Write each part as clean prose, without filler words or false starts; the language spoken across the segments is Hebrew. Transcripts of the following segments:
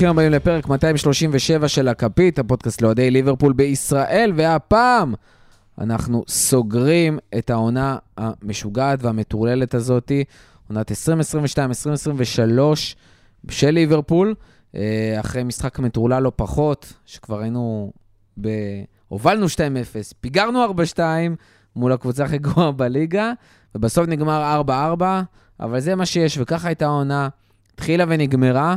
ברוכים הבאים לפרק 237 של הכפית, הפודקאסט לאוהדי ליברפול בישראל, והפעם אנחנו סוגרים את העונה המשוגעת והמטורללת הזאת, עונת 2022-2023 של ליברפול, אחרי משחק מטורלל לא פחות, שכבר היינו הובלנו 2-0, פיגרנו 4-2 מול הקבוצה הכי גרועה בליגה, ובסוף נגמר 4-4, אבל זה מה שיש, וככה הייתה העונה, התחילה ונגמרה,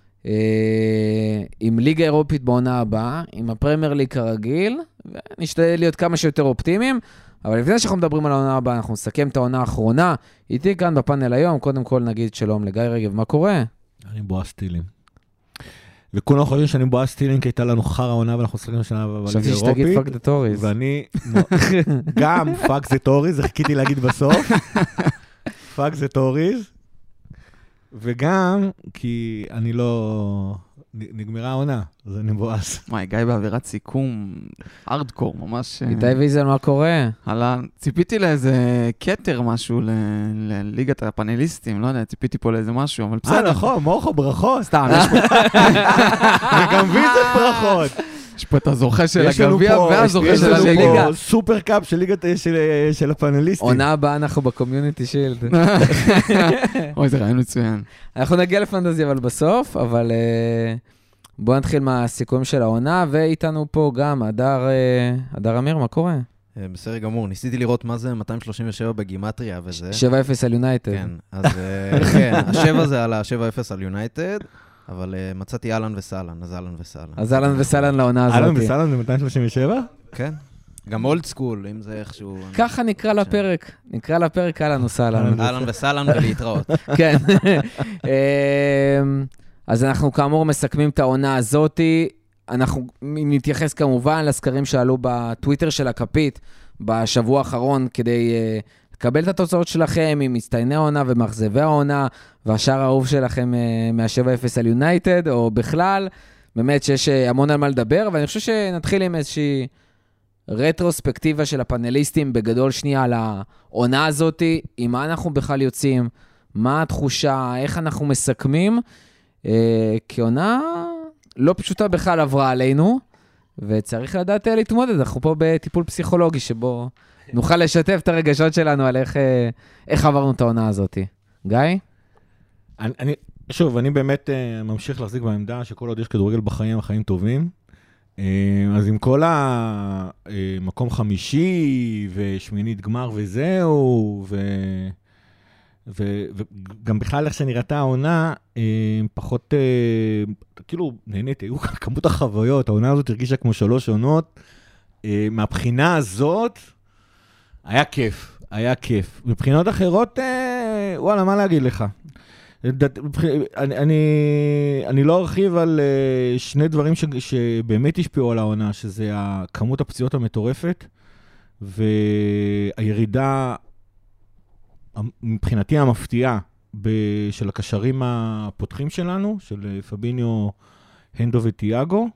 עם ליגה אירופית בעונה הבאה, עם הפרמייר ליג כרגיל, ונשתדל להיות כמה שיותר אופטימיים, אבל לפני שאנחנו מדברים על העונה הבאה, אנחנו נסכם את העונה האחרונה, איתי כאן בפאנל היום, קודם כל נגיד שלום לגיא רגב, מה קורה? אני בועז סטילין. וכולם חושבים שאני בועז סטילין, כי הייתה לנו חר העונה, ואנחנו סליחים לשנה בליגה אירופית. חשבתי שתגיד פאק דה טוריז. ואני, גם פאק זה טוריז, חיכיתי להגיד בסוף. פאק זה טוריז. וגם כי אני לא... נגמרה העונה, אז אני בועז. מה, גיא בעבירת סיכום, ארדקור, ממש... איתי ויזל, מה קורה? ציפיתי לאיזה קטר משהו לליגת הפאנליסטים, לא יודע, ציפיתי פה לאיזה משהו, אבל בסדר. נכון, מוחו, ברכות. סתם, יש פה... וגם ויזל ברכות. יש פה את הזוכה של הגביע והזוכה של הליגה. יש לנו פה סופר קאפ של הפאנליסטים. עונה הבאה אנחנו בקומיוניטי שילד. אוי, זה רעיון מצוין. אנחנו נגיע לפנטזיה אבל בסוף, אבל בואו נתחיל מהסיכויים של העונה, ואיתנו פה גם הדר אמיר, מה קורה? בסדר גמור, ניסיתי לראות מה זה 237 בגימטריה וזה. 7-0 על יונייטד. כן, אז כן, השבע זה על ה-7-0 על יונייטד, אבל מצאתי אלן וסלן, אז אלן וסלן לעונה הזאת. אלן וסלן זה 237? כן. גם אולד סקול, אם זה איכשהו... ככה נקרא לפרק. נקרא לפרק אלן וסלן. אלן וסלן ולהתראות. כן. אז אנחנו כאמור מסכמים את העונה הזאת. אנחנו נתייחס כמובן לסקרים שעלו בטוויטר של הכפית בשבוע האחרון כדי לקבל את התוצאות שלכם עם מצטייני העונה ומחזבי העונה והשאר האהוב שלכם מה-7-0 על יונייטד או בכלל. באמת שיש המון על מה לדבר, ואני חושב שנתחיל עם איזושהי רטרוספקטיבה של הפאנליסטים בגדול שנייה על העונה הזאת, עם מה אנחנו בכלל יוצאים, מה התחושה, איך אנחנו מסכמים, כי עונה לא פשוטה בכלל עברה עלינו, וצריך לדעת להתמודד, אנחנו פה בטיפול פסיכולוגי שבו נוכל לשתף את הרגשות שלנו על איך עברנו את העונה הזאת. גיא? שוב, אני באמת ממשיך להחזיק בעמדה שכל עוד יש כדורגל בחיים, החיים טובים. אז עם כל המקום חמישי ושמינית גמר וזהו, וגם בכלל איך שנראתה העונה, פחות, כאילו נהניתי, היו כמות החוויות, העונה הזאת הרגישה כמו 3 עונות, מהבחינה הזאת היה כיף. מבחינות אחרות, וואלה, מה להגיד לך? אני לא ארחיב על שני דברים שבאמת השפיעו על העונה, שזה כמות הפציעות המטורפת, והירידה מבחינתי המפתיעה של הקשרים הפותחים שלנו, של פביניו, הנדו וטיאגו.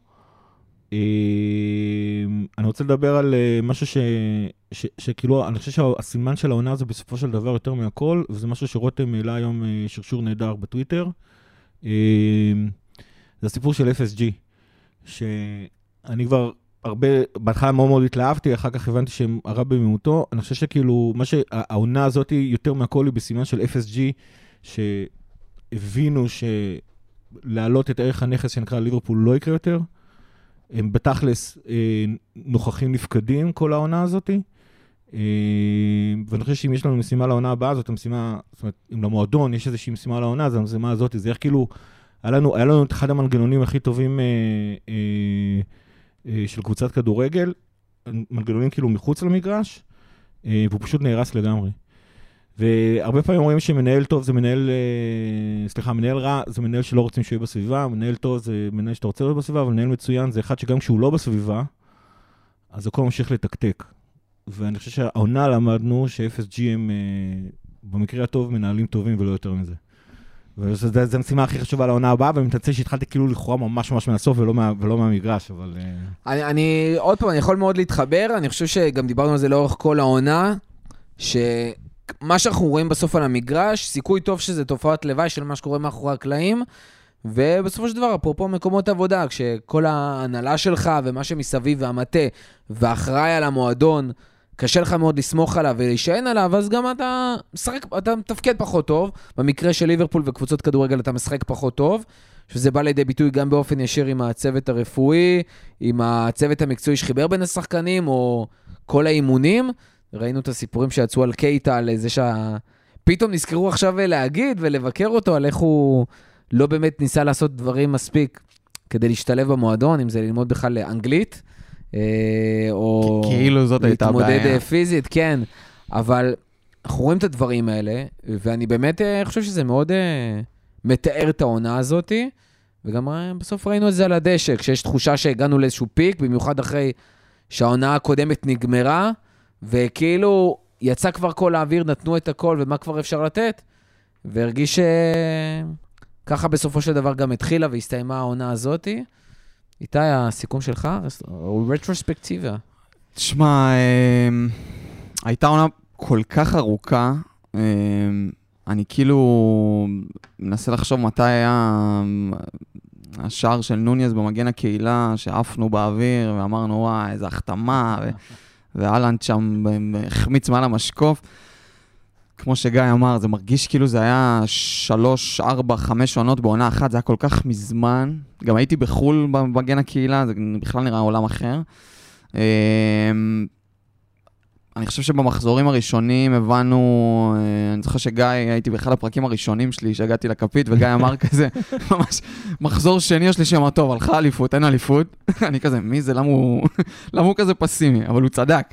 אני רוצה לדבר על משהו שכאילו, אני חושב שהסימן של העונה זה בסופו של דבר יותר מהכל, וזה משהו שרותם העלה היום שרשור נהדר בטוויטר. זה הסיפור של FSG, שאני כבר בהתחלה מאוד מאוד התלהבתי, אחר כך הבנתי שהם הרע במיעוטו. אני חושב שכאילו, העונה הזאת יותר מהכל היא בסימן של FSG, שהבינו שלהעלות את ערך הנכס שנקרא ליברפול לא יקרה יותר, הם בתכלס נוכחים נפקדים כל העונה הזאת, ואני חושב שאם יש לנו משימה לעונה הבאה, זאת המשימה, זאת אומרת, אם למועדון יש איזושהי משימה לעונה, אז המשימה הזאת, זה איך כאילו, היה לנו את אחד המנגנונים הכי טובים של קבוצת כדורגל, מנגנונים כאילו מחוץ למגרש, והוא פשוט נהרס לגמרי. והרבה פעמים אומרים שמנהל טוב זה מנהל רע זה מנהל שלא רוצים שהוא יהיה בסביבה, מנהל טוב זה מנהל שאתה רוצה להיות בסביבה, אבל מנהל מצוין זה אחד שגם כשהוא לא בסביבה, אז הכל ממשיך לתקתק. ואני חושב שהעונה למדנו ש-FSG הם במקרה הטוב מנהלים טובים ולא יותר מזה. וזו המשימה הכי חשובה לעונה הבאה, ואני מתנצל שהתחלתי כאילו לכאורה ממש מהסוף ולא מהמגרש, אבל... אני עוד פעם, אני יכול מאוד להתחבר, אני חושב שגם דיברנו על זה לאורך כל העונה, מה שאנחנו רואים בסוף על המגרש, סיכוי טוב שזה תופעת לוואי של מה שקורה מאחורי הקלעים, ובסופו של דבר, אפרופו מקומות עבודה, כשכל ההנהלה שלך ומה שמסביב והמטה והאחראי על המועדון, קשה לך מאוד לסמוך עליו ולהישען עליו, אז גם אתה מתפקד פחות טוב. במקרה של ליברפול וקבוצות כדורגל אתה משחק פחות טוב, שזה בא לידי ביטוי גם באופן ישיר עם הצוות הרפואי, עם הצוות המקצועי שחיבר בין השחקנים, או כל האימונים. ראינו את הסיפורים שיצאו על קייטה, על זה פתאום נזכרו עכשיו להגיד ולבקר אותו, על איך הוא לא באמת ניסה לעשות דברים מספיק כדי להשתלב במועדון, אם זה ללמוד בכלל לאנגלית, או כאילו זאת הייתה להתמודד פיזית, כן. אבל אנחנו רואים את הדברים האלה, ואני באמת חושב שזה מאוד מתאר את העונה הזאת, וגם בסוף ראינו את זה על הדשא, כשיש תחושה שהגענו לאיזשהו פיק, במיוחד אחרי שהעונה הקודמת נגמרה, וכאילו יצא כבר כל האוויר, נתנו את הכל, ומה כבר אפשר לתת, והרגיש ככה בסופו של דבר גם התחילה, והסתיימה העונה הזאת. איתי, הסיכום שלך, רטרוספקטיבה. תשמע, הייתה עונה כל כך ארוכה, אני כאילו מנסה לחשוב מתי היה השער של נוניאז במגן הקהילה, שעפנו באוויר ואמרנו, וואי, איזו החתמה, ואלנד שם החמיץ מעל המשקוף. כמו שגיא אמר, זה מרגיש כאילו זה היה 3, 4, 5 עונות בעונה אחת, זה היה כל כך מזמן. גם הייתי בחול במגן הקהילה, זה בכלל נראה עולם אחר. אני חושב שבמחזורים הראשונים הבנו, אני זוכר שגיא, הייתי באחד הפרקים הראשונים שלי, שהגעתי לכפית, וגיא אמר כזה, ממש, מחזור שני או שלישי, אמר, טוב, הלכה אליפות, אין אליפות. אני כזה, מי זה? למה הוא כזה פסימי? אבל הוא צדק.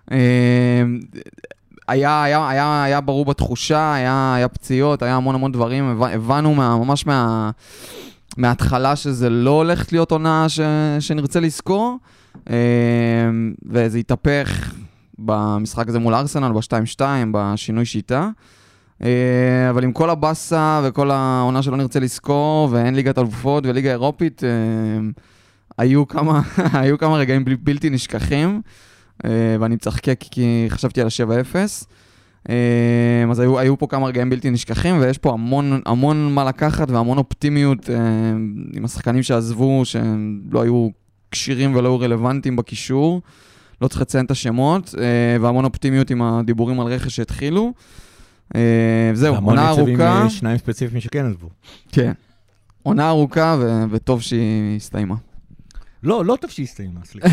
היה ברור בתחושה, היה פציעות, היה המון דברים, הבנו ממש מההתחלה שזה לא הולך להיות עונה שנרצה לזכור, וזה התהפך במשחק הזה מול ארסנל, ב-2-2, בשינוי שיטה, אבל עם כל הבאסה וכל העונה שלא נרצה לזכור, ואין ליגת אלופות וליגה אירופית, היו כמה רגעים בלתי נשכחים, ואני מצחקק כי חשבתי על ה-7-0, אז היו פה כמה רגעים בלתי נשכחים, ויש פה המון מה לקחת והמון אופטימיות עם השחקנים שעזבו, שהם לא היו קשירים ולא היו רלוונטיים בקישור, לא צריך לציין את השמות, והמון אופטימיות עם הדיבורים על רכש שהתחילו. זהו, עונה ארוכה. המון מצבים, שניים ספציפיים שכן עזבו. כן, עונה ארוכה וטוב שהיא הסתיימה. לא טוב שהיא הסתיימה, סליחה.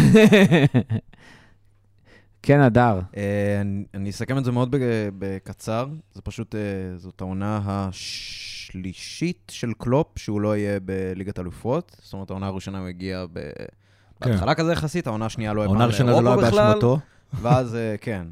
כן, אדר. אני אסכם את זה מאוד בקצר. זה פשוט, זאת העונה השלישית של קלופ, שהוא לא יהיה בליגת אלופות. זאת אומרת, העונה הראשונה הוא הגיע בהתחלה כזה יחסית, העונה השנייה לא יהיה העונה הראשונה זה לא היה באשמתו. ואז, כן.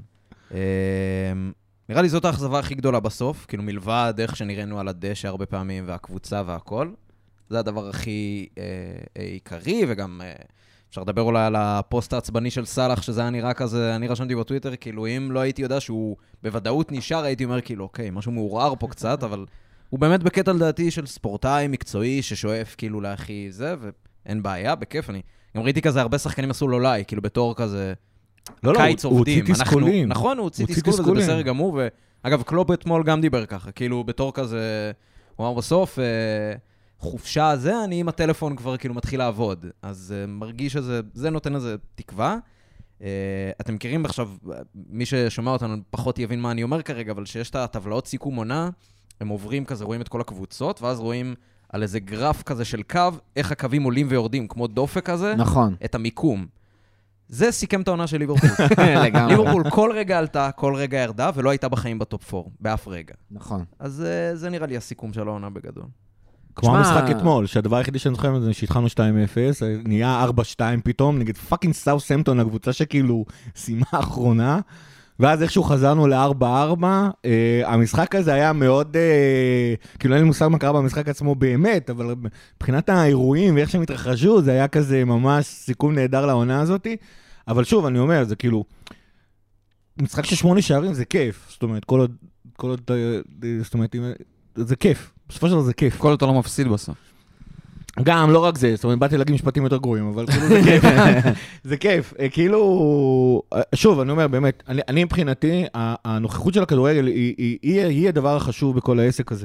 נראה לי זאת האכזבה הכי גדולה בסוף, כאילו מלבד איך שנראינו על הדשא הרבה פעמים, והקבוצה והכל. זה הדבר הכי עיקרי, וגם אפשר לדבר אולי על הפוסט העצבני של סלאח, שזה היה נראה כזה, אני רשמתי בטוויטר, כאילו אם לא הייתי יודע שהוא בוודאות נשאר, הייתי אומר כאילו, אוקיי, משהו מעורער פה קצת, אבל הוא באמת בקטע לדעתי של ספורטאי מקצועי, ששואף כאילו להכי זה, ואין בעיה, בכיף. אני גם ראיתי כזה, הרבה שחקנים עשו לו ליי, כאילו בתור כזה קיץ עובדים. הוא הוציא תסכולים. נכון, הוא הוציא תסכול, וזה בסדר גמור, ואגב, קלופ אתמול גם דיבר ככה, כאילו בתור כזה, הוא אמר בסוף, חופשה הזה, אני עם הטלפון כבר כאילו מתחיל לעבוד. אז מרגיש שזה נותן איזה תקווה. אתם מכירים עכשיו, מי ששומע אותנו פחות יבין מה אני אומר כרגע, אבל שיש את הטבלאות סיכום עונה, הם עוברים כזה, רואים את כל הקבוצות, ואז רואים על איזה גרף כזה של קו, איך הקווים עולים ויורדים, כמו דופק כזה. נכון. את המיקום. זה סיכם את העונה של ליברפול. ליברפול כל רגע עלתה, כל רגע ירדה, ולא הייתה בחיים בטופ 4, באף רגע. נכון. אז זה נראה לי הסיכום של העונה בגדול. כמו המשחק אתמול, שהדבר היחידי שאני זוכר זה שהתחלנו 2-0, נהיה 4-2 פתאום, נגד פאקינג סאות'המפטון, הקבוצה שכאילו סיימה האחרונה, ואז איכשהו חזרנו ל-4-4, המשחק הזה היה מאוד, כאילו אין לי מושג מה קרה במשחק עצמו באמת, אבל מבחינת האירועים ואיך שהם התרחשו, זה היה כזה ממש סיכום נהדר לעונה הזאת, אבל שוב, אני אומר, זה כאילו, משחק של 8 שערים זה כיף, זאת אומרת, כל עוד, זאת אומרת, זה כיף. בסופו של דבר זה כיף. כל אותו לא מפסיד בסוף. גם, לא רק זה, זאת אומרת, באתי להגיד משפטים יותר גרועים, אבל כאילו זה כיף. זה כיף. כאילו, שוב, אני אומר, באמת, אני מבחינתי, הנוכחות של הכדורגל היא הדבר החשוב בכל העסק הזה.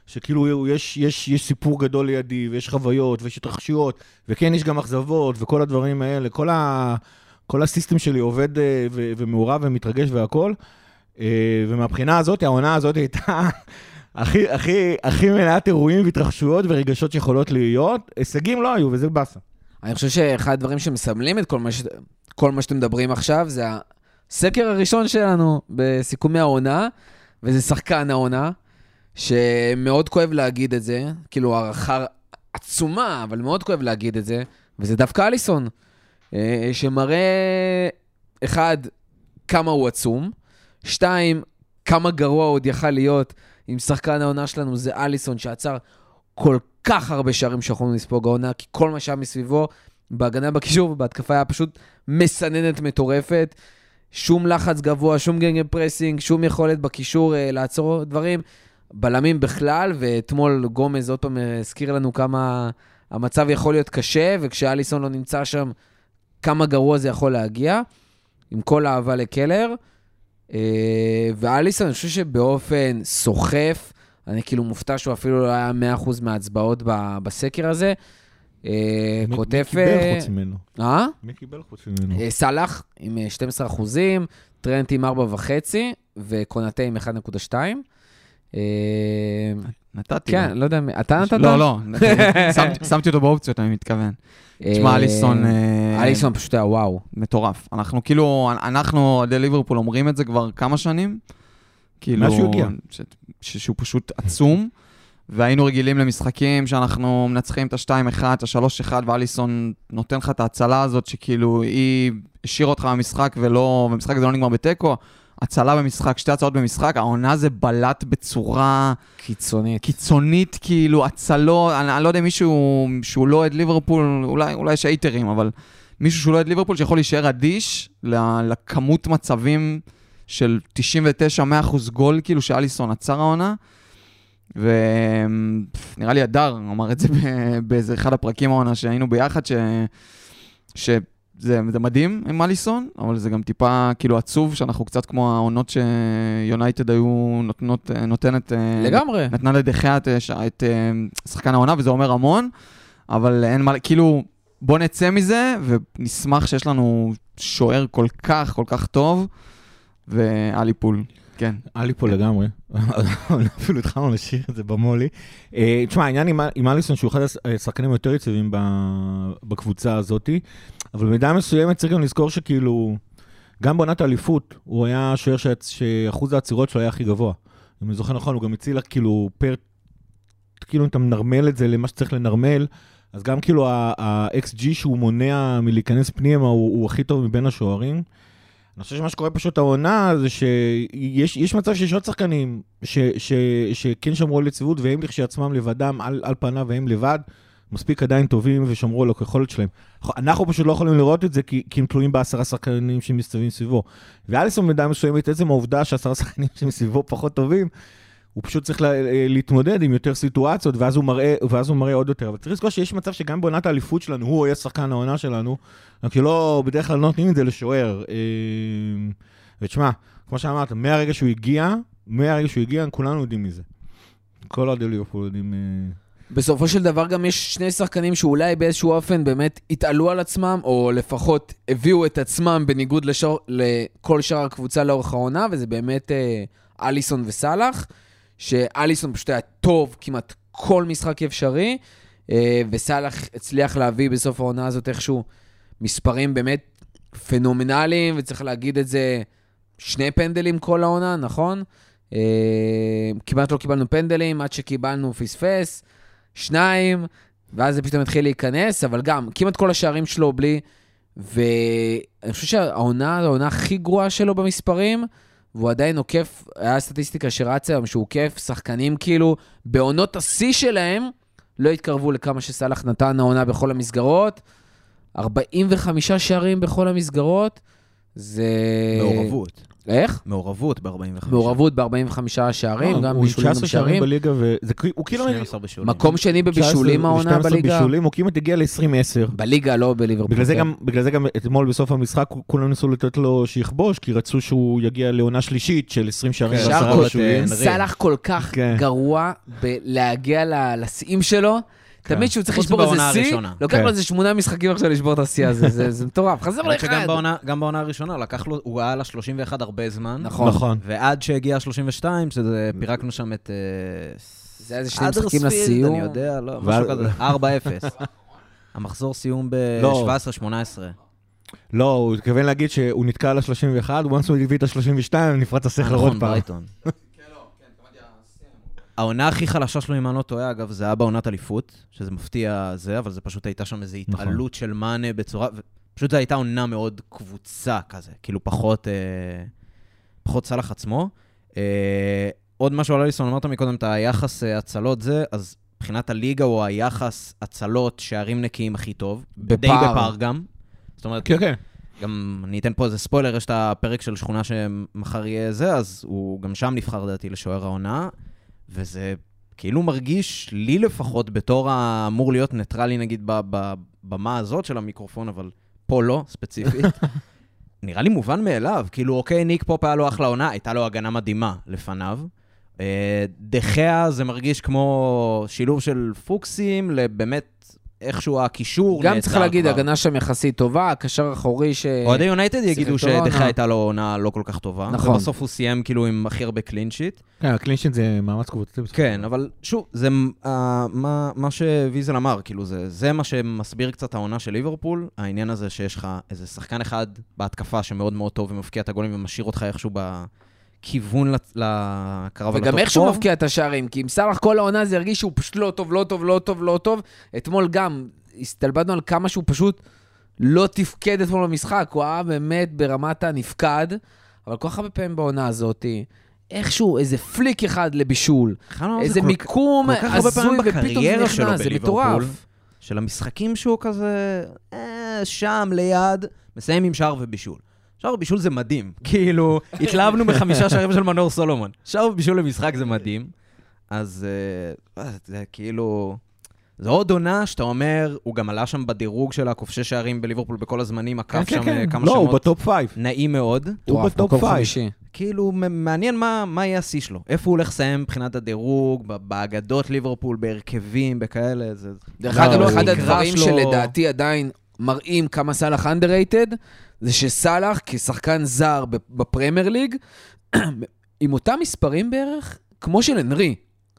שכאילו יש סיפור גדול לידי, ויש חוויות, ויש התרחשויות, וכן יש גם אכזבות, וכל הדברים האלה, כל הסיסטם שלי עובד ומעורב ומתרגש והכל, ומהבחינה הזאת, העונה הזאת הייתה הכי מלאת אירועים והתרחשויות ורגשות שיכולות להיות, הישגים לא היו, וזה בסה. אני חושב שאחד הדברים שמסמלים את כל מה שאתם מדברים עכשיו, זה הסקר הראשון שלנו בסיכומי העונה, וזה שחקן העונה, שמאוד כואב להגיד את זה, כאילו הערכה עצומה, אבל מאוד כואב להגיד את זה, וזה דווקא אליסון, שמראה, אחד, כמה הוא עצום, שתיים, כמה גרוע עוד יכל להיות עם שחקן העונה שלנו, זה אליסון שעצר כל כך הרבה שערים שיכולנו לספוג העונה, כי כל מה שהיה מסביבו, בהגנה בקישור ובהתקפה היה פשוט מסננת מטורפת, שום לחץ גבוה, שום גנגל פרסינג, שום יכולת בקישור לעצור דברים, בלמים בכלל, ואתמול גומז עוד פעם הזכיר לנו כמה המצב יכול להיות קשה, וכשאליסון לא נמצא שם, כמה גרוע זה יכול להגיע, עם כל האהבה לקלר, ואליסון, אני חושב שבאופן סוחף, אני כאילו מופתע שהוא אפילו לא היה 100% מההצבעות בסקר הזה, מי קיבל חוץ ממנו? מי קיבל חוץ ממנו? סלח עם 12%, טרנט עם 4.5, וקונטה עם 1.2. נתתי. כן, לא יודע, אתה נתת? לא, שמתי אותו באופציות, אני מתכוון. תשמע, אליסון פשוט היה וואו. מטורף. אנחנו כאילו, עדי ליברפול אומרים את זה כבר כמה שנים. מה שהוא הגיע. שהוא פשוט עצום. והיינו רגילים למשחקים שאנחנו מנצחים את ה-2-1, ה-3-1, ואליסון נותן לך את ההצלה הזאת, שכאילו היא השאיר אותך במשחק, ומשחק זה לא נגמר בטקו, הצלה במשחק, שתי הצלות במשחק, העונה זה בלט בצורה קיצונית, כאילו הצלות, אני לא יודע מישהו שהוא לא עד ליברפול, אולי יש אייטרים, אבל מישהו שהוא לא עד ליברפול שיכול להישאר אדיש לכמות מצבים של 99-100% גול, כאילו שאליסון עצר העונה, ונראה לי הדר אמר את זה באיזה אחד הפרקים העונה שהיינו ביחד, שזה מדהים עם אליסון, אבל זה גם טיפה כאילו עצוב, שאנחנו קצת כמו העונות שיונייטד היו נותנת, לגמרי. נתנה לדחיה את שחקן העונה, וזה אומר המון, אבל אין מה, כאילו בוא נצא מזה, ונשמח שיש לנו שוער כל כך טוב, ואליפול. כן. אליפול לגמרי. אפילו התחלנו לשיר את זה במולי. תשמע, העניין עם אליסון שהוא אחד השחקנים יותר יציבים בקבוצה הזאת, אבל במידה מסוימת צריך גם לזכור שכאילו, גם בעונת האליפות, הוא היה שוער שאחוז העצירות שלו היה הכי גבוה. אם אני זוכר נכון, הוא גם הציל כאילו כאילו אתה מנרמל את זה למה שצריך לנרמל, אז גם כאילו ה-XG שהוא מונע מלהיכנס פנימה, הוא הכי טוב מבין השוערים. אני חושב שמה שקורה פשוט העונה זה שיש מצב שיש עוד שחקנים שכן שמרו על יציבות, והם לכשעצמם לבדם על פניו, והם לבד מספיק עדיין טובים ושמרו על היכולת שלהם. אנחנו פשוט לא יכולים לראות את זה כי הם תלויים ב10 שחקנים שמסתובבים סביבו. ואליסון במידה מסוימת, עצם העובדה ש10 שחקנים שמסביבו פחות טובים, הוא פשוט צריך להתמודד עם יותר סיטואציות, ואז הוא מראה עוד יותר. אבל צריך לזכור שיש מצב שגם בעונת האליפות שלנו, הוא היה שחקן העונה שלנו, רק שלא בדרך כלל נותנים את זה לשוער. ותשמע, כמו שאמרת, מהרגע שהוא הגיע, כולנו יודעים מזה. כל עוד ליברפול יודעים... בסופו של דבר גם יש שני שחקנים שאולי באיזשהו אופן באמת התעלו על עצמם, או לפחות הביאו את עצמם בניגוד לכל שאר הקבוצה לאורך העונה, וזה באמת אליסון וסלח, שאליסון פשוט היה טוב כמעט כל משחק אפשרי, וסלח הצליח להביא בסוף העונה הזאת איכשהו מספרים באמת פנומנליים, וצריך להגיד את זה, 2 פנדלים כל העונה, נכון? כמעט לא קיבלנו פנדלים, עד שקיבלנו פספס, 2, ואז זה פתאום התחיל להיכנס, אבל גם כמעט כל השערים שלו בלי, ואני חושב העונה הכי גרועה שלו במספרים, והוא עדיין עוקף, היה סטטיסטיקה שרצה היום, שהוא עוקף שחקנים כאילו, בעונות השיא שלהם, לא התקרבו לכמה שסלח נתן העונה בכל המסגרות, 45 שערים בכל המסגרות, זה... איך? מעורבות ב-45. מעורבות ב-45 שערים, גם הוא בישולים 19 שערים ומשערים. בליגה, הוא כאילו... 12 בישולים. מקום שני בבישולים העונה 12 בליגה. בישולים, הוא כמעט הגיע ל-20-10. בליגה, לא בליברפול. בגלל זה גם אתמול בסוף המשחק כולם ניסו לתת לו שיכבוש, כי רצו שהוא יגיע לעונה שלישית של 20 שערים כן, ו10 שרקוט, בישולים. סלאח כל כך כן. גרוע בלהגיע לשיאים שלו. תמיד שהוא צריך חוץ לשבור איזה בעונה שיא, הראשונה. לוקח כן. לו איזה 8 משחקים עכשיו לשבור את השיא הזה, זה מטורף. חזר לו האמת אחד. שגם בעונה הראשונה, לקח לו, הוא היה ל-31 הרבה זמן. נכון. ועד שהגיע ה-32, שזה פירקנו שם את... זה היה איזה 2 משחקים לסיום. אני יודע, לא, משהו כזה, 4-0. המחזור סיום ב-17-18. לא, הוא התכוון להגיד שהוא נתקע על ה-31, once הוא הביא את ה-32, נפרץ הסכר עוד פעם. ברייטון. העונה הכי חלשה שלו, אם אני לא טועה, אגב, זה היה בעונת אליפות, שזה מפתיע זה, אבל זה פשוט הייתה שם איזו התעלות של מאנה בצורה... פשוט זו הייתה עונה מאוד קבוצה כזה, כאילו פחות סלאח עצמו. עוד משהו על אליסון, אמרת מקודם, את היחס הצלות זה, אז מבחינת הליגה הוא היחס הצלות שערים נקיים הכי טוב. די בפער גם. זאת אומרת, כן. גם אני אתן פה איזה ספוילר, יש את הפרק של שכונה שמחר יהיה זה, אז הוא גם שם נבחר דעתי לשוער העונה, וזה כאילו מרגיש לי לפחות בתור האמור להיות ניטרלי נגיד במה הזאת של המיקרופון, אבל פה לא, ספציפית. נראה לי מובן מאליו, כאילו אוקיי, ניק פופ היה לו אחלה עונה, הייתה לו הגנה מדהימה לפניו. דחיה זה מרגיש כמו שילוב של פוקסים, לבאמת איכשהו הקישור. גם צריך להגיד, הגנה שם יחסית טובה, הקשר האחורי ש... אוהדי יונייטד יגידו שדחיה הייתה לו עונה לא כל כך טובה. נכון. ובסוף הוא סיים כאילו עם הכי הרבה קלינשיט. כן, הקלינשיט זה מאמץ קבוצתי. כן, אבל שוב, זה מה שוויזל אמר, כאילו זה מה שמסביר קצת העונה של ליברפול, העניין הזה שיש לך איזה שחקן אחד בהתקפה שמאוד מאוד טוב ומפקיע את הגולים ומשאיר אותך איכשהו בכיוון לקרב על וגם איכשהו מפקיע את השערים, כי אם סלאח כל העונה זה הרגיש שהוא פשוט לא טוב. אתמול גם הסתלבטנו על כמה שהוא פשוט לא תפקד אתמול במשחק, הוא היה באמת ברמת הנפקד, אבל כל כך הרבה פעמים בעונה הזאת, איכשהו איזה פליק אחד לבישול, איזה מיקום הזוי ופתאום זה נכנס, זה מטורף. של המשחקים שהוא כזה שם ליד, מסיים עם שער ובישול. שער ובישול זה מדהים, כאילו התלהבנו ב5 שערים של מנור סולומון. שער ובישול למשחק זה מדהים, אז זה כאילו... זו עוד עונה שאתה אומר, הוא גם עלה שם בדירוג של הכובשי שערים בליברפול בכל הזמנים, עקף שם כמה לא, שמות. הוא בטופ 5. נעים מאוד. הוא בטופ 5. כאילו, מעניין מה יהיה השיא שלו. איפה הוא הולך לסיים מבחינת הדירוג, באגדות ליברפול, בהרכבים, בכאלה. דרך אגב, אחד הדברים שלדעתי עדיין מראים כמה סלאח underrated, זה שסלאח כשחקן זר בפרמייר ליג, עם אותם מספרים בערך, כמו של אנרי.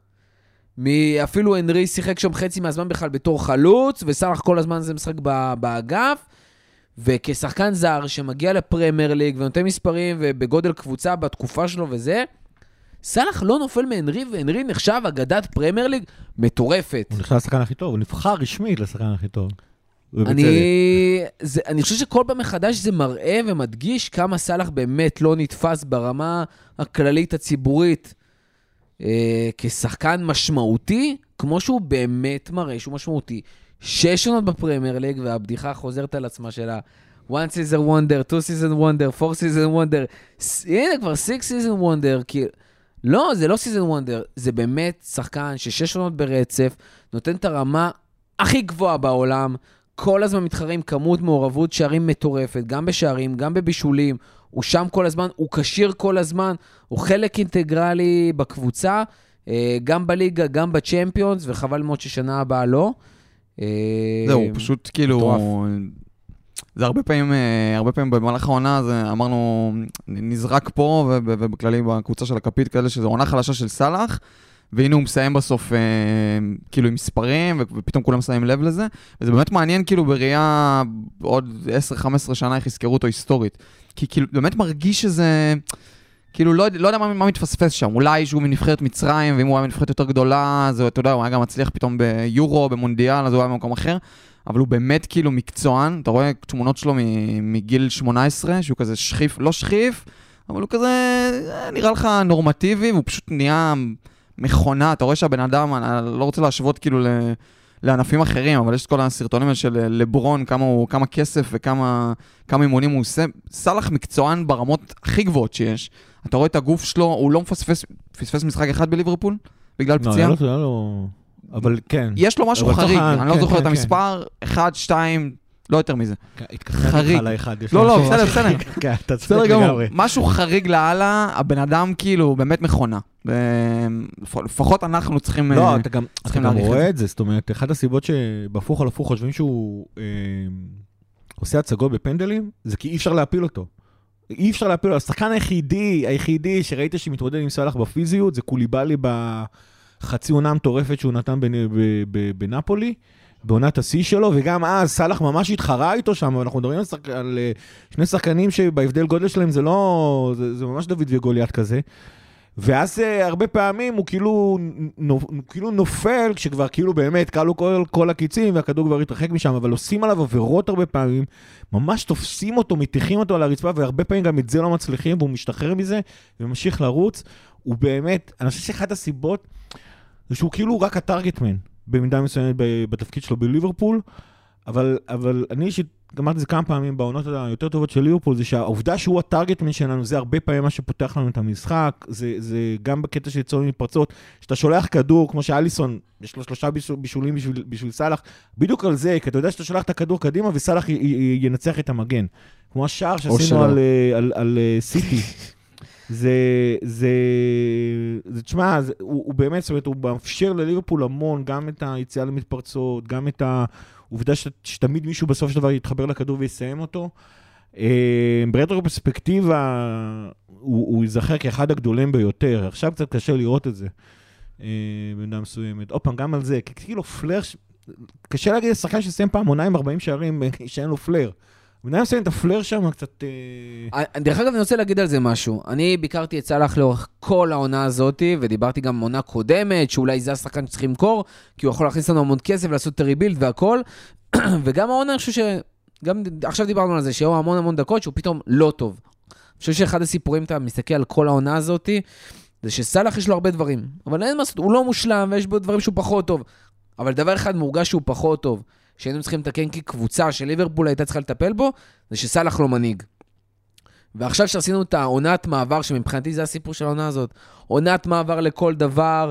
אפילו אנרי שיחק שם חצי מהזמן בכלל בתור חלוץ, וסלאח כל הזמן זה משחק באגף, וכשחקן זר שמגיע לפרמייר ליג ונותן מספרים ובגודל קבוצה בתקופה שלו וזה, סלאח לא נופל מאנרי, ואנרי נחשב אגדת פרמייר ליג מטורפת. הוא נחשב לשחקן הכי טוב, הוא נבחר רשמית לשחקן הכי טוב. אני חושב שכל פעם מחדש זה מראה ומדגיש כמה סלאח באמת לא נתפס ברמה הכללית הציבורית, כשחקן משמעותי, כמו שהוא באמת מראה שהוא משמעותי. 6 עונות בפרמייר ליג, והבדיחה חוזרת על עצמה שלה. 1 season wonder, 2 season wonder, 4 season wonder. הנה כבר 6 season wonder. כי... לא, זה לא season wonder. זה באמת שחקן ש6 עונות ברצף, נותן את הרמה הכי גבוהה בעולם. כל הזמן מתחרים כמות מעורבות שערים מטורפת, גם בשערים, גם בבישולים. הוא שם כל הזמן, הוא קשיר כל הזמן, הוא חלק אינטגרלי בקבוצה, גם בליגה, גם בצ'מפיונס, וחבל מאוד ששנה הבאה לא. זהו, פשוט כאילו... זה הרבה פעמים במהלך העונה, אמרנו, נזרק פה, ובכללי בקבוצה של הכפית כאלה, שזו עונה חלשה של סלאח, והנה הוא מסיים בסוף כאילו עם מספרים, ופתאום כולם שמים לב לזה, וזה באמת מעניין כאילו בראייה עוד 10-15 שנה איך יזכרו אותו היסטורית. כי כאילו באמת מרגיש שזה, כאילו לא יודע מה מתפספס שם, אולי שהוא מנבחרת מצרים, ואם הוא היה מנבחרת יותר גדולה, אז אתה יודע, הוא היה גם מצליח פתאום ביורו, במונדיאל, אז הוא היה במקום אחר, אבל הוא באמת כאילו מקצוען, אתה רואה תמונות שלו מגיל 18, שהוא כזה שחיף, לא שחיף, אבל הוא כזה נראה לך נורמטיבי, והוא פשוט נהיה מכונה, אתה רואה שהבן אדם, אני לא רוצה להשוות כאילו לענפים אחרים, אבל יש את כל הסרטונים של לברון, כמה כסף וכמה אימונים הוא עושה. סלאח מקצוען ברמות הכי גבוהות שיש. אתה רואה את הגוף שלו, הוא לא פספס משחק אחד בליברפול, בגלל פציעה. לא, אבל כן. יש לו משהו חריג, אני לא זוכר את המספר, 1, 2, לא יותר מזה. חריג. לא, בסדר גמור. משהו חריג לעלה, הבן אדם כאילו באמת מכונה. לפחות אנחנו צריכים לא, אתה גם רואה את זה, זאת אומרת, אחת הסיבות שבהפוך על הפוך חושבים שהוא עושה הצגות בפנדלים, זה כי אי אפשר להפיל אותו. אי אפשר להפיל אותו. השחקן היחידי שראית שמתמודד עם סלאח בפיזיות, זה קוליבאלי בחצי עונה המטורפת שהוא נתן בנפולי, בעונת השיא שלו, וגם אז סלאח ממש התחרה איתו שם, ואנחנו מדברים על שני שחקנים שבהבדל גודל שלהם זה לא, זה ממש דוד וגוליית כזה, ואז הרבה פעמים הוא כאילו נופל, כשכבר כאילו באמת קלו כל הקיצים, והכדור כבר התרחק משם, אבל עושים עליו עבירות הרבה פעמים, ממש תופסים אותו, מתיחים אותו על הרצפה, והרבה פעמים גם את זה לא מצליחים, והוא משתחרר מזה, וממשיך לרוץ. הוא באמת, אני חושב שאחת הסיבות, זה שהוא כאילו רק הטרגטמן, במידה מסוימת בתפקיד שלו בליברפול, אבל אני אמרתי זה כמה פעמים בעונות היותר טובות של ליברפול, זה שהעובדה שהוא הטרגטמן שלנו, זה הרבה פעמים מה שפותח לנו את המשחק, זה גם בקטע של יצורים מפרצות, שאתה שולח כדור, כמו שאליסון, יש לו 3 בישולים בשביל סלאח, בדיוק על זה, כי אתה יודע שאתה שולח את הכדור קדימה, וסלאח ינצח את המגן. כמו השער שעשינו על סיטי. תשמע, הוא באמת, זאת אומרת, הוא מאפשר לליברפול המון, גם את היציאה למתפרצות, גם את העובדה שתמיד מישהו בסוף של דבר יתחבר לכדור ויסיים אותו. ברטרוספקטיבה, הוא ייזכר כאחד הגדולים ביותר. עכשיו קצת קשה לראות את זה, במידה מסוימת. עוד פעם, גם על זה, כאילו פלר, קשה להגיד לשחקן שסיים פעם עונה עם 40 שערים, שאין לו פלר. בינתיים עושים את הפלר שם קצת... דרך אגב, אני רוצה להגיד על זה משהו. אני ביקרתי את סלאח לאורך כל העונה הזאת, ודיברתי גם עונה קודמת, שאולי זה השחקן שצריך למכור, כי הוא יכול להכניס לנו המון כסף, לעשות טריבילד והכל, וגם העונה, אני חושב גם עכשיו דיברנו על זה, שהיו המון דקות, שהוא פתאום לא טוב. אני חושב שאחד הסיפורים, אתה מסתכל על כל העונה הזאת, זה שסלאח יש לו הרבה דברים, אבל אין מה, הוא לא מושלם, ויש בו דברים שהוא פחות טוב. אבל דבר אחד מורגש שהוא פחות טוב, שהיינו צריכים לתקן כקבוצה של ליברפול הייתה צריכה לטפל בו, זה שסלאח לא מנהיג. ועכשיו שעשינו את העונת מעבר, שמבחינתי זה הסיפור של העונה הזאת, עונת מעבר לכל דבר,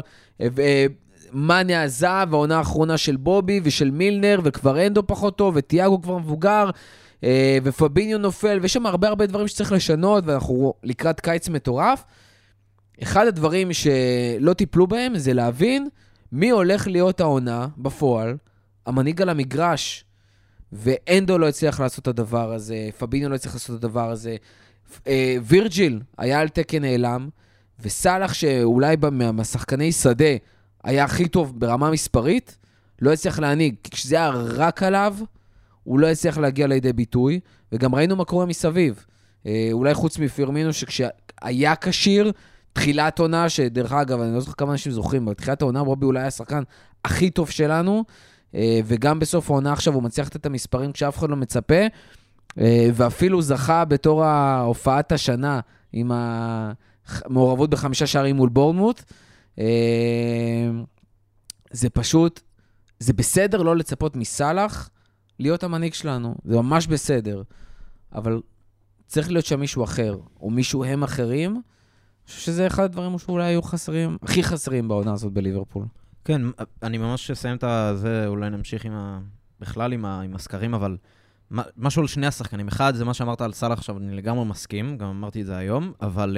מניה עזב, והעונה האחרונה של בובי ושל מילנר, וכבר אנדו פחות טוב, וטיאגו כבר מבוגר, ופביניו נופל, ויש שם הרבה דברים שצריך לשנות, ואנחנו לקראת קיץ מטורף. אחד הדברים שלא טיפלו בהם, זה להבין מי הולך להיות העונה בפועל, המנהיג על המגרש, ואנדו לא הצליח לעשות את הדבר הזה, פביניו לא הצליח לעשות את הדבר הזה, וירג'יל היה על תקן נעלם, וסלאח שאולי מהשחקני שדה היה הכי טוב ברמה מספרית, לא הצליח להנהיג, כי כשזה היה רק עליו, הוא לא הצליח להגיע לידי ביטוי, וגם ראינו מה קורה מסביב. אולי חוץ מפירמינו, שכשהיה קשיר, תחילת עונה, שדרך אגב, אני לא זוכר כמה אנשים זוכרים, בתחילת העונה, רובי אולי היה השחקן הכי טוב שלנו, וגם בסוף העונה עכשיו הוא מצליח את המספרים כשאף אחד לא מצפה, ואפילו זכה בתור ההופעת השנה עם המעורבות ב5 שערים מול בורנמוט. זה פשוט, זה בסדר לא לצפות מסלאח להיות המנהיג שלנו, זה ממש בסדר, אבל צריך להיות שם מישהו אחר, או מישהו הם אחרים, אני חושב שזה אחד הדברים שאולי היו חסרים, הכי חסרים בעונה הזאת בליברפול. כן, אני ממש אסיים את זה, אולי נמשיך בכלל עם הסקרים, אבל משהו על שני השחקנים. אחד, זה מה שאמרת על סלאח עכשיו, אני לגמרי מסכים, גם אמרתי את זה היום, אבל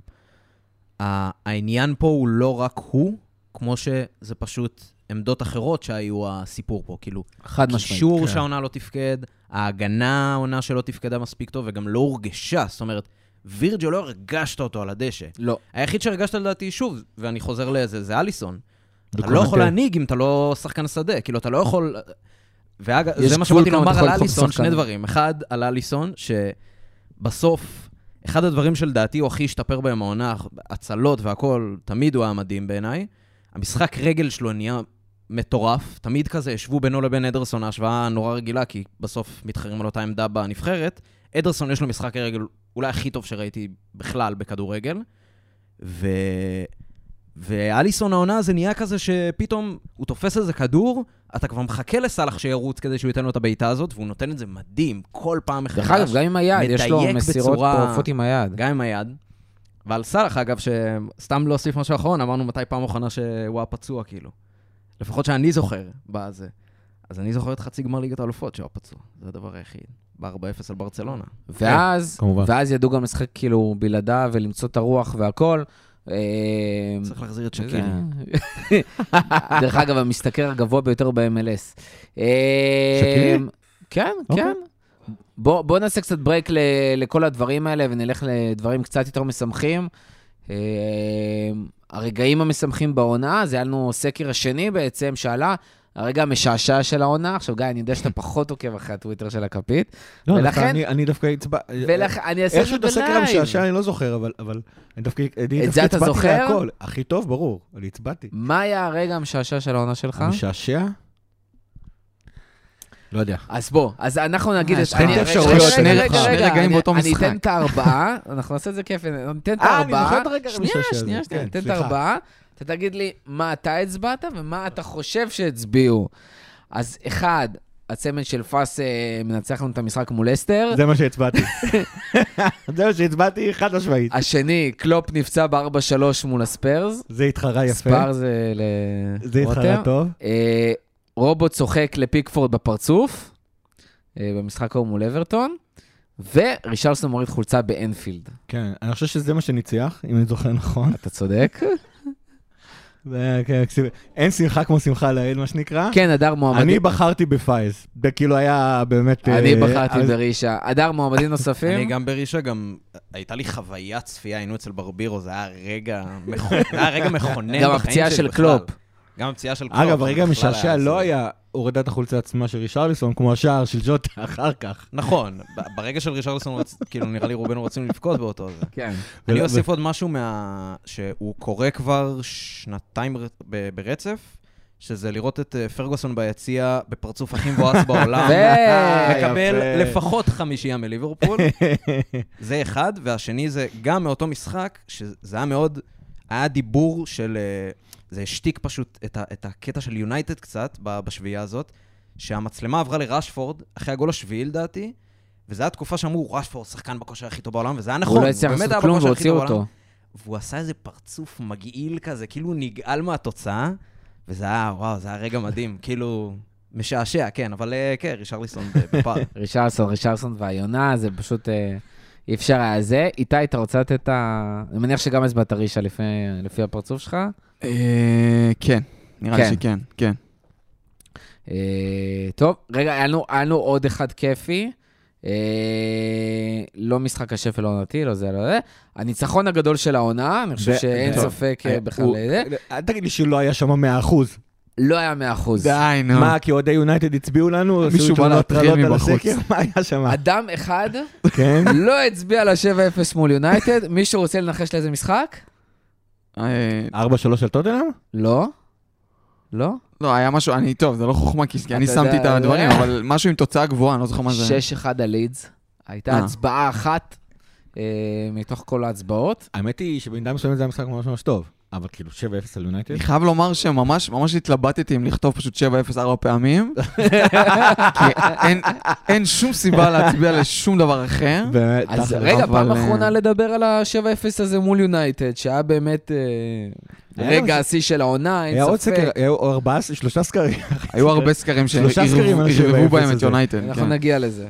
העניין פה הוא לא רק הוא, כמו שזה פשוט עמדות אחרות שהיו הסיפור פה, כאילו, קישור שהעונה לא תפקד, ההגנה העונה שלא תפקדה מספיק טוב, וגם לא הורגשה, זאת אומרת, וירג'יל לא הרגשת אותו על הדשא. לא. היחיד שהרגשת לדעתי שוב, ואני חוזר לזה, זה אליסון. אתה לא יכול להנהיג אם אתה לא שחקן שדה, כאילו אתה לא יכול... וזה מה שבאתי לומר על אליסון, שני דברים. אחד, על אליסון, שבסוף, אחד הדברים שלדעתי הוא הכי השתפר בהם העונה, הצלות והכל, תמיד הוא היה מדהים בעיניי. המשחק רגל שלו נהיה מטורף, תמיד כזה, ישבו בינו לבין אדרסון, ההשוואה נורא רגילה, כי בסוף מתחרים על אותה עמדה בנבחרת. אדרסון יש לו משחק רגל אולי הכי טוב שראיתי בכלל בכדורגל, ואליסון העונה זה נהיה כזה שפתאום הוא תופס איזה כדור, אתה כבר מחכה לסלח שירוץ כדי שהוא ייתן לו את הביתה הזאת, והוא נותן את זה מדהים, כל פעם מחדש. דרך אגב, גם עם היד, יש לו מסירות טורפות עם היד. גם עם היד. ועל סלח, אגב, שסתם לא אוסיף משהו אחרון, אמרנו מתי פעם אחרונה שהוא היה פצוע, כאילו. לפחות שאני זוכר בזה. אז אני זוכר את חצי גמר ליגת האלופות שהוא היה פצוע. זה הדבר היחיד. ב-4-0 על ברצלונה. ואז ידעו גם לשחק כאילו בלעדיו ולמצוא את הרוח והכל. צריך להחזיר את שקילי. דרך אגב, המשתכר הגבוה ביותר ב-MLS. שקילי? כן, כן. בוא נעשה קצת ברייק לכל הדברים האלה, ונלך לדברים קצת יותר משמחים. הרגעים המשמחים בעונה, זה היה לנו סקר השני בעצם, שעלה, הרגע המשעשע של העונה. עכשיו גיא, אני יודע שאתה פחות עוקב אחרי הטוויטר של הכפית. לא, אני דווקא אצבע... אני אעשה את זה איכשהו את הסקר המשעשע, אני לא זוכר, אבל אני דווקא... את זה אתה זוכר? הכי טוב, ברור, אני הצבעתי. מה היה הרגע המשעשע של העונה שלך? המשעשע? לא יודע. אז בוא, אז אנחנו נגיד... רגע, אני אתן את הארבעה, אנחנו נעשה את זה כיף, אני אתן את הארבעה. שנייה, ניתן את הארבעה. אתה תגיד לי מה אתה הצבעת ומה אתה חושב שהצביעו. אז אחד, הצמד של פאס מנצח לנו את המשחק מול אסטר. זה מה שהצבעתי. זה מה שהצבעתי, חד משמעית. השני, קלופ נפצע ב-4-3 מול הספרס. זה התחרה יפה. ספר זה זה התחרה טוב. רובוט צוחק לפיקפורד בפרצוף, במשחק ההוא מול אברטון, ורישרלסון מוריד חולצה באנפילד. כן, אני חושב שזה מה שניצח, אם אני זוכר נכון. אתה צודק. אין שמחה כמו שמחה לאל, מה שנקרא. כן, אדר מועמדים. אני בחרתי בפייז. כאילו היה באמת... אני בחרתי ברישה. אדר מועמדים נוספים? אני גם ברישה, גם הייתה לי חוויית צפייה, היינו אצל ברבירו, זה היה רגע מכונן. גם הפציעה של קלופ. גם הפציעה של קלופ. אגב, הרגע המשעשע לא היה הורדת החולצה עצמה של רישרליסון, כמו השער של ג'וטה אחר כך. נכון, ברגע של רישרליסון, כאילו נראה לי רובנו רצינו לבכות באותו הזה. כן. אני אוסיף עוד משהו שהוא קורה כבר שנתיים ברצף, שזה לראות את פרגוסון ביציע בפרצוף הכי מבואס בעולם, מקבל לפחות 5 מליברפול. זה אחד, והשני זה גם מאותו משחק, שזה היה מאוד, היה דיבור של... זה השתיק פשוט את הקטע של יונייטד קצת בשביעייה הזאת, שהמצלמה עברה לרשפורד, אחרי הגול השביעי לדעתי, וזו הייתה תקופה שאמרו, רשפורד שחקן בכושר הכי טוב בעולם, וזה היה נכון, הוא לא הצליח לעשות כלום והוציא אותו. והוא עשה איזה פרצוף מגעיל כזה, כאילו נגעל מהתוצאה, וזה היה, וואו, זה היה רגע מדהים, כאילו משעשע, כן, אבל כן, רישרליסון בפער. רישרליסון והיונה, זה פשוט... אי אפשר היה זה. איתי, אתה רוצה לתת את ה... אני מניח שגם הצבעת רישה לפי הפרצוף שלך? כן, נראה לי שכן, כן. טוב, רגע, היה לנו עוד אחד כיפי. לא משחק השפל העונתי, לא זה, לא זה. הניצחון הגדול של העונה, אני חושב שאין ספק בכלל לזה. אל תגיד לי שלא היה שם 100%. לא היה 100%. די, נו. מה, כי אוהדי יונייטד הצביעו לנו? מישהו בא להתחיל מבחוץ. מה היה שם? אדם אחד לא הצביע ל-7-0 מול יונייטד. מישהו רוצה לנחש לאיזה משחק? 4-3 על טוטנהאם? לא. לא? לא, היה משהו, טוב, זה לא חוכמה, כי אני שמתי את הדברים, אבל משהו עם תוצאה גבוהה, אני לא זוכר מה זה. 6-1 על לידס. הייתה הצבעה אחת מתוך כל ההצבעות. האמת היא שבינתיים מסוים זה היה משחק ממש ממש טוב. אבל כאילו 7-0 על יונייטד. אני חייב לומר שממש התלבטתי אם לכתוב פשוט 7-0 4 פעמים, כי אין שום סיבה להצביע לשום דבר אחר. אז רגע, פעם אחרונה לדבר על ה-7-0 הזה מול יונייטד, שהיה באמת רגע השיא של העונה, אין ספק. היו 3 סקרים. היו הרבה סקרים שהרבבו בהם את יונייטד. אנחנו נגיע לזה.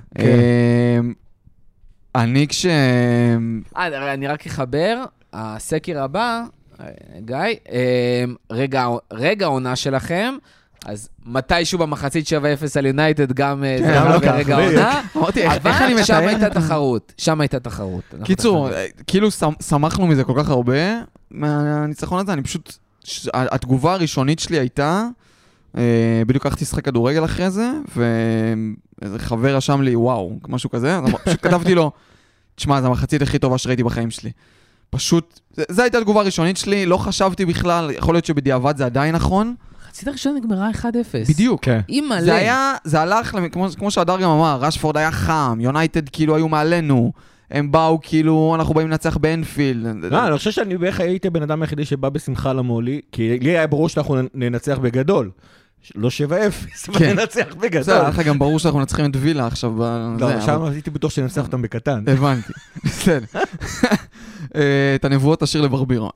אני אני רק אחבר, הסקר הבא, גיא, רגע העונה שלכם, אז מתישהו במחצית 7-0 על יונייטד גם רגע העונה, אבל שם הייתה תחרות. קיצור, כאילו שמחנו מזה כל כך הרבה, מהניצחון הזה, אני פשוט, התגובה הראשונית שלי הייתה, בדיוק הלכתי לשחק כדורגל אחרי זה, ואיזה חבר רשם לי, וואו, משהו כזה, אז פשוט כתבתי לו, תשמע, זה המחצית הכי טובה שראיתי בחיים שלי. פשוט, זו הייתה התגובה הראשונית שלי, לא חשבתי בכלל, יכול להיות שבדיעבד זה עדיין נכון. מחצית הראשונה נגמרה 1-0. בדיוק. אימא'לה. זה הלך, כמו שהדר גם אמר, רשפורד היה חם, יונייטד כאילו היו מעלינו, הם באו כאילו, אנחנו באים לנצח באנפילד. לא, אני חושב שאני בערך הייתי בן אדם היחידי שבא בשמחה למולי, כי לי היה ברור שאנחנו ננצח בגדול. לא 7-0, אבל ננצח בגדול. בסדר, לך גם ברור שאנחנו נצחים את וילה עכשיו. לא, שם הייתי בטוח שננצח אותם בקטן. הבנתי, בסדר. את הנבואות תשאיר לברבירו.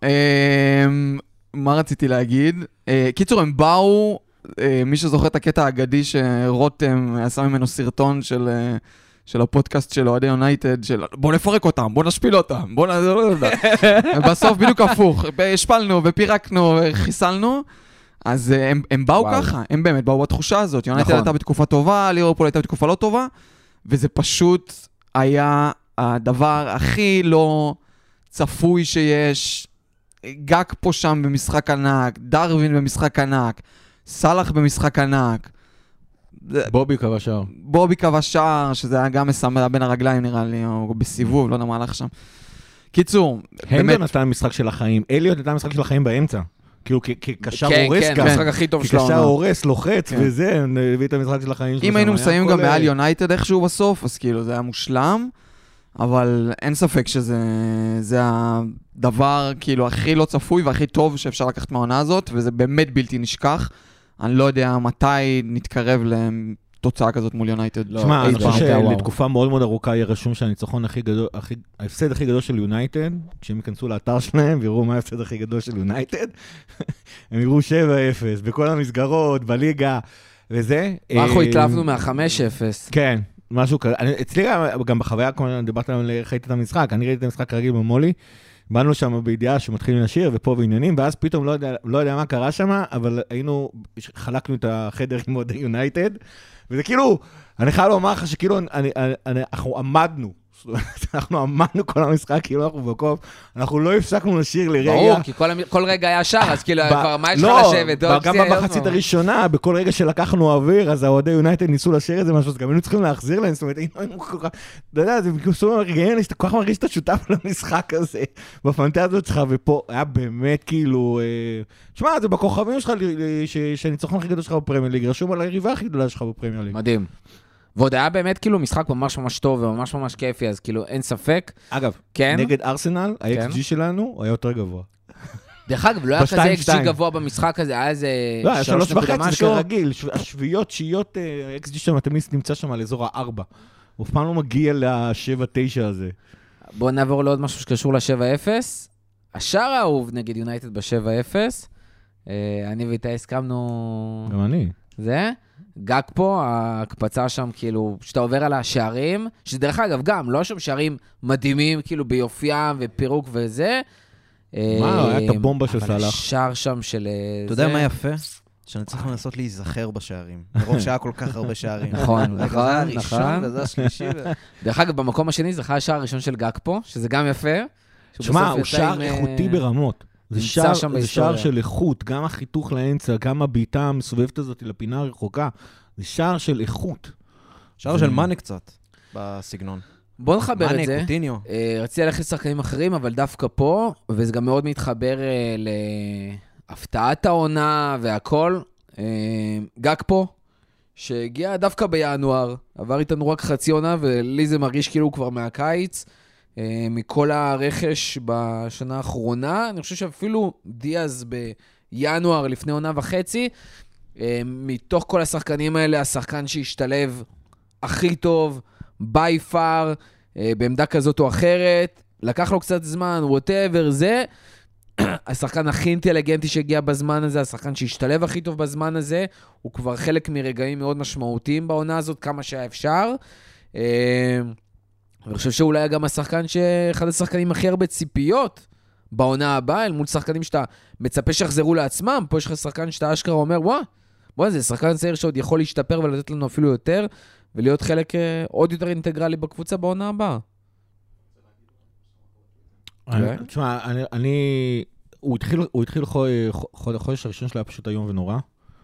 מה רציתי להגיד? קיצור, הם באו, מי שזוכר את הקטע האגדי שרותם עשה ממנו סרטון של הפודקאסט של אוהדי יונייטד, של בוא נפרק אותם, בוא נשפיל אותם, בוא בסוף בדיוק הפוך, השפלנו ופירקנו וחיסלנו, אז הם באו ככה, הם באמת באו בתחושה הזאת, יונייטד הייתה בתקופה טובה, ליברפול הייתה בתקופה לא טובה, וזה פשוט היה הדבר הכי לא צפוי שיש, גג פה שם במשחק ענק, דרווין במשחק ענק, סלח במשחק ענק, בובי קבע שער, שזה היה גם מסמל בין הרגליים נראה לי, או בסיבוב, לא יודע מה הלך שם. קיצור, הנדו נתן משחק של החיים, אליוט נתן משחק של החיים באמצע. כאילו כקשר הורס גם. כן, המשחק הכי טוב שלנו. כקשר הורס, לוחץ, וזה, הביא את המשחק של החיים. אם היינו מסיימים גם מעל יונייטד איכשהו בסוף, אז כאילו זה היה מושלם, אבל אין ספק שזה הדבר כאילו הכי לא צפוי והכי טוב שאפשר לקחת מהעונה הזאת, וזה באמת בלתי נשכח. אני לא יודע מתי נתקרב לתוצאה כזאת מול יונייטד. שמע, אני חושב שלתקופה מאוד מאוד ארוכה יהיה רשום שהניצחון הכי גדול, ההפסד הכי גדול של יונייטד, כשהם ייכנסו לאתר שלהם ויראו מה ההפסד הכי גדול של יונייטד, הם יראו 7-0 בכל המסגרות, בליגה וזה. אנחנו התלהבנו מה-5-0. כן, משהו כזה. אצלי גם בחוויה, כמו דיברת על איך ראיתי את המשחק, אני ראיתי את המשחק הרגיל במולי, באנו שם בידיעה שמתחילים לשיר ופה ועניינים, ואז פתאום לא יודע מה קרה שם, אבל חלקנו את החדר עם עוד יונייטד, וזה כאילו, אני חייב לומר לך שכאילו אנחנו עמדנו כל המשחק, כאילו אנחנו בקוף, אנחנו לא הפסקנו לשיר לרגע. ברור, כי כל רגע היה שר, אז כאילו כבר מה יש לך לשבת? גם במחצית הראשונה, בכל רגע שלקחנו אוויר, אז האוהדי יונייטד ניסו לשיר את זה משהו, אז גם היינו צריכים להחזיר להם, זאת אומרת, היינו כל כך, אתה יודע, זה כאילו רגעים, שאתה כל כך מרגיש שאתה שותף למשחק הזה, בפנטזיות שלך, ופה היה באמת כאילו, תשמע, זה בכוכבים שלך, שהניצחון הכי גדול שלך בפרמייר ליג, רשום על היריבה הכי גדולה שלך בפרמייר ליג. מדהים. ועוד היה באמת כאילו משחק ממש ממש טוב וממש ממש כיפי, אז כאילו אין ספק. אגב, כן? נגד ארסנל, ה-XG שלנו היה יותר גבוה. דרך אגב, לא היה כזה XG גבוה במשחק הזה, היה איזה 3.5, זה כרגיל, השביעיות, שיעיות, ה-XG שם, תמיד נמצא שם על אזור ה-4. הוא אף פעם לא מגיע ל-7-9 הזה. בואו נעבור לעוד משהו שקשור ל-7-0. השער האהוב נגד יונייטד ב-7-0. אני ואיתי הסכמנו... גם אני. זה? גג פה, ההקפצה שם כאילו, שאתה עובר על השערים, שדרך אגב גם, לא שם שערים מדהימים, כאילו ביופיים ופירוק וזה. מה, היה את הבומבה של סלאח. אבל השער שם של... אתה יודע מה יפה? שאני צריך לנסות להיזכר בשערים. ברור שהיה כל כך הרבה שערים. נכון, זה הראשון וזה השלישי. דרך אגב, במקום השני זה היה השער הראשון של גג פה, שזה גם יפה. שמע, הוא שער איכותי ברמות. זה שער של איכות, גם החיתוך לאמצע, גם הביטה המסובבת הזאת לפינה הרחוקה, זה שער של איכות. שער של מני קצת, בסגנון. בוא נחבר את זה. מני, קוטיניו. רציתי ללכת לשחקנים אחרים, אבל דווקא פה, וזה גם מאוד מתחבר להפתעת העונה והכל. גג פה, שהגיע דווקא בינואר, עבר איתנו רק חצי עונה, ולי זה מרגיש כאילו כבר מהקיץ. מכל הרכש בשנה האחרונה, אני חושב שאפילו דיאז בינואר לפני עונה וחצי, מתוך כל השחקנים האלה, השחקן שהשתלב הכי טוב, by far, בעמדה כזאת או אחרת, לקח לו קצת זמן, whatever, זה, השחקן הכי אינטליגנטי שהגיע בזמן הזה, השחקן שהשתלב הכי טוב בזמן הזה, הוא כבר חלק מרגעים מאוד משמעותיים בעונה הזאת, כמה שהיה אפשר, אני חושב שאולי היה גם השחקן שאחד השחקנים הכי הרבה ציפיות בעונה הבאה, אל מול שחקנים שאתה מצפה שיחזרו לעצמם, פה יש לך שחקן שאתה אשכרה אומר, וואו, זה שחקן צעיר שעוד יכול להשתפר ולתת לנו אפילו יותר, ולהיות חלק עוד יותר אינטגרלי בקבוצה בעונה הבאה. תשמע, הוא התחיל חודש הראשון שלו היה פשוט היום ונורא.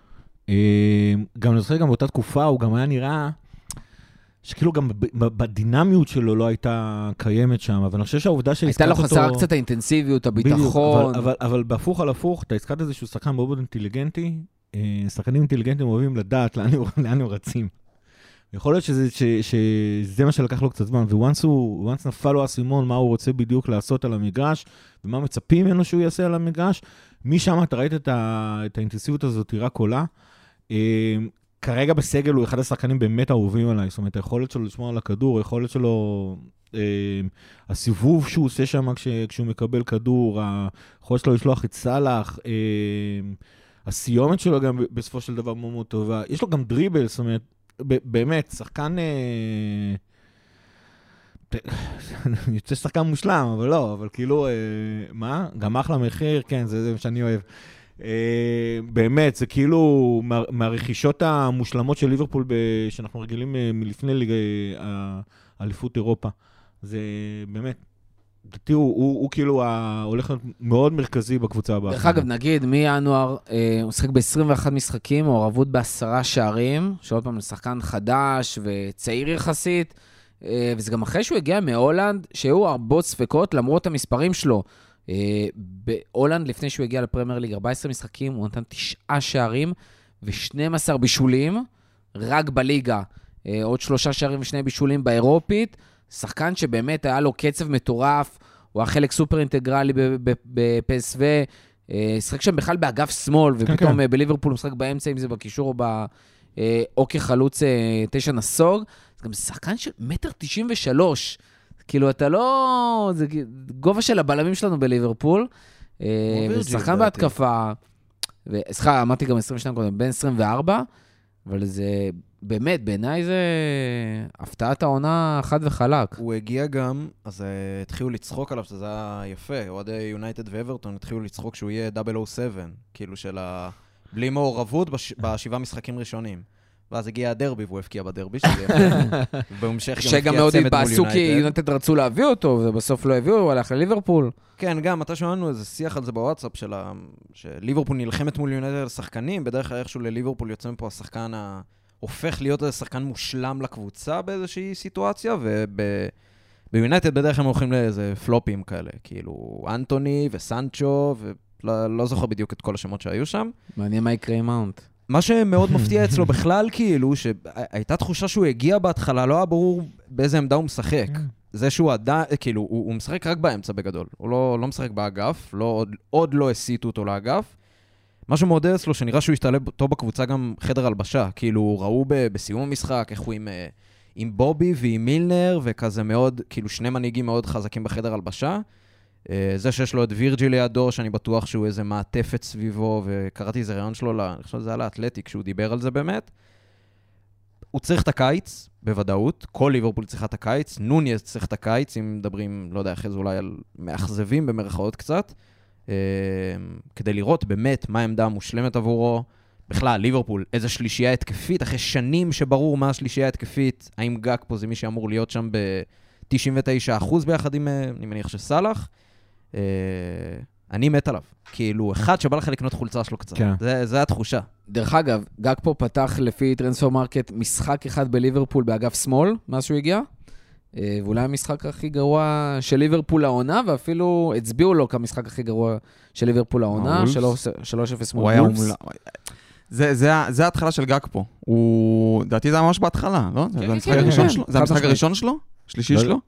גם אני זוכר, גם באותה תקופה הוא גם היה נראה... שכאילו גם בדינמיות שלו לא הייתה קיימת שם, אבל אני חושב שהעובדה שהזכרת אותו... הייתה לו חסר קצת האינטנסיביות, הביטחון. אבל בהפוך על הפוך, אתה הזכרת איזשהו שחקן מאוד אינטליגנטי, שחקנים אינטליגנטים אוהבים לדעת לאן הם רצים. יכול להיות שזה מה שלקח לו קצת זמן, וואנס נפל לו הסימון, מה הוא רוצה בדיוק לעשות על המגרש, ומה מצפים ממנו שהוא יעשה על המגרש, משם אתה ראית את האינטנסיביות הזאת, רק עולה. כרגע בסגל הוא אחד השחקנים באמת אהובים עליי, זאת אומרת, היכולת שלו לשמור על הכדור, היכולת שלו, הסיבוב שהוא עושה שם כשהוא מקבל כדור, היכולת שלו לשלוח את סלאח, הסיומת שלו גם בסופו של דבר מאוד מאוד טובה, יש לו גם דריבל, זאת אומרת, באמת, שחקן, יוצא שחקן מושלם, אבל לא, אבל כאילו, מה? גם אחלה מחיר, כן, זה מה שאני אוהב. באמת, זה כאילו מהרכישות המושלמות של ליברפול, שאנחנו רגילים מלפני אליפות אירופה. זה באמת, דעתי הוא כאילו הולך להיות מאוד מרכזי בקבוצה הבאה. דרך אגב, נגיד, מינואר הוא משחק ב-21 משחקים, מעורבות ב10 שערים, שעוד פעם לשחקן חדש וצעיר יחסית, וזה גם אחרי שהוא הגיע מהולנד, שהיו הרבה ספקות למרות המספרים שלו. בהולנד, לפני שהוא הגיע לפרמייר ליג, 14 משחקים, הוא נתן 9 שערים ו12 בישולים, רק בליגה. עוד 3 שערים ו2 בישולים באירופית, שחקן שבאמת היה לו קצב מטורף, הוא היה חלק סופר אינטגרלי בפסו, שחק שם בכלל באגף שמאל, ופתאום בליברפול הוא משחק באמצע, אם זה בקישור או כחלוץ 9 נסוג, זה גם שחקן של 1.93 מטר, כאילו אתה לא, זה גובה של הבלמים שלנו בליברפול, ושחקן בהתקפה, סליחה, אמרתי גם 22 קודם, בין 24, אבל זה באמת, בעיניי זה הפתעת העונה חד וחלק. הוא הגיע גם, אז התחילו לצחוק עליו, שזה היה יפה, אוהדי יונייטד ואברטון התחילו לצחוק שהוא יהיה 007, כאילו של בלי מעורבות בשבעה משחקים ראשונים. ואז הגיע הדרבי, והוא הפקיע בדרבי, שזה יפה. ובהמשך גם שגם מאוד התבאסו, כי יונייטד רצו להביא אותו, ובסוף לא הביאו, הוא הלך לליברפול. כן, גם, אתה שמענו איזה שיח על זה בוואטסאפ, שליברפול נלחמת מול יונייטד על שחקנים, בדרך כלל איכשהו לליברפול יוצא מפה השחקן הופך להיות איזה שחקן מושלם לקבוצה באיזושהי סיטואציה, וביונייטד בדרך כלל הם הולכים לאיזה פלופים כאלה, כאילו אנטוני וסנצ'ו, ולא זוכר בדיוק את כל השמות שהיו שם. מעניין מה יקרה עם מאונט. מה שמאוד מפתיע אצלו בכלל, כאילו, שהייתה תחושה שהוא הגיע בהתחלה, לא היה ברור באיזה עמדה הוא משחק. זה שהוא עדיין, כאילו, הוא משחק רק באמצע בגדול. הוא לא משחק באגף, עוד לא הסיטו אותו לאגף. משהו מאוד אצלו, שנראה שהוא השתלב טוב בקבוצה גם חדר הלבשה. כאילו, ראו בסיום המשחק, איך הוא עם בובי ועם מילנר, וכזה מאוד, כאילו, שני מנהיגים מאוד חזקים בחדר הלבשה. זה שיש לו את וירג'י לידו, שאני בטוח שהוא איזה מעטפת סביבו, וקראתי איזה רעיון שלו, אני חושב שזה היה לאתלטיק, שהוא דיבר על זה באמת. הוא צריך את הקיץ, בוודאות, כל ליברפול צריכה את הקיץ, נוניז צריך את הקיץ, אם מדברים, לא יודע, אחרי זה אולי על מאכזבים במרכאות קצת, כדי לראות באמת מה העמדה המושלמת עבורו. בכלל, ליברפול, איזה שלישייה התקפית, אחרי שנים שברור מה השלישייה התקפית, האם גג פה זה מי שאמור להיות שם ב-99% ביחד עם, אני מניח שסלח, אני מת עליו. כאילו, אחד שבא לך לקנות חולצה שלו קצת. כן. זה התחושה. דרך אגב, גג פה פתח לפי טרנספר מרקט משחק אחד בליברפול באגף שמאל, מאז שהוא הגיע, ואולי המשחק הכי גרוע של ליברפול העונה, ואפילו הצביעו לו כמשחק הכי גרוע של ליברפול העונה, 3-0 מול וולפס. זה ההתחלה של גג פה. דעתי זה היה ממש בהתחלה, לא? זה המשחק הראשון שלו? זה המשחק הראשון שלו? שלישי שלו?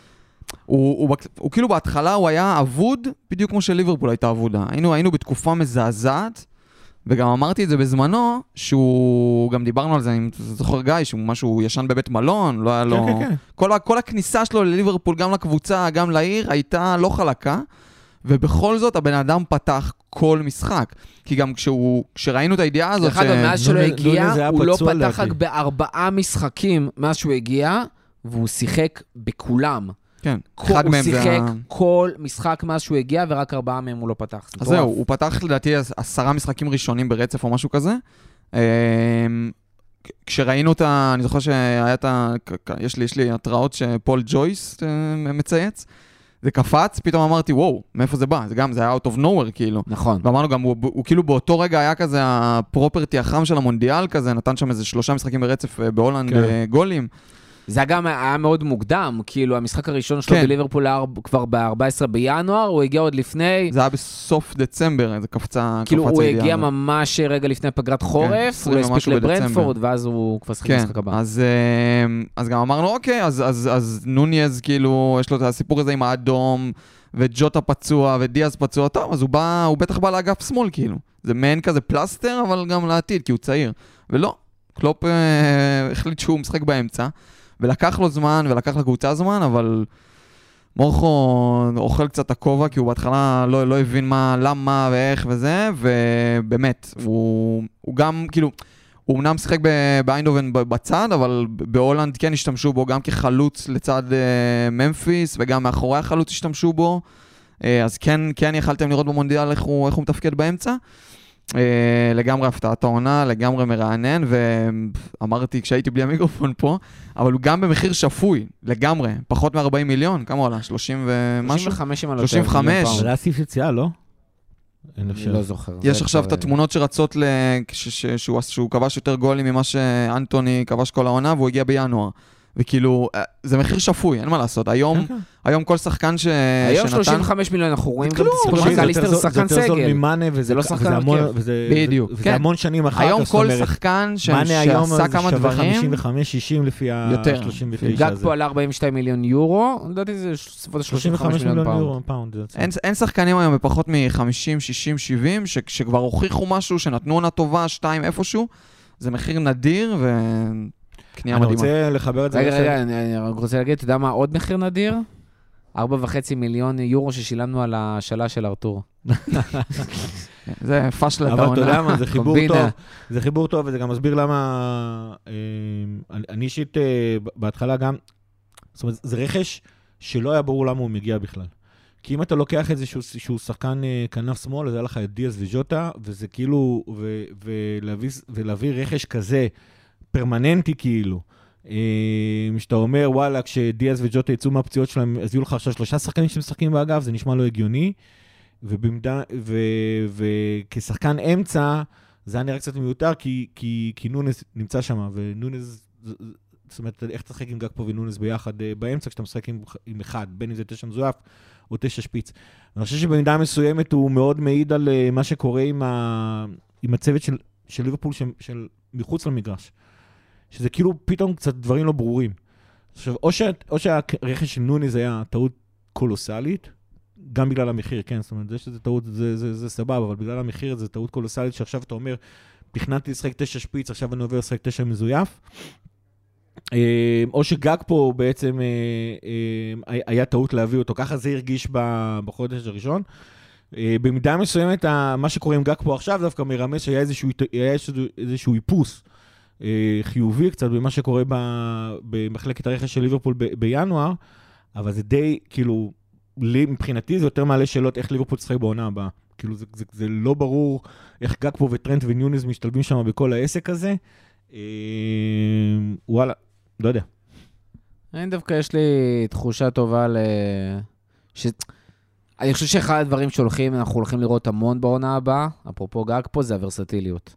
הוא כאילו בהתחלה הוא היה אבוד, בדיוק כמו שליברפול הייתה אבודה. היינו בתקופה מזעזעת, וגם אמרתי את זה בזמנו, שהוא, גם דיברנו על זה, אני זוכר גיא, שהוא משהו ישן בבית מלון, לא היה לו... כל הכניסה שלו לליברפול, גם לקבוצה, גם לעיר, הייתה לא חלקה, ובכל זאת הבן אדם פתח כל משחק. כי גם כשראינו את הידיעה הזאת... דרך אגב, מאז שלו הגיע, הוא לא פתח רק ב4 משחקים מאז שהוא הגיע, והוא שיחק בכולם. כן, אחד מהם זה... הוא שיחק כל משחק מאז שהוא הגיע, ורק 4 מהם הוא לא פתח. אז זהו, הוא פתח לדעתי 10 משחקים ראשונים ברצף או משהו כזה. כשראינו אותה, אני זוכר שהיה את ה... יש לי התראות שפול ג'ויס מצייץ, זה קפץ, פתאום אמרתי, וואו, מאיפה זה בא? זה היה out of nowhere, כאילו. נכון. ואמרנו גם, הוא כאילו באותו רגע היה כזה הפרופרטי החם של המונדיאל, כזה, נתן שם איזה 3 משחקים ברצף בהולנד גולים. זה גם היה מאוד מוקדם, כאילו המשחק הראשון שלו בליברפול היה כבר ב-14 בינואר, הוא הגיע עוד לפני... זה היה בסוף דצמבר, זה קפצה... כאילו הוא הגיע ממש רגע לפני פגרת חורף, הוא הספיק לברנפורד, ואז הוא כבר שחק משחק הבא. אז גם אמרנו, אוקיי, אז נוניז, כאילו, יש לו את הסיפור הזה עם האדום, וג'וטה פצוע, ודיאז פצוע, טוב, אז הוא בטח בא לאגף שמאל, כאילו. זה מעין כזה פלסטר, אבל גם לעתיד, כי הוא צעיר. ולא, קלופ החליט שהוא משחק באמצע, ולקח לו זמן, ולקח לקבוצה זמן, אבל מורכו אוכל קצת הכובע, כי הוא בהתחלה לא הבין למה ואיך וזה, ובאמת, הוא גם, כאילו, הוא אמנם משחק באיינדובן בצד, אבל בהולנד כן השתמשו בו גם כחלוץ לצד ממפיס, וגם מאחורי החלוץ השתמשו בו, אז כן יכלתם לראות במונדיאל איך הוא מתפקד באמצע. לגמרי הפתעת העונה, לגמרי מרענן, ואמרתי כשהייתי בלי המיקרופון פה, אבל הוא גם במחיר שפוי, לגמרי, פחות מ-40 מיליון, כמה עולה? 30 ומשהו? 35 עם 35. זה היה סעיף יציאה, לא? אני לא זוכר. יש עכשיו את התמונות שרצות שהוא כבש יותר גולים ממה שאנטוני כבש כל העונה, והוא הגיע בינואר. וכאילו, זה מחיר שפוי, אין מה לעשות. היום כל שחקן שנתן... היום 35 מיליון, אנחנו רואים גם סיפור מקליסטר, זה שחקן סגל. זה יותר זול ממאנה, וזה לא שחקן הרכב. בדיוק. וזה המון שנים אחר כך. היום כל שחקן שעשה כמה דברים... מנה היום שווה 55-60 לפי ה-39 גג פה על 42 מיליון יורו, לדעתי זה סביבות 35 מיליון פאונד. אין שחקנים היום בפחות מ-50, 60, 70, שכבר הוכיחו משהו, שנתנו עונה טובה, 2 איפשהו, זה מחיר נדיר ו... אני רוצה לחבר את זה. רגע, אני רוצה להגיד, אתה יודע מה עוד מחיר נדיר? 4.5 מיליון יורו ששילמנו על השאלה של ארתור. זה פשלת העונה. אבל אתה יודע מה, זה חיבור טוב. זה חיבור טוב, וזה גם מסביר למה... אני אישית בהתחלה גם... זאת אומרת, זה רכש שלא היה ברור למה הוא מגיע בכלל. כי אם אתה לוקח את זה שהוא שחקן כנף שמאל, אז היה לך את דיאז וג'וטה, וזה כאילו... ולהביא רכש כזה... פרמננטי כאילו, שאתה אומר, וואלה, כשדיאז וג'וטה יצאו מהפציעות שלהם, אז יהיו לך עכשיו 3 שחקנים שמשחקים באגף, זה נשמע לא הגיוני, וכשחקן אמצע, זה היה נראה קצת מיותר, כי נונס נמצא שם, ונונס, זאת אומרת, איך תשחק עם גג פה ונונס ביחד באמצע, כשאתה משחק עם אחד, בין אם זה 9 מזויף, או 9 שפיץ. אני חושב שבמידה מסוימת הוא מאוד מעיד על מה שקורה עם הצוות של ליברפול, של מחוץ למגרש. שזה כאילו פתאום קצת דברים לא ברורים. עכשיו, או שהרכש של נוניז היה טעות קולוסלית, גם בגלל המחיר, כן, זאת אומרת, זה שזה טעות, זה סבבה, אבל בגלל המחיר זה טעות קולוסלית, שעכשיו אתה אומר, תכננתי לשחק 9 שפיץ, עכשיו אני עובר לשחק 9 מזויף, או שגג פה בעצם היה טעות להביא אותו, ככה זה הרגיש בחודש הראשון. במידה מסוימת, מה שקורה עם גג פה עכשיו, דווקא מרמז שהיה איזשהו איפוס חיובי קצת במה שקורה במחלקת הרכש של ליברפול בינואר, אבל זה די, כאילו, מבחינתי זה יותר מעלה שאלות איך ליברפול תשחק בעונה הבאה. כאילו, זה לא ברור איך גג פה וטרנט וניוניז משתלבים שם בכל העסק הזה. וואלה, לא יודע. אני דווקא יש לי תחושה טובה אני חושב שאחד הדברים אנחנו הולכים לראות המון בעונה הבאה, אפרופו גג פה, זה הוורסטיליות.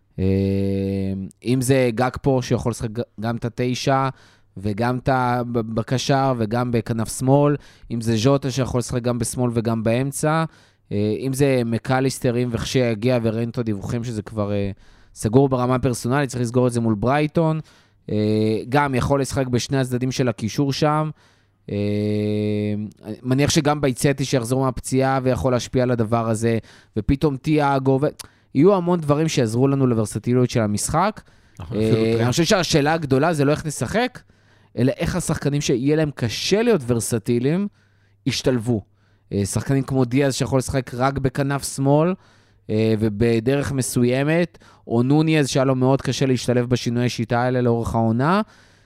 אם זה גג פה שיכול לשחק גם את 9, וגם בקשר, וגם בכנף שמאל, אם זה ז'וטה שיכול לשחק גם בשמאל וגם באמצע, אם זה מקליסטרים וכשיגיע וראינו את הדיווחים שזה כבר סגור ברמה פרסונלית, צריך לסגור את זה מול ברייטון, גם יכול לשחק בשני הצדדים של הקישור שם, מניח שגם ביצאתי שיחזור מהפציעה ויכול להשפיע על הדבר הזה, ופתאום תיאגו, יהיו המון דברים שיעזרו לנו לוורסטיליות של המשחק. אני חושב שהשאלה הגדולה זה לא איך נשחק, אלא איך השחקנים שיהיה להם קשה להיות ורסטיליים, ישתלבו. שחקנים כמו דיאז שיכול לשחק רק בכנף שמאל, ובדרך מסוימת, או נוניז שהיה לו מאוד קשה להשתלב בשינוי שיטה האלה לאורך העונה.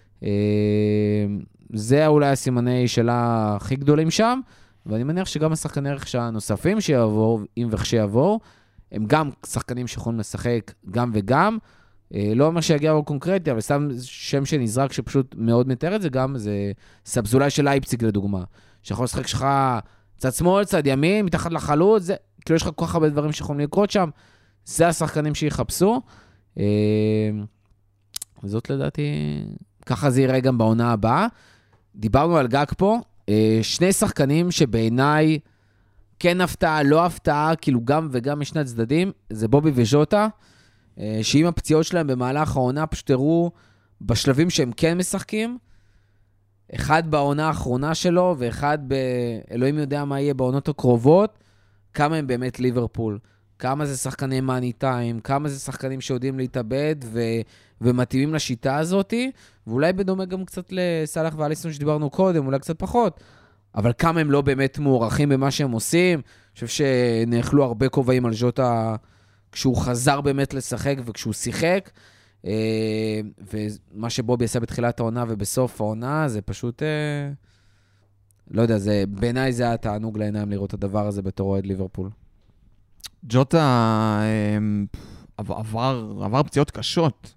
זה אולי הסימני שלה הכי גדולים שם, ואני מניח שגם השחקני ערך הנוספים שיעבור, אם וכשיעבור, הם גם שחקנים שיכולים לשחק גם וגם, לא אומר שיגיע בו קונקרטי, אבל סתם שם שנזרק שפשוט מאוד מתאר את זה גם, זה סבזולי של לייפציג לדוגמה, שיכול לשחק שלך צד שמאל, צד ימין, מתחת לחלוץ, זה, כאילו יש לך כל כך הרבה דברים שיכולים לקרות שם, זה השחקנים שיחפשו, וזאת לדעתי ככה זה יראה גם בעונה הבאה. דיברנו על גג פה, שני שחקנים שבעיניי כן הפתעה, לא הפתעה, כאילו גם וגם משני הצדדים, זה בובי וז'וטה, שעם הפציעות שלהם במהלך העונה פשוט הראו בשלבים שהם כן משחקים, אחד בעונה האחרונה שלו, ואחד באלוהים יודע מה יהיה בעונות הקרובות, כמה הם באמת ליברפול, כמה זה שחקני מאני טיים, כמה זה שחקנים שיודעים להתאבד ומתאימים לשיטה הזאת, ואולי בדומה גם קצת לסלח ואליסון שדיברנו קודם, אולי קצת פחות, אבל כמה הם לא באמת מוערכים במה שהם עושים. אני חושב שנאכלו הרבה כובעים על ז'וטה כשהוא חזר באמת לשחק וכשהוא שיחק, ומה שבובי עשה בתחילת העונה ובסוף העונה, זה פשוט, לא יודע, בעיניי זה היה תענוג לעיניים לראות את הדבר הזה בתור אוהד ליברפול. ג'וטה עבר פציעות קשות,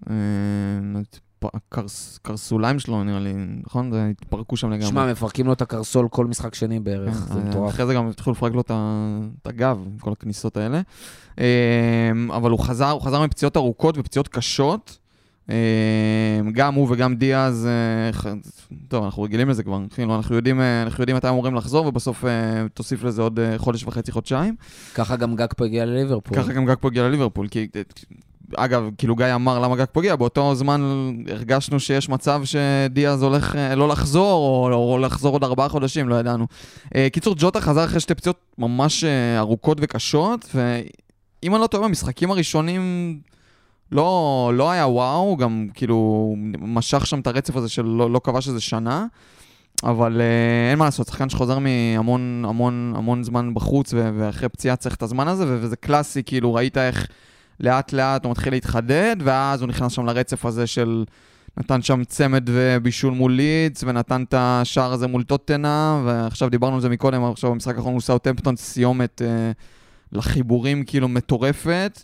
קרסוליים שלו נראה לי, נכון? זה התפרקו שם לגמרי. שמע, מפרקים לו את הקרסול כל משחק שני בערך, זה מטורף. אחרי זה גם התחילו לפרק לו את הגב, כל הכניסות האלה. אבל הוא חזר מפציעות ארוכות ופציעות קשות. גם הוא וגם דיאז, טוב, אנחנו רגילים לזה כבר, אנחנו יודעים מתי אמורים לחזור, ובסוף תוסיף לזה עוד חודש וחצי, חודשיים. ככה גם גג פה הגיע לליברפול. כי אגב, כאילו גיא אמר למה גג פוגע, באותו זמן הרגשנו שיש מצב שדיאז הולך לא לחזור, או לחזור עוד 4 חודשים, לא ידענו. קיצור, ג'וטה חזר אחרי 2 פציעות ממש ארוכות וקשות, ואם אני לא טועה, המשחקים הראשונים לא היה וואו, גם כאילו משך שם את הרצף הזה שלא קבע שזה שנה, אבל אין מה לעשות, שחקן שחוזר המון זמן בחוץ, ואחרי פציעה צריך את הזמן הזה, וזה קלאסי, כאילו ראית איך לאט לאט הוא מתחיל להתחדד, ואז הוא נכנס שם לרצף הזה של נתן שם צמד ובישול מול לידס, ונתן את השער הזה מול טוטנה, ועכשיו דיברנו על זה מקודם, עכשיו במשחק האחרון הוא סאות'המפטון סיומת לחיבורים כאילו מטורפת,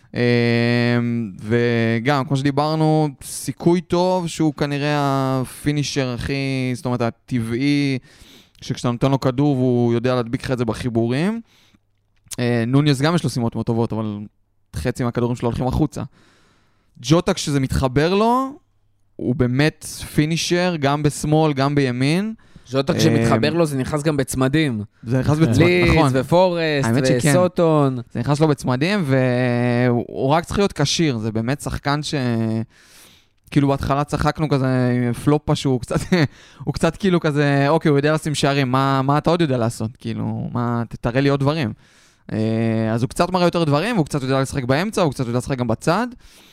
וגם כמו שדיברנו, סיכוי טוב שהוא כנראה הפינישר הכי, זאת אומרת הטבעי, שכשאתה נותן לו כדור והוא יודע להדביק לך את זה בחיבורים. נוניוס גם יש לו סימות מאוד טובות, אבל חצי מהכדורים שלו הולכים החוצה. ג'וטה כשזה מתחבר לו, הוא באמת פינישר, גם בשמאל, גם בימין. ז'וטה כשמתחבר לו זה נכנס גם בצמדים. זה נכנס בצמדים, נכון. לידס ופורסט וסוטון. זה נכנס לו בצמדים, והוא רק צריך להיות קשיר. זה באמת שחקן כאילו בהתחלה צחקנו כזה עם פלופה שהוא קצת כאילו כזה, אוקיי, הוא יודע לשים שערים, מה אתה עוד יודע לעשות? כאילו, תראה לי עוד דברים. אז הוא קצת מראה יותר דברים, והוא קצת יודע לשחק באמצע, הוא קצת יודע לשחק גם בצד.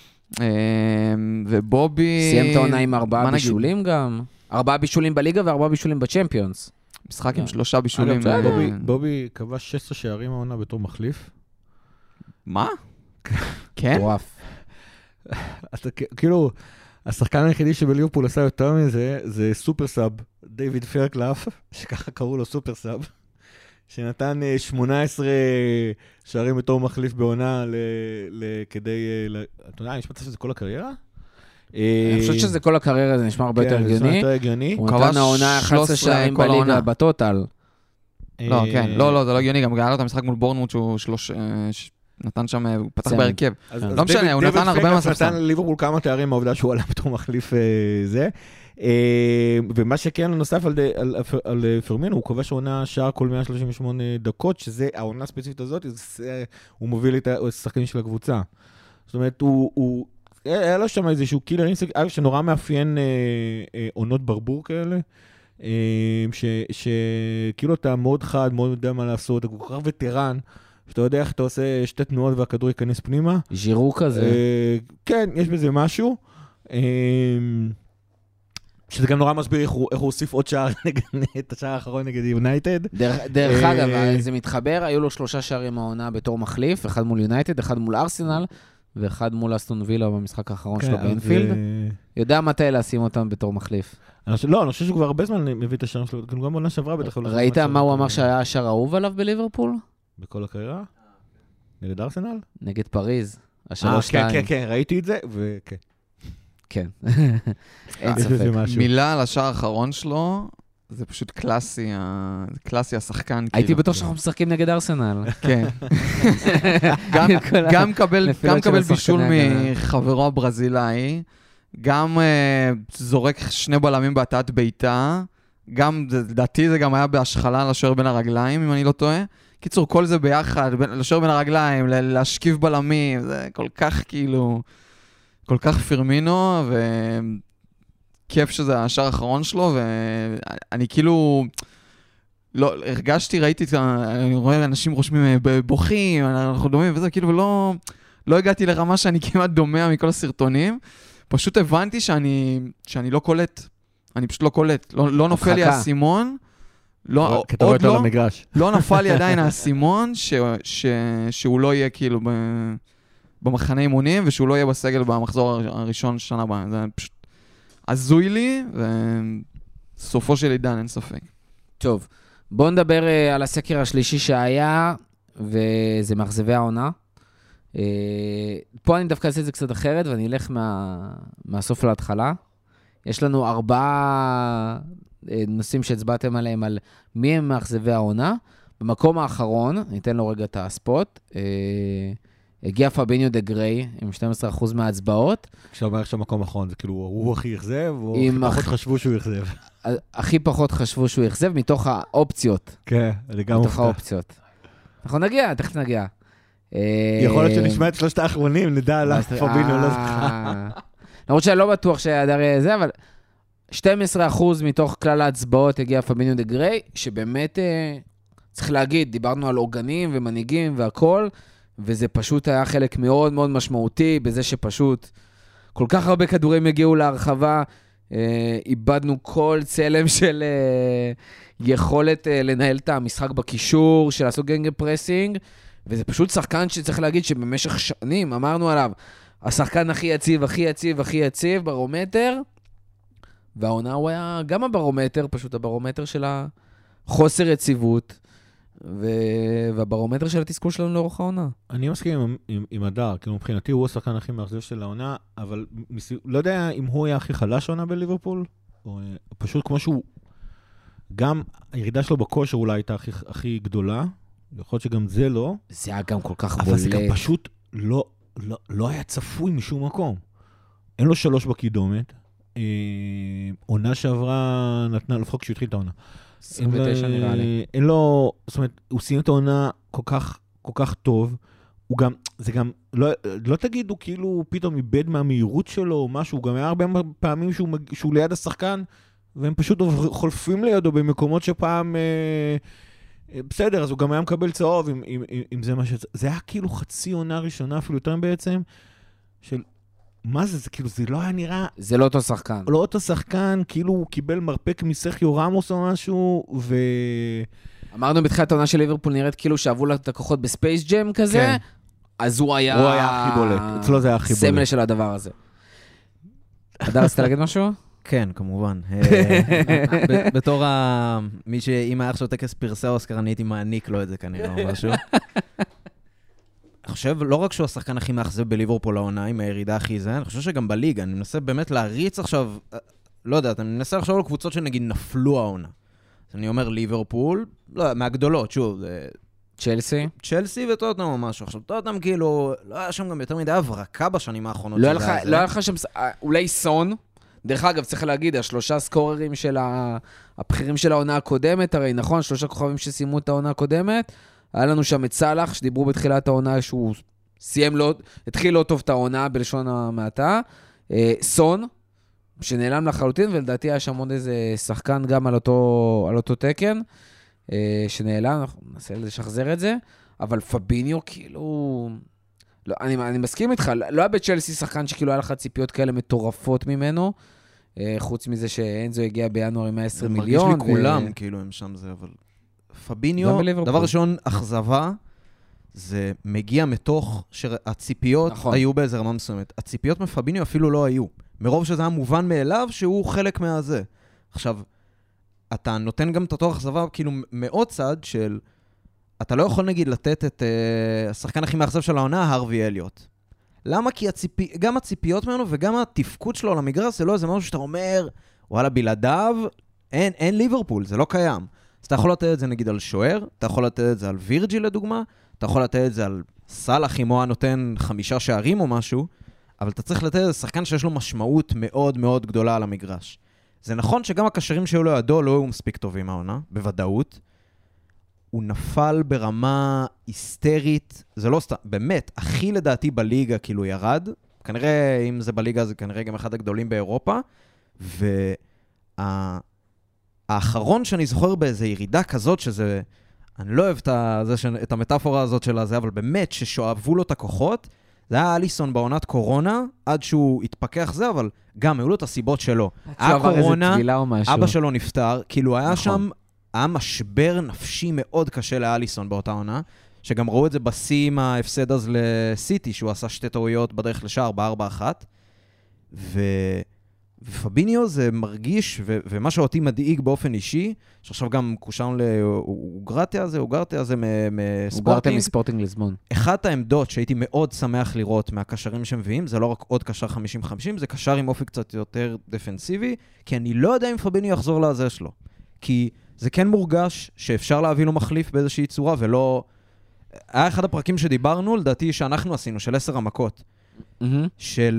ובובי... סיים את העונה עם 4 בישולים גם. 4 בישולים בליגה ו4 בישולים בצ'מפיונס. משחק עם 3 בישולים. בובי קבע 16 שערים העונה בתור מחליף. מה? כן? מטורף. כאילו, השחקן היחידי שבליברפול עשה יותר מזה, זה סופר סאב, דיוויד פרקלף, שככה קראו לו סופר סאב, שנתן 18 שערים בתור מחליף בעונה כדי... אתה יודע, נשמע שזה כל הקריירה? אני חושב שזה כל הקריירה, זה נשמע הרבה יותר הגיוני. הוא נתן העונה 11 שערים בליגה בטוטל. לא, כן. לא, זה לא הגיוני. גם גאה לו את המשחק מול בורנמוט שהוא נתן שם, הוא פתח בהרכב. לא משנה, הוא נתן הרבה מהספסל. נתן ליברפול כמה תארים מהעובדה שהוא עלה בתור מחליף זה. ומה שכן נוסף על פרמינו, הוא כובש עונה שער כל 138 דקות, שזה העונה הספציפית הזאת, הוא מוביל את השחקנים של הקבוצה. זאת אומרת, הוא היה לו שם איזשהו קילר אינסטינקט, שנורא מאפיין עונות ברבור כאלה, שכאילו אתה מאוד חד, מאוד יודע מה לעשות, אתה כל כך וטרן, שאתה יודע איך אתה עושה 2 תנועות והכדור ייכנס פנימה. ז'ירו כזה. כן, יש בזה משהו. שזה גם נורא מסביר איך הוא הוסיף עוד שער את השער האחרון נגד יונייטד. דרך אגב, זה מתחבר, היו לו 3 שערים העונה בתור מחליף, 1 מול יונייטד, 1 מול ארסנל, ו1 מול אסטון וילה במשחק האחרון שלו באנפילד. יודע מתי לשים אותם בתור מחליף. לא, אני חושב שהוא כבר הרבה זמן מביא את השערים שלו, גם בעונה שעברה בטח. ראית מה הוא אמר שהיה השער האהוב עליו בליברפול? בכל הקריירה? נגד ארסנל? נגד פריז. כן, ראיתי את זה, וכן. כן. אין ספק. מילה על השער האחרון שלו, זה פשוט קלאסי השחקן. הייתי בטוח שאנחנו משחקים נגד ארסנל. כן. גם קבל בישול מחברו הברזילאי, גם זורק 2 בלמים בהטעת בעיטה, גם, לדעתי זה גם היה בהשחלה לשוער בין הרגליים, אם אני לא טועה. קיצור, כל זה ביחד, לשוער בין הרגליים, להשכיב בלמים, זה כל כך כאילו, כל כך פירמינו, וכיף שזה השער האחרון שלו, ואני כאילו, לא, הרגשתי, ראיתי, אני רואה אנשים רושמים בוכים, אנחנו דומים וזה, כאילו, לא הגעתי לרמה שאני כמעט דומע מכל הסרטונים, פשוט הבנתי שאני לא קולט, אני פשוט לא קולט, לא נופל לי הסימון, עוד לא נפל לי עדיין הסימון שהוא לא יהיה כאילו במחנה אימונים, ושהוא לא יהיה בסגל במחזור הראשון שנה הבאה. זה פשוט עזוי לי, וסופו של עידן, אין ספק. טוב, בואו נדבר על הסקר השלישי שהיה, וזה מאכזבי העונה. פה אני דווקא אעשה את זה קצת אחרת, ואני אלך מהסוף להתחלה. יש לנו 4 נושאים שהצבעתם עליהם על מי הם מאכזבי העונה. במקום האחרון, ניתן לו רגע את הספוט, הגיע פביניו דה גריי עם 12% מההצבעות. כשאתה אומר שהמקום האחרון, זה כאילו הוא הכי אכזב, או הכי פחות חשבו שהוא אכזב? הכי פחות חשבו שהוא אכזב מתוך האופציות. כן, אני גם מתוך האופציות. אנחנו נגיע, תכף נגיע. יכול להיות שנשמע את 3 האחרונים, נדע על פביניו לא זכה. למרות שאני לא בטוח שהדר יהיה זה, אבל 12% מתוך כלל ההצבעות הגיע פביניו דה גריי, שבאמת צריך להגיד, דיברנו על עוגנים ומנהיגים והכל, וזה פשוט היה חלק מאוד מאוד משמעותי, בזה שפשוט כל כך הרבה כדורים הגיעו להרחבה, איבדנו כל צלם של יכולת לנהל את המשחק בקישור, של לעשות גנגל פרסינג, וזה פשוט שחקן שצריך להגיד שבמשך שנים אמרנו עליו, השחקן הכי יציב, הכי יציב, הכי יציב, ברומטר, והעונה הוא היה גם הברומטר, פשוט הברומטר של החוסר יציבות, והברומטר של התסכול שלנו לאורך העונה. אני מסכים עם הדר, כאילו מבחינתי הוא השחקן הכי מאכזב של העונה, אבל לא יודע אם הוא היה הכי חלש העונה בליברפול, או פשוט כמו שהוא, גם הירידה שלו בכושר אולי הייתה הכי גדולה, יכול להיות שגם זה לא. זה היה גם כל כך בולט. אבל זה גם פשוט לא היה צפוי משום מקום. אין לו 3 בקידומת, עונה שעברה נתנה, לפחות כשהוא התחיל את העונה. 29 נראה לי. אין לו, זאת אומרת, הוא סיים את העונה כל כך טוב, הוא גם, זה גם, לא תגידו כאילו הוא פתאום איבד מהמהירות שלו או משהו, הוא גם היה הרבה פעמים שהוא ליד השחקן, והם פשוט חולפים לידו במקומות שפעם, בסדר, אז הוא גם היה מקבל צהוב, אם זה מה זה היה כאילו חצי עונה ראשונה, אפילו יותר בעצם, של מה זה? זה כאילו, זה לא היה נראה... זה לא אותו שחקן. לא אותו שחקן, כאילו הוא קיבל מרפק מסרחיו רמוס או משהו, אמרנו בתחילת העונה של ליברפול נראית כאילו שאהבו לה את הכוחות בספייס ג'ם כזה, כן. אז הוא היה... הוא היה הכי בולט, אצלו זה היה הכי בולט. סמל של הדבר הזה. אדר, רצית להגיד משהו? כן, כמובן. בתור מי שאם היה עכשיו טקס פרסי אוסקר, אני הייתי מעניק לו את זה כנראה או משהו. אני חושב, לא רק שהוא השחקן הכי מאכזב בליברפול העונה, עם הירידה הכי זה, אני חושב שגם בליגה, אני מנסה באמת להריץ עכשיו, לא יודעת, אני מנסה לחשוב על קבוצות שנגיד נפלו העונה. אז אני אומר ליברפול, לא, מהגדולות, שוב, צ'לסי? צ'לסי וטוטנהאם או משהו. עכשיו, טוטנהאם כאילו, לא היה שם גם יותר מדי הברקה בשנים האחרונות. לא היה לך שם, אולי סון, דרך אגב, צריך להגיד, 3 סקוררים של הבכירים של העונה הקודמת, הרי נכון, 3 כוכבים שסיימו את העונה הקודמת, היה לנו שם את סלאח, שדיברו בתחילת העונה שהוא התחיל לא טוב את העונה בלשון המעטה. סון, שנעלם לחלוטין, ולדעתי היה שם עוד איזה שחקן גם על אותו תקן, שנעלם, אנחנו ננסה לשחזר את זה, אבל פביניו כאילו... לא, אני מסכים איתך, לא היה בצ'לסי שחקן שכאילו היה לך ציפיות כאלה מטורפות ממנו, חוץ מזה שאנזו הגיע בינואר עם 120 מיליון. מרגיש לי כולם כאילו הם שם זה, אבל... פביניו, דבר ראשון, אכזבה, זה מגיע מתוך שהציפיות היו באיזה רמה מסוימת. הציפיות מפביניו אפילו לא היו. מרוב שזה היה מובן מאליו שהוא חלק מהזה. עכשיו, אתה נותן גם את אותו אכזבה כאילו מאוד צד של... אתה לא יכול נגיד לתת את השחקן הכי מאכזב של העונה, הרווי אליוט. למה? כי גם הציפיות ממנו וגם התפקוד שלו למגרש זה לא איזה משהו שאתה אומר, וואלה, בלעדיו, אין ליברפול, זה לא קיים. אז אתה יכול לתת את זה נגיד על שוער, אתה יכול לתת את זה על וירג'י לדוגמה, אתה יכול לתת את זה על סלאח אם הוא נותן 5 שערים או משהו, אבל אתה צריך לתת שחקן שיש לו משמעות מאוד מאוד גדולה על המגרש. זה נכון שגם הקשרים שהיו לידו לא היו מספיק טובים העונה, בוודאות. הוא נפל ברמה היסטרית, זה לא סתם, באמת, הכי לדעתי בליגה כאילו ירד, כנראה אם זה בליגה זה כנראה גם אחד הגדולים באירופה, והאחרון שאני זוכר באיזו ירידה כזאת, שזה, אני לא אוהב את המטאפורה הזאת של הזה, אבל באמת ששואבו לו את הכוחות, זה היה אליסון בעונת קורונה, עד שהוא התפקח זה, אבל גם היו לו את הסיבות שלו. היה קורונה, אבא שלו נפטר, כאילו היה שם, היה משבר נפשי מאוד קשה לאליסון באותה עונה, שגם ראו את זה בסים ההפסד אז לסיטי, שהוא עשה 2 טעויות בדרך לשער ב4-1, ופביניו זה מרגיש, ומה שאותי מדאיג באופן אישי, שעכשיו גם קושרנו לאוגרטיה זה מספורטינג. מספורטינג לזמון. אחת העמדות שהייתי מאוד שמח לראות מהקשרים שמביאים, זה לא רק עוד קשר 50-50, זה קשר עם אופי קצת יותר דפנסיבי, כי אני לא יודע אם פביניו יחזור לזה שלו. כי זה כן מורגש שאפשר להביא לו מחליף באיזושהי צורה, ולא... היה אחד הפרקים שדיברנו, לדעתי שאנחנו עשינו, של 10 המכות, של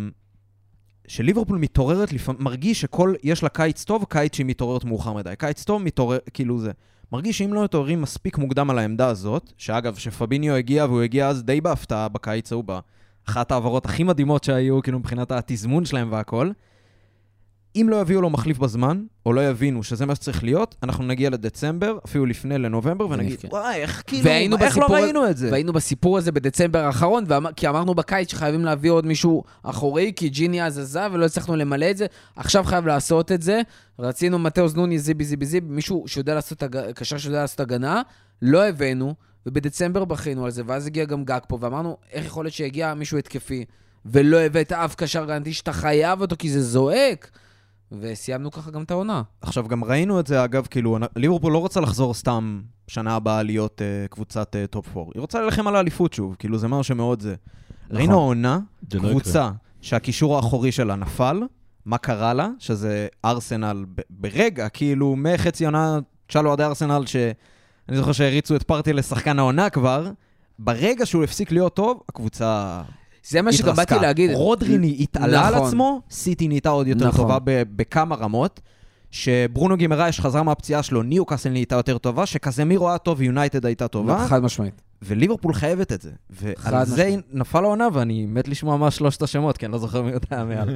ליברפול מתעוררת, מרגיש יש לה קיץ טוב, קיץ שהיא מתעוררת מאוחר מדי. קיץ טוב מתעורר, כאילו זה. מרגיש שאם לא מתעוררים מספיק מוקדם על העמדה הזאת, שאגב, שפביניו הגיע, והוא הגיע אז די בהפתעה בקיץ ההוא, באחת העברות הכי מדהימות שהיו, כאילו מבחינת התזמון שלהם והכל, אם לא יביאו לו מחליף בזמן, או לא יבינו שזה מה שצריך להיות, אנחנו נגיע לדצמבר, אפילו לפני לנובמבר, ונגיד, וואי, איך כאילו, איך לא ראינו את זה? והיינו בסיפור הזה בדצמבר האחרון, כי אמרנו בקיץ שחייבים להביא עוד מישהו אחורי, כי ג'יני עזזה ולא הצלחנו למלא את זה, עכשיו חייב לעשות את זה, רצינו מתאוס נוני זיבי, מישהו שיודע לעשות, קשר שיודע לעשות הגנה, לא הבאנו, ובדצמבר בכינו על זה, ואז הגיע גם גג פה, ואמרנו, איך יכול להיות שהגיע מישהו התקפי, ולא הבאת אף קשר גנתי שאתה חייב אותו, כי זה זועק. וסיימנו ככה גם את העונה. עכשיו, גם ראינו את זה, אגב, כאילו, ליברפול לא רוצה לחזור סתם שנה הבאה להיות קבוצת טופ 4. היא רוצה ללחם על האליפות שוב, כאילו, זה משהו שמאוד זה. ראינו העונה, קבוצה שהקישור האחורי שלה נפל, מה קרה לה? שזה ארסנל ברגע, כאילו, מחצי עונה, תשאלו עדי ארסנל, שאני זוכר שהריצו את פרטי לשחקן העונה כבר, ברגע שהוא הפסיק להיות טוב, הקבוצה... זה מה שגם באתי להגיד. רודריני התעלה על עצמו, סיטי נהייתה עוד יותר טובה בכמה רמות, שברונו גימרייש חזר מהפציעה שלו, ניוקאסל נהייתה יותר טובה, שקזמירו היה טוב ויונייטד הייתה טובה. חד משמעית. וליברפול חייבת את זה. ועל זה נפל העונה, ואני מת לשמוע מה 3 השמות, כי אני לא זוכר מי יודע מעל.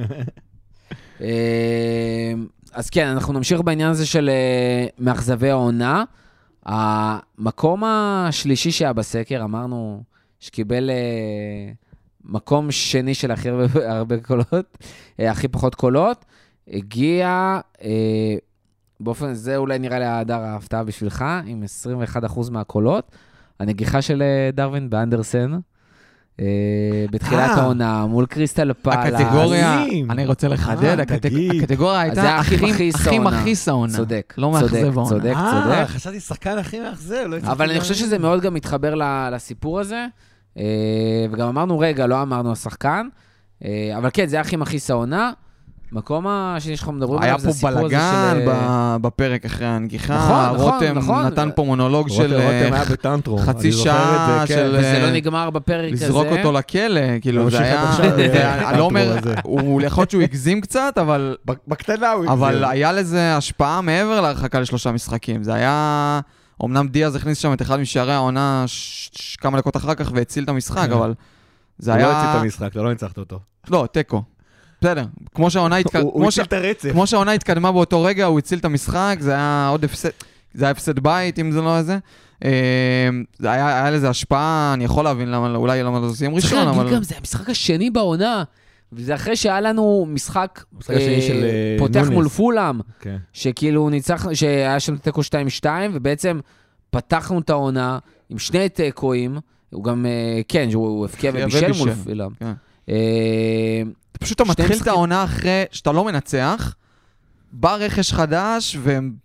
אז כן, אנחנו נמשיך בעניין הזה של מאכזבי העונה. המקום השלישי שהיה בסקר, אמרנו שקיבל... מקום שני של הכי הרבה קולות, הכי פחות קולות, הגיע, באופן זה אולי נראה לי הדר ההפתעה בשבילך, עם 21% מהקולות, הנגיחה של דרווין באנדרסן, בתחילת העונה, מול קריסטל פאלאס. הקטגוריה, אני רוצה לחדד, הקטגוריה הייתה הכי מכעיס העונה. צודק, לא מאכזב העונה. צודק. חשבתי שחקן הכי מאכזב. אבל אני חושב שזה מאוד גם מתחבר לסיפור הזה, וגם אמרנו רגע, לא אמרנו השחקן, אבל כן, זה הכי מכעיס העונה. מקום השני שלך מדברים עליו, זה הסיפור הזה של... היה פה בלגן בפרק אחרי הנגיחה, רותם נתן פה מונולוג של חצי שעה, וזה לא נגמר בפרק הזה. לזרוק אותו לכלא, כאילו זה היה... אני לא אומר, הוא יכול להיות שהוא הגזים קצת, אבל... בקטנה הוא הגזים. אבל היה לזה השפעה מעבר להרחקה ל3 משחקים. זה היה... אמנם דיאז הכניס שם את אחד משערי העונה כמה דקות אחר כך והציל את המשחק, אבל זה היה... הוא לא הציל את המשחק, לא ניצחת אותו. לא, טקו. בסדר. כמו שהעונה התקדמה באותו רגע, הוא הציל את המשחק, זה היה עוד הפסד, זה היה הפסד בית, אם זה לא איזה. זה היה לזה השפעה, אני יכול להבין אולי למה לא סיים ראשון, אבל... צריך להגיד גם, זה המשחק השני בעונה, וזה אחרי שהיה לנו משחק פותח מול פולאם, שכאילו ניצח, שהיה שם טקו 2-2, ובעצם פתחנו את העונה עם 2 טקואים, הוא גם, כן, הוא הפקיע ובישל מול פולאם. פשוט אתה מתחיל את העונה אחרי שאתה לא מנצח, בא רכש חדש,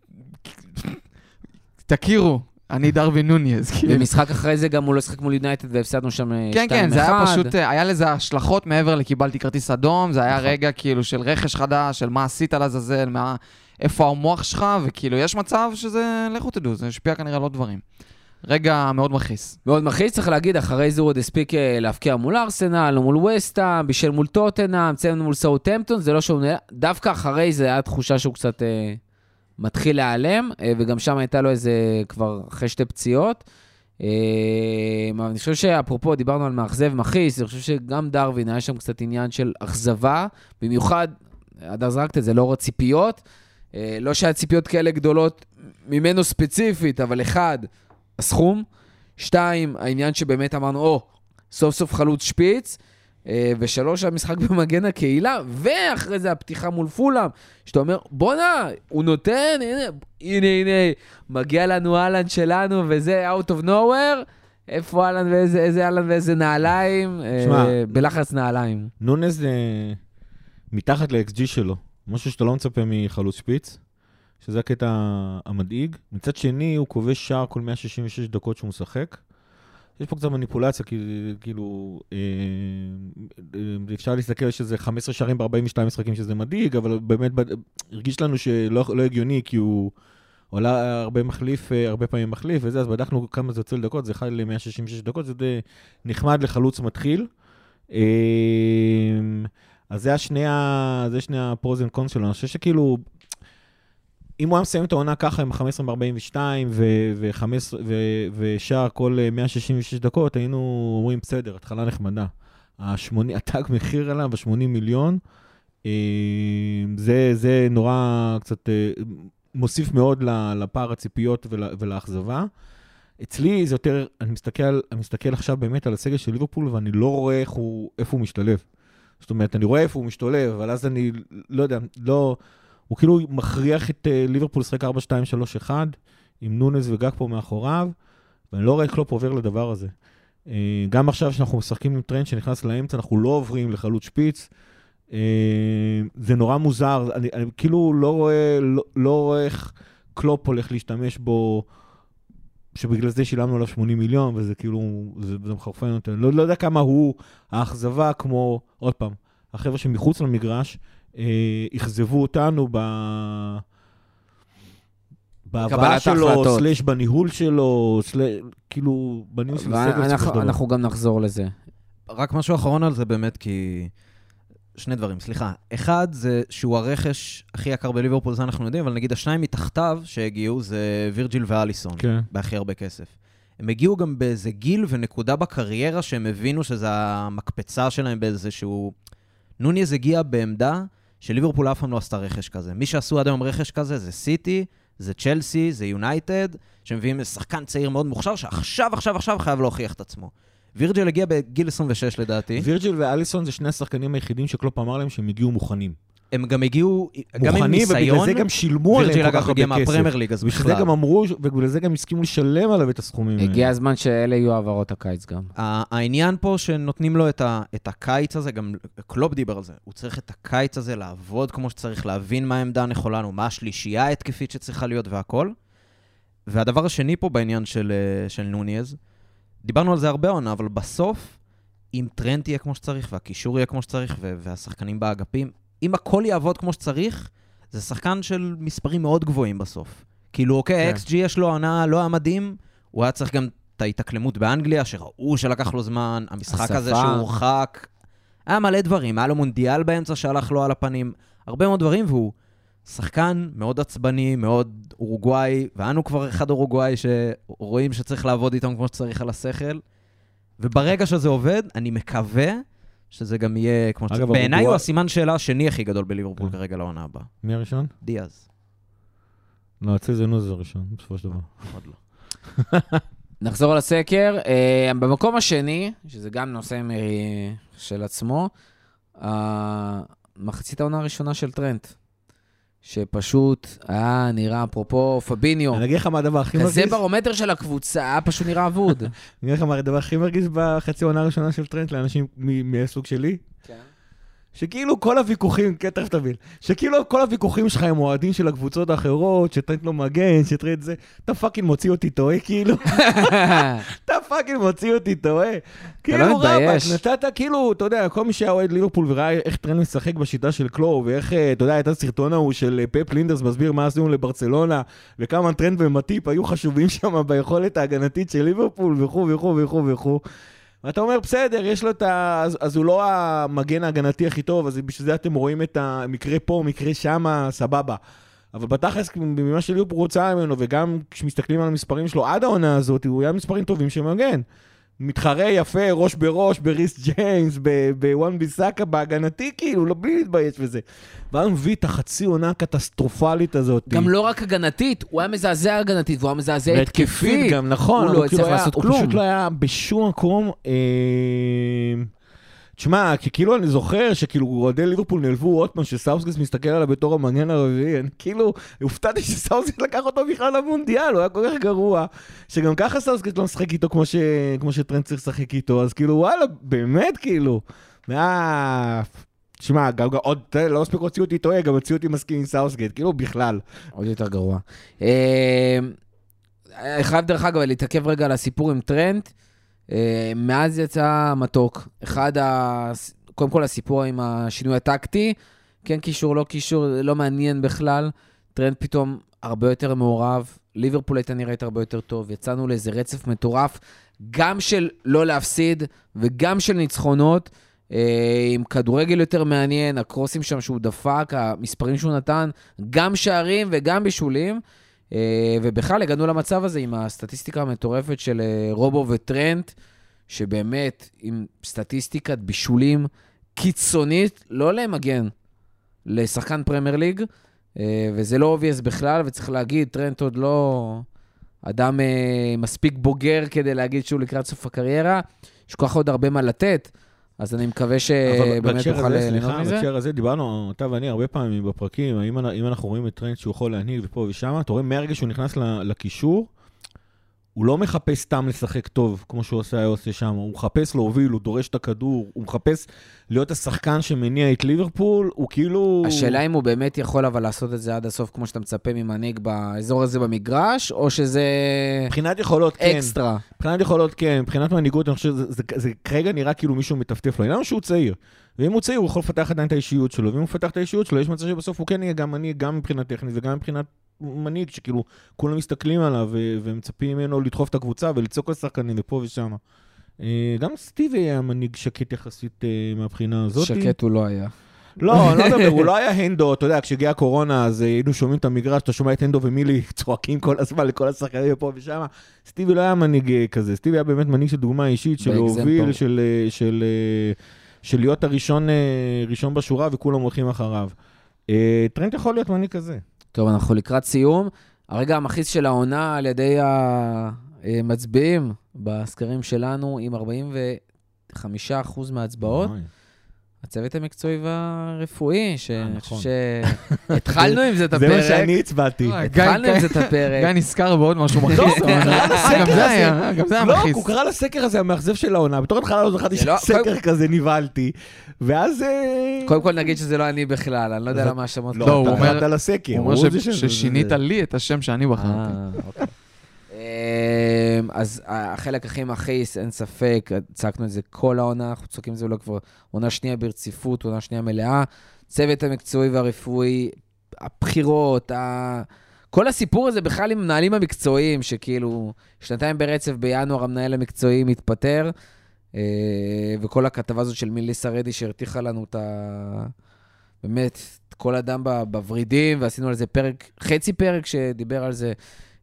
תכירו, אני דרווין נוניז. במשחק אחרי זה גם הוא לא שחק מול יונייטד והפסדנו שם 2-1. כן, כן, זה היה פשוט, היה לזה השלכות מעבר לקיבלתי כרטיס אדום, זה היה רגע כאילו של רכש חדש, של מה עשית לעזאזל, איפה המוח שלך, וכאילו יש מצב שזה, לכו תדעו, זה השפיע כנראה לא דברים. רגע מאוד מכעיס. מאוד מכעיס, צריך להגיד, אחרי זה הוא עוד הספיק להפקיע מול ארסנל, מול וסטהאם, בישל מול טוטנהאם, ציינו מול סאות'המפטון, זה לא שהוא נראה, דווקא אחרי זה היה תחושה שהוא קצת מתחיל להיעלם, וגם שם הייתה לו איזה כבר אחרי 2 פציעות. אני חושב שאפרופו, דיברנו על מאכזב מכעיס, אני חושב שגם דרווין היה שם קצת עניין של אכזבה, במיוחד, עד אז זרקת את זה, לאור הציפיות, לא שהיה ציפיות כאלה גדולות ממנו ספציפית, אבל 1, הסכום, 2, העניין שבאמת אמרנו, סוף סוף חלוץ שפיץ, ו3, המשחק במגן הקהילה, ואחרי זה הפתיחה מול פולאם, שאתה אומר, בונה, הוא נותן, הנה, מגיע לנו אלן שלנו, וזה out of nowhere, איפה אלן ואיזה אלן ואיזה נעליים, בלחץ נעליים. נונז מתחת ל-XG שלו, משהו שאתה לא מצפה מחלוץ שפיץ, שזה הקטע המדאיג. מצד שני, הוא כובש שער כל 166 דקות שהוא משחק. יש פה קצת מניפולציה, כאילו, אפשר להסתכל שזה 15 שערים ב-42 משחקים שזה מדאיג, אבל באמת הרגיש לנו שלא הגיוני, כי הוא עולה הרבה פעמים מחליף, וזה, אז בדקנו כמה זה יוצא לדקות, זה 1 ל-166 דקות, זה די נחמד לחלוץ מתחיל. אז זה שני הפרוז אנד קונס שלו, אני חושב שכאילו, אם הוא היה מסיים את העונה ככה עם 15 ב-42 ושער כל 166 דקות, היינו אומרים בסדר, התחלה נחמדה. התג מחיר עליו, ב-80 מיליון, זה נורא קצת מוסיף מאוד לפער הציפיות ולאכזבה. אצלי זה יותר, אני מסתכל עכשיו באמת על הסגל של ליברפול, ואני לא רואה איפה הוא משתלב. זאת אומרת, אני רואה איפה הוא משתלב, אבל אז אני לא יודע, הוא כאילו מכריח את ליברפול לשחק 4-2-3-1, עם נונז וגג פה מאחוריו, ואני לא רואה קלופ עובר לדבר הזה. גם עכשיו שאנחנו משחקים עם טרנד שנכנס לאמצע, אנחנו לא עוברים לחלוץ שפיץ, זה נורא מוזר, אני כאילו לא רואה איך קלופ הולך להשתמש בו, שבגלל זה שילמנו עליו 80 מיליון, וזה כאילו, זה מחרפן אותנו. לא יודע כמה הוא האכזבה, כמו, עוד פעם, החבר'ה שמחוץ למגרש, יחזבו אותנו בהבאה שלו, סלש בניהול שלו, כאילו, בניהול של הסגל. אנחנו גם נחזור לזה. רק משהו אחרון על זה באמת, כי 2 דברים, סליחה. 1 זה שהוא הרכש הכי יקר בליברפול, זה אנחנו יודעים, אבל נגיד 2 מתחתיו שהגיעו זה וירג'יל ואליסון, בהכי הרבה כסף. הם הגיעו גם באיזה גיל ונקודה בקריירה שהם הבינו שזה המקפצה שלהם באיזשהו... נוניז הגיע בעמדה שליברפול אף פעם לא עשתה רכש כזה. מי שעשו עד היום רכש כזה זה סיטי, זה צ'לסי, זה יונייטד, שמביאים שחקן צעיר מאוד מוכשר, שעכשיו חייב להוכיח את עצמו. וירג'יל הגיע בגיל 26 לדעתי. וירג'יל ואליסון זה 2 השחקנים היחידים שקלופ אמר להם שהם הגיעו מוכנים. הם גם הגיעו, גם עם ניסיון. ובגלל זה גם שילמו עליהם כל כך הרבה כסף. וירג'יל אגב הגיע מהפרמייר ליג, אז בכלל. ובגלל זה גם אמרו, ובגלל זה גם הסכימו לשלם עליו את הסכומים. הגיע הזמן שאלה יהיו העברות הקיץ גם. העניין פה שנותנים לו את הקיץ הזה, גם קלופ דיבר על זה, הוא צריך את הקיץ הזה לעבוד כמו שצריך, להבין מה העמדה הנכונה, מה השלישייה ההתקפית שצריכה להיות והכל. והדבר השני פה בעניין של נוניז, דיברנו על זה הרבה עונה, אבל בסוף, אם טרנד יהיה כמו שצריך, והקישור יהיה כמו שצריך, והשחקנים באגפים, אם הכל יעבוד כמו שצריך, זה שחקן של מספרים מאוד גבוהים בסוף. כאילו, אוקיי, XG יש לו עונה לא המדהים, הוא היה צריך גם את ההתאקלמות באנגליה, שראו שלקח לו זמן, המשחק הזה שהורחק, היה מלא דברים, היה לו מונדיאל באמצע שהלך לו על הפנים, הרבה מאוד דברים, והוא שחקן מאוד עצבני, מאוד אורוגוואי, ואנו כבר אחד אורוגוואי שרואים שצריך לעבוד איתם כמו שצריך על השכל, וברגע שזה עובד, אני מקווה שזה גם יהיה כמו שצריך. בעיניי הוא הסימן שאלה השני הכי גדול בליברפול כרגע לעונה הבאה. מי הראשון? דיאז. לא, אצלי זה נוז הראשון, בסופו של דבר. עוד לא. נחזור לסקר. במקום השני, שזה גם נושא של עצמו, מחצית העונה הראשונה של טרנט. שפשוט היה נראה, אפרופו פביניו. אני אגיד לך מה הדבר הכי מרגיז? כזה ברומטר של הקבוצה, היה פשוט נראה אבוד. אני אגיד לך מה הדבר הכי מרגיז בחצי העונה הראשונה של טרנט לאנשים מהסוג שלי? כן. שכאילו כל הוויכוחים, כן, תכף תבין, שכאילו כל הוויכוחים שלך עם אוהדים של הקבוצות האחרות, שטרנט לא מגן, שטרנט זה, אתה פאקינג מוציא אותי טועה, כאילו. אתה פאקינג מוציא אותי, טועה. לא כאילו מתבייש. נתת כאילו, אתה יודע, כל מי שהיה אוהד ליברפול וראה איך טרנד משחק בשיטה של קלוב, ואיך, אתה יודע, הייתה סרטון ההוא של פפ לינדרס מסביר מה עשינו לברצלונה, וכמה טרנד ומטיפ היו חשובים שם ביכולת ההגנתית של ליברפול, וכו'. ואתה אומר, בסדר, יש לו אז הוא לא המגן ההגנתי הכי טוב, אז בשביל זה אתם רואים את המקרה פה, מקרה שמה, סבבה. אבל בתכלס, במה שליברפול רוצה ממנו, וגם כשמסתכלים על המספרים שלו עד העונה הזאת, הוא היה מספרים טובים שמגן. מתחרה יפה, ראש בראש, בריס ג'יימס, בוואן ביסאקה, בהגנתי, כאילו, לא בלי להתבייש בזה. והוא מביא את החצי עונה הקטסטרופלית הזאת. גם לא רק הגנתית, הוא היה מזעזע הגנתית, והוא היה מזעזע התקפית. גם, נכון. הוא לא הצליח לעשות כלום. הוא פשוט לא היה בשום מקום... תשמע, כי כאילו אני זוכר שכאילו אוהדי ליברפול נלבו עוד פעם שסאוסגס מסתכל עליו בתור המגן הרביעי, אני כאילו הופתעתי שסאוסגס לקח אותו בכלל למונדיאל, הוא היה כל כך גרוע, שגם ככה סאוסגס לא משחק איתו כמו שטרנד צריך לשחק איתו, אז כאילו וואלה, באמת כאילו, תשמע, עוד לא מספיק הוציאו אותי טועה, גם הוציאו אותי מסכים עם סאוסגס, כאילו בכלל. עוד יותר גרוע. חייב דרך אגב להתעכב רגע על הסיפור עם טרנד, מאז יצא מתוק. קודם כל הסיפור עם השינוי הטקטי, כן קישור, לא קישור, לא מעניין בכלל. טרנד פתאום הרבה יותר מעורב, ליברפול הייתה נראית הרבה יותר טוב, יצאנו לאיזה רצף מטורף, גם של לא להפסיד וגם של ניצחונות, עם כדורגל יותר מעניין, הקרוסים שם שהוא דפק, המספרים שהוא נתן, גם שערים וגם בישולים, ובכלל הגענו למצב הזה עם הסטטיסטיקה המטורפת של רובו וטרנט, שבאמת עם סטטיסטיקת בישולים קיצונית, לא למגן, לשחקן פרמייר ליג, וזה לא obvious בכלל, וצריך להגיד, טרנט עוד לא אדם מספיק בוגר כדי להגיד שהוא לקראת סוף הקריירה, יש כל כך עוד הרבה מה לתת, אז אני מקווה שבאמת תוכל ליהנות מזה. בהקשר הזה דיברנו, אתה ואני הרבה פעמים בפרקים, אם אנחנו רואים את טרנד שהוא יכול להנהיג ופה ושם, אתה רואה מהרגע שהוא נכנס לקישור, הוא לא מחפש סתם לשחק טוב, כמו שהוא עושה שם, הוא מחפש להוביל, הוא דורש את הכדור, הוא מחפש להיות השחקן שמניע את ליברפול, הוא כאילו... השאלה אם הוא באמת יכול אבל לעשות את זה עד הסוף, כמו שאתה מצפה ממנהיג באזור הזה במגרש, או שזה... מבחינת יכולות כן. אקסטרה. מבחינת יכולות כן, מבחינת מנהיגות, אני חושב, זה כרגע נראה כאילו מישהו מטפטף לו, איננו שהוא צעיר. ואם הוא צעיר, הוא יכול לפתח עדיין את האישיות שלו, ואם הוא מפתח את האישיות שלו, יש מצב שבסוף הוא כן יהיה גם מנהיג, גם מבחינת טכנית וגם מבחינת מנהיג, שכאילו כולם מסתכלים עליו ומצפים ממנו לדחוף את הקבוצה ולצעוק לשחקנים ופה ושם. גם סטיבי היה מנהיג שקט יחסית מהבחינה הזאת. שקט הוא לא היה. לא, אני לא מדבר, הוא לא היה הנדו, אתה יודע, כשהגיעה הקורונה, אז היינו שומעים את המגרש, אתה שומע את הנדו ומילי צועקים כל הזמן לכל השחקנים פה ושם. סטיבי לא היה מנהיג כזה, סטיבי היה באמת מנהיג של דוגמה אישית, של להוביל, של להיות הראשון בשורה וכולם הולכים אחריו. טרנד יכול להיות מנהיג כזה. טוב, אנחנו לקראת סיום. הרגע המכריז של העונה על ידי המצביעים בסקרים שלנו עם 45% מההצבעות. הצוות המקצועי והרפואי, שאני חושב שהתחלנו עם זה את הפרק. זה מה שאני הצבעתי. התחלנו עם זה את הפרק. גיא נזכר בעוד משהו מכריז. גם זה היה לא, מכריז. הוא קרא לסקר הזה המאכזב של העונה. בתור התחלה לא זכרתי שסקר כזה נבהלתי. ואז... קודם כל נגיד שזה לא אני בכלל, אני לא יודע למה השמות. לא, הוא אומר ששינית לי את השם שאני בחרתי. אוקיי. אז החלק הכי מכעיס, אין ספק, צעקנו את זה כל העונה, אנחנו צועקים את זה אולי כבר עונה שנייה ברציפות, עונה שנייה מלאה, צוות המקצועי והרפואי, הבחירות, כל הסיפור הזה בכלל עם מנהלים המקצועיים, שכאילו 2 ברצף בינואר המנהל המקצועי מתפטר, וכל הכתבה הזאת של מיליסה רדי שהרתיחה לנו את באמת, כל אדם בוורידים, ועשינו על זה פרק, חצי פרק שדיבר על זה,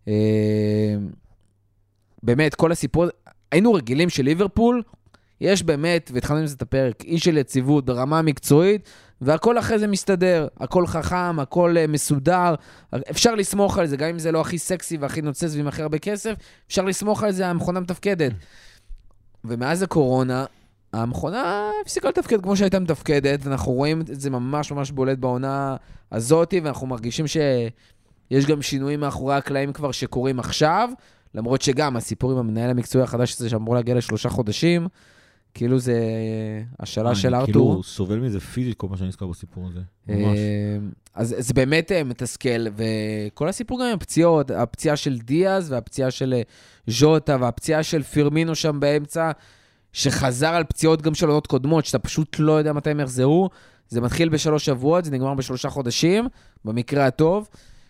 באמת, כל הסיפור, היינו רגילים של ליברפול, יש באמת, והתחלנו עם זה את הפרק, איש של יציבות ברמה המקצועית, והכל אחרי זה מסתדר, הכל חכם, הכל מסודר, אפשר לסמוך על זה, גם אם זה לא הכי סקסי והכי נוצץ ועם הכי הרבה כסף, אפשר לסמוך על זה, המכונה מתפקדת. ומאז הקורונה, המכונה הפסיקה לתפקד כמו שהייתה מתפקדת, ואנחנו רואים את זה ממש ממש בולט בעונה הזאת, ואנחנו מרגישים יש גם שינויים מאחורי הקלעים כבר שקורים עכשיו, למרות שגם הסיפור עם המנהל המקצועי החדש הזה שאמור להגיע ל3 חודשים, כאילו זה השאלה של אני ארתור. כאילו סובל מזה פיזית כל מה שאני נזכר בסיפור הזה. ממש. אז זה באמת מתסכל, וכל הסיפור גם עם הפציעות, הפציעה של דיאז והפציעה של ז'וטה והפציעה של פירמינו שם באמצע, שחזר על פציעות גם של עונות קודמות, שאתה פשוט לא יודע מתי הם יחזרו. זה מתחיל ב3 שבועות, זה נגמר ב3 חודשים, במקרה הטוב.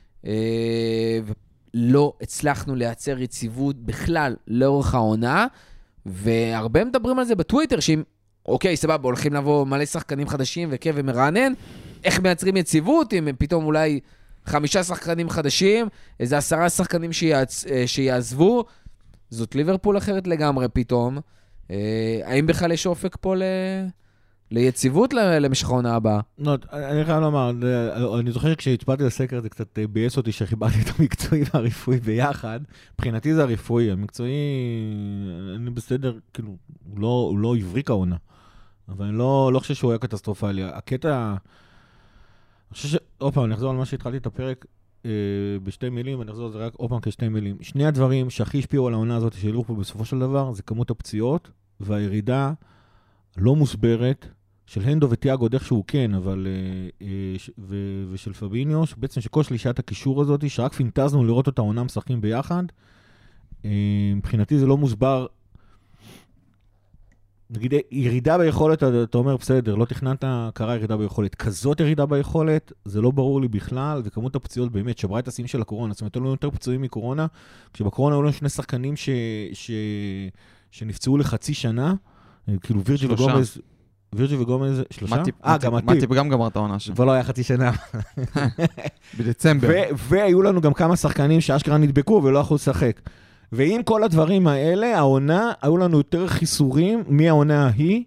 לא הצלחנו לייצר יציבות בכלל לאורך העונה, והרבה מדברים על זה בטוויטר, שאם, אוקיי, סבבה, הולכים לבוא מלא שחקנים חדשים וכיף ומרענן, איך מייצרים יציבות, אם פתאום אולי 5 שחקנים חדשים, איזה 10 שחקנים שיעזבו, זאת ליברפול אחרת לגמרי פתאום. האם בכלל יש אופק פה ליציבות למשך העונה הבאה? אני חייב לומר, אני זוכר שכשהצבעתי לסקר זה קצת בייס אותי שחיברתי את המקצועי והרפואי ביחד. מבחינתי זה הרפואי, המקצועי, אני בסדר, כאילו, הוא לא הבריק העונה. אבל אני לא חושב שהוא היה קטסטרופלי. הקטע, אני חושב עוד פעם, אני אחזור על מה שהתחלתי את הפרק בשתי מילים, אני אחזור על זה רק עוד פעם כשתי מילים. שני הדברים שהכי השפיעו על העונה הזאת של ליברפול בסופו של דבר, זה כמות הפציעות והירידה לא מוסברת של הנדו וטיאגו, דרך שהוא כן, אבל ושל פביניו, בעצם שכל שלישת הקישור הזאת, שרק פינטזנו לראות אותה עונה משחקים ביחד, מבחינתי זה לא מוסבר. נגיד, ירידה ביכולת, אתה אומר, בסדר, לא תכננת, קרה ירידה ביכולת. כזאת ירידה ביכולת, זה לא ברור לי בכלל, וכמות הפציעות באמת, שברה את השיאים של הקורונה, זאת אומרת, לא יותר פצועים מקורונה, כשבקורונה היו לנו 2 שחקנים שנפצעו לחצי שנה, כאילו וירג'יל וגומז, 3? גם מטיפ גם גמר את העונה שם. כבר לא היה חצי שנה. בדצמבר. והיו לנו גם כמה שחקנים שאשכרה נדבקו ולא יכולו לשחק. ועם כל הדברים האלה, העונה, היו לנו יותר חיסורים מהעונה ההיא.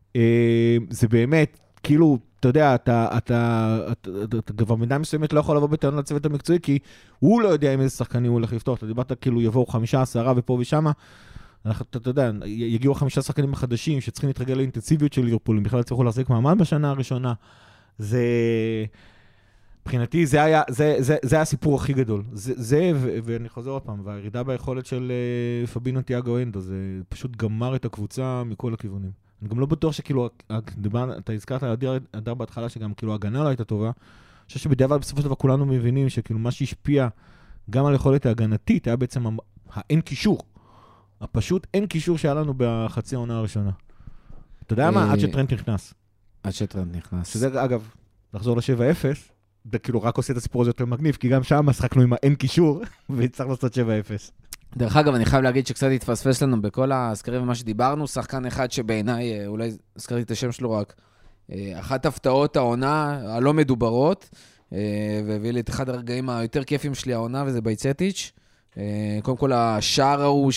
זה באמת, כאילו, אתה יודע, אתה כבר מידה מסוימת לא יכול לבוא בטענות לצוות המקצועי, כי הוא לא יודע עם איזה שחקנים הוא הולך לפתוח. אתה דיברת כאילו יבואו 5-10 ופה ושמה. אתה יודע, יגיעו 5 שחקנים החדשים שצריכים להתרגל לאינטנסיביות של ליברפול, הם בכלל צריכו להחזיק מעמד בשנה הראשונה. זה, מבחינתי, זה היה הסיפור הכי גדול. זה, ואני חוזר עוד פעם, והירידה ביכולת של פביניו טיאגו הנדו, זה פשוט גמר את הקבוצה מכל הכיוונים. אני גם לא בטוח שכאילו, אתה הזכרת הדר בהתחלה שגם כאילו ההגנה לא הייתה טובה. אני חושב שבדיעבד בסופו של דבר כולנו מבינים שכאילו מה שהשפיע גם על היכולת ההגנתית היה בעצם האין קישור. הפשוט אין קישור שהיה לנו בחצי העונה הראשונה. אתה יודע מה? עד שטרנט נכנס. עד שטרנט נכנס. שזה, אגב, לחזור ל-7-0, זה כאילו רק עושה את הסיפור הזה יותר מגניב, כי גם שם משחקנו עם האין קישור, וצריך לעשות 7-0. דרך אגב, אני חייב להגיד שקצת התפספס לנו בכל הסקרים ומה שדיברנו, שחקן אחד שבעיניי, אולי הזכרתי את השם שלו רק, אחת הפתעות העונה הלא מדוברות, והביא לי את אחד הרגעים היותר כיפים שלי העונה, וזה בייצטיץ'. קודם כל, השער ההוא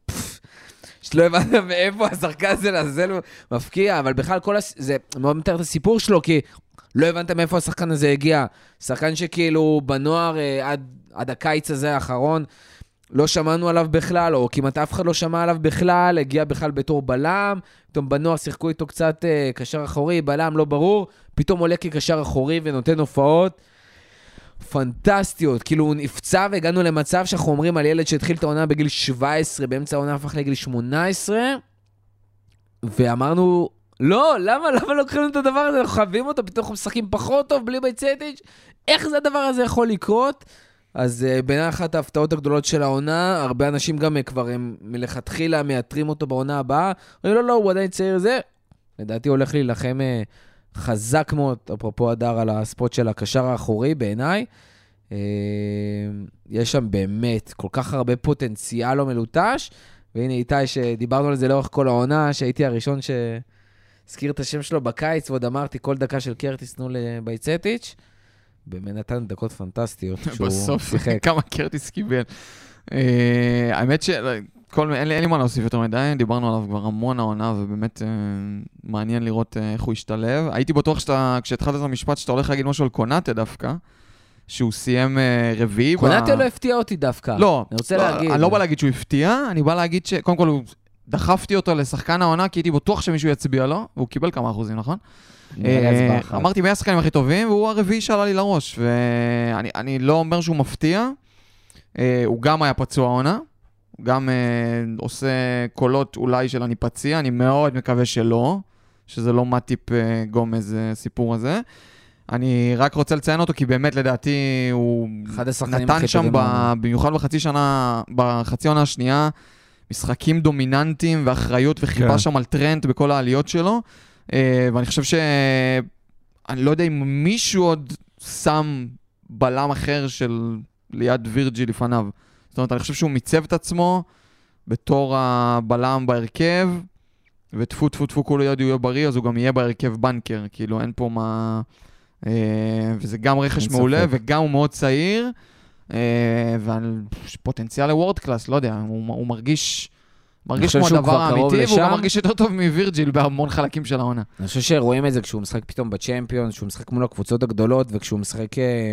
שלא הבנת מאיפה השחקן זה לעזל מפקיע, אבל בכלל זה מאוד מתאר את הסיפור שלו, כי לא הבנת מאיפה השחקן הזה הגיע. שחקן שכאילו בנוער עד הקיץ הזה האחרון, לא שמענו עליו בכלל, או כמעט אף אחד לא שמע עליו בכלל, הגיע בכלל בתור בלם, פתאום בנוער שיחקו איתו קצת קשר אחורי, בלם לא ברור, פתאום עולה כקשר אחורי ונותן הופעות. פנטסטיות, כאילו הוא נפצע והגענו למצב שאנחנו אומרים על ילד שהתחיל את העונה בגיל 17, באמצע העונה הפך לגיל 18, ואמרנו, לא, למה לוקחים את הדבר הזה, אנחנו חייבים אותו, פתאום אנחנו משחקים פחות טוב בלי בייצטיץ', איך זה הדבר הזה יכול לקרות? אז בין אחת ההפתעות הגדולות של העונה, הרבה אנשים גם כבר הם מלכתחילה מייתרים אותו בעונה הבאה, לא, הוא עדיין צעיר זה, לדעתי הולך להילחם חזק מאוד, אפרופו הדר על הספוט של הקשר האחורי בעיניי. יש שם באמת כל כך הרבה פוטנציאל לא מלוטש, והנה איתי שדיברנו על זה לאורך כל העונה, שהייתי הראשון שהזכיר את השם שלו בקיץ, ועוד אמרתי כל דקה של קרטיס תנו לבייצטיץ', באמת נתן דקות פנטסטיות. בסוף כמה קרטיס קיבל. האמת אין לי מה להוסיף יותר מדי, דיברנו עליו כבר המון העונה, ובאמת מעניין לראות איך הוא ישתלב. הייתי בטוח כשהתחלת את המשפט שאתה הולך להגיד משהו על קונאטה דווקא, שהוא סיים רביעי. קונאטה לא הפתיע אותי דווקא. לא, אני רוצה להגיד. אני לא בא להגיד שהוא הפתיע, אני בא להגיד שקודם כל דחפתי אותו לשחקן העונה, כי הייתי בטוח שמישהו יצביע לו, והוא קיבל כמה אחוזים, נכון? אמרתי מי השחקנים הכי טובים, והוא הרביעי שעלה לי לראש, ואני לא אומר שהוא מפתיע, הוא גם היה פצוע העונה, גם עושה קולות אולי של אני פציע, אני מאוד מקווה שלא, שזה לא מטיפ גומז סיפור הזה. אני רק רוצה לציין אותו, כי באמת לדעתי הוא נתן שם, במיוחד בחצי עונה השנייה, משחקים דומיננטיים ואחריות וחיפה שם על טרנד בכל העליות שלו, ואני חושב אני לא יודע אם מישהו עוד שם בלם אחר של ליד וירג'י לפניו. זאת אומרת, אני חושב שהוא מיצב את עצמו בתור הבלם בהרכב, וטפו טפו טפו כל יד הוא יהיה בריא, אז הוא גם יהיה בהרכב בנקר, כאילו אין פה מה... וזה גם רכש מעולה, וגם הוא מאוד צעיר, ופוטנציאל לוורד קלאס, לא יודע, הוא מרגיש כמו הדבר האמיתי, והוא גם מרגיש יותר טוב מווירג'יל בהמון חלקים של העונה. אני חושב שרואים את זה כשהוא משחק פתאום בצ'מפיונס, כשהוא משחק מול הקבוצות הגדולות, וכשהוא משחק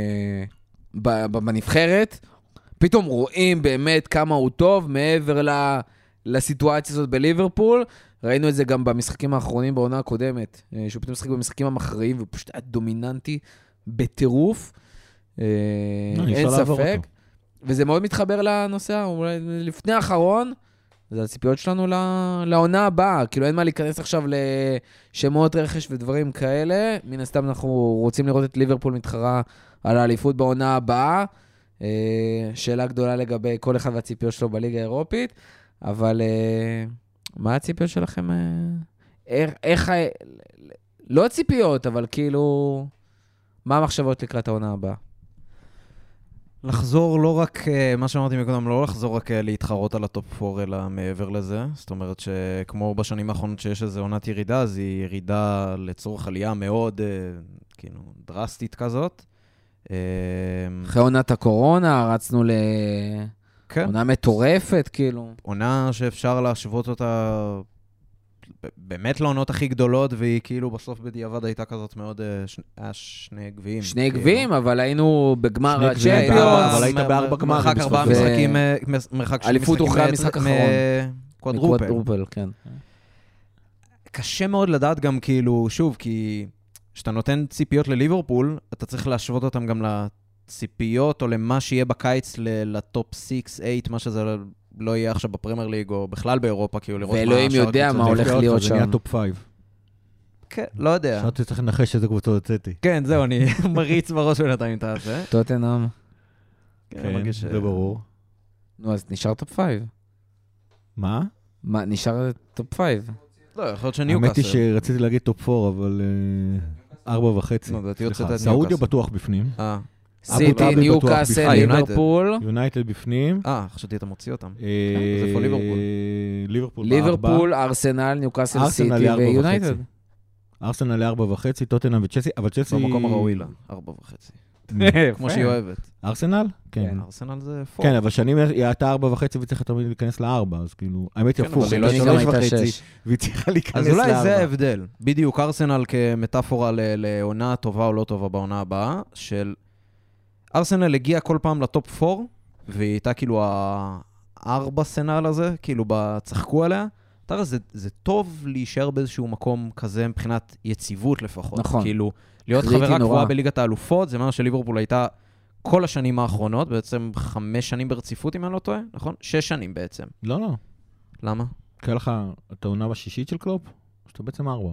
בנבחרת, פתאום רואים באמת כמה הוא טוב, מעבר לסיטואציה הזאת בליברפול. ראינו את זה גם במשחקים האחרונים בעונה הקודמת, שהוא פתאום משחק במשחקים המכריעים, והוא פשוט היה דומיננטי בטירוף. אין ספק. וזה מאוד מתחבר לנושא, לפני האחרון, זה הציפיות שלנו לעונה הבאה. כאילו אין מה להיכנס עכשיו לשמות רכש ודברים כאלה. מן הסתם אנחנו רוצים לראות את ליברפול מתחרה על האליפות בעונה הבאה. שאלה גדולה לגבי כל אחד והציפיות שלו בליגה האירופית. אבל מה הציפיות שלכם? איך... לא הציפיות, אבל כאילו... מה המחשבות לקראת העונה הבאה? לחזור לא רק, מה שאמרתי מקודם, לא לחזור רק להתחרות על הטופ 4, אלא מעבר לזה. זאת אומרת שכמו בשנים האחרונות שיש איזו עונת ירידה, אז היא ירידה לצורך עלייה מאוד, כאילו, דרסטית כזאת. אחרי עונת הקורונה, רצנו לעונה מטורפת, כאילו. עונה שאפשר להשוות אותה באמת לעונות הכי גדולות, והיא כאילו בסוף בדיעבד הייתה כזאת מאוד, היה שני גביעים. שני גביעים, אבל היינו בגמר הצ'מפיונס. אבל היית בארבע גמרים. מרחק 4 משחקים, מרחק של אליפות הוכרע משחק אחרון. קוואדרופל, כן. קשה מאוד לדעת גם כאילו, שוב, כי כשאתה נותן ציפיות לליברפול, אתה צריך להשוות אותם גם לציפיות, או למה שיהיה בקיץ לטופ 6-8, מה שזה לא יהיה עכשיו בפרמייר ליג, או בכלל באירופה, כאילו לראות מה... ואלוהים יודע מה הולך להיות שם. זה נהיה טופ 5. כן, לא יודע. עכשיו אתה צריך לנחש איזה קבוצות הוצאתי. כן, זהו, אני מריץ בראש בינתיים את זה. טוטנהאם. כן, זה ברור. נו, אז נשאר טופ 5. מה? מה, נשאר טופ 5? לא, יכול להיות שניוקאסל. האמת היא שרציתי להגיד טופ 4, אבל 4.5. סליחה, סעודיה בטוח בפנים. סיטי, ניוקאסל, ליברפול. יונייטד בפנים. חשבתי אתה מוציא אותם. זה פה ליברפול. ליברפול, ארסנל, ניוקאסל, סיטי ויונייטד. ארסנל ל4.5, טוטנהאם וצ'לסי, אבל צ'לסי... במקום הראוי לה, 4.5. כמו שהיא אוהבת. ארסנל? כן. ארסנל זה פור. כן, אבל שנים היא הייתה 4.5 וצריכה תמיד להיכנס ל4, אז כאילו, האמת היא הפוך, היא לא 3.5, והיא צריכה להיכנס ל4. אז אולי זה ההבדל. בדיוק, ארסנל כמטאפורה לעונה טובה או לא טובה בעונה הבאה, של ארסנל הגיע כל פעם לטופ 4, והיא הייתה כאילו ה4 סנל הזה, כאילו צחקו עליה. תראה, זה טוב להישאר באיזשהו מקום כזה מבחינת יציבות לפחות. נכון. כאילו, להיות חברה קבועה בליגת האלופות, זה מה שליברפול הייתה כל השנים האחרונות, בעצם 5 שנים ברציפות, אם אני לא טועה, נכון? 6 שנים בעצם. לא, לא. למה? קרא לך, אתה עונה בשישית של קלופ? או שאתה בעצם 4?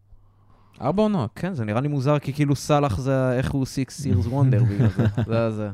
4 עונות. כן, זה נראה לי מוזר, כי כאילו סלח זה איך הוא 6 years wonder בגלל זה. זה.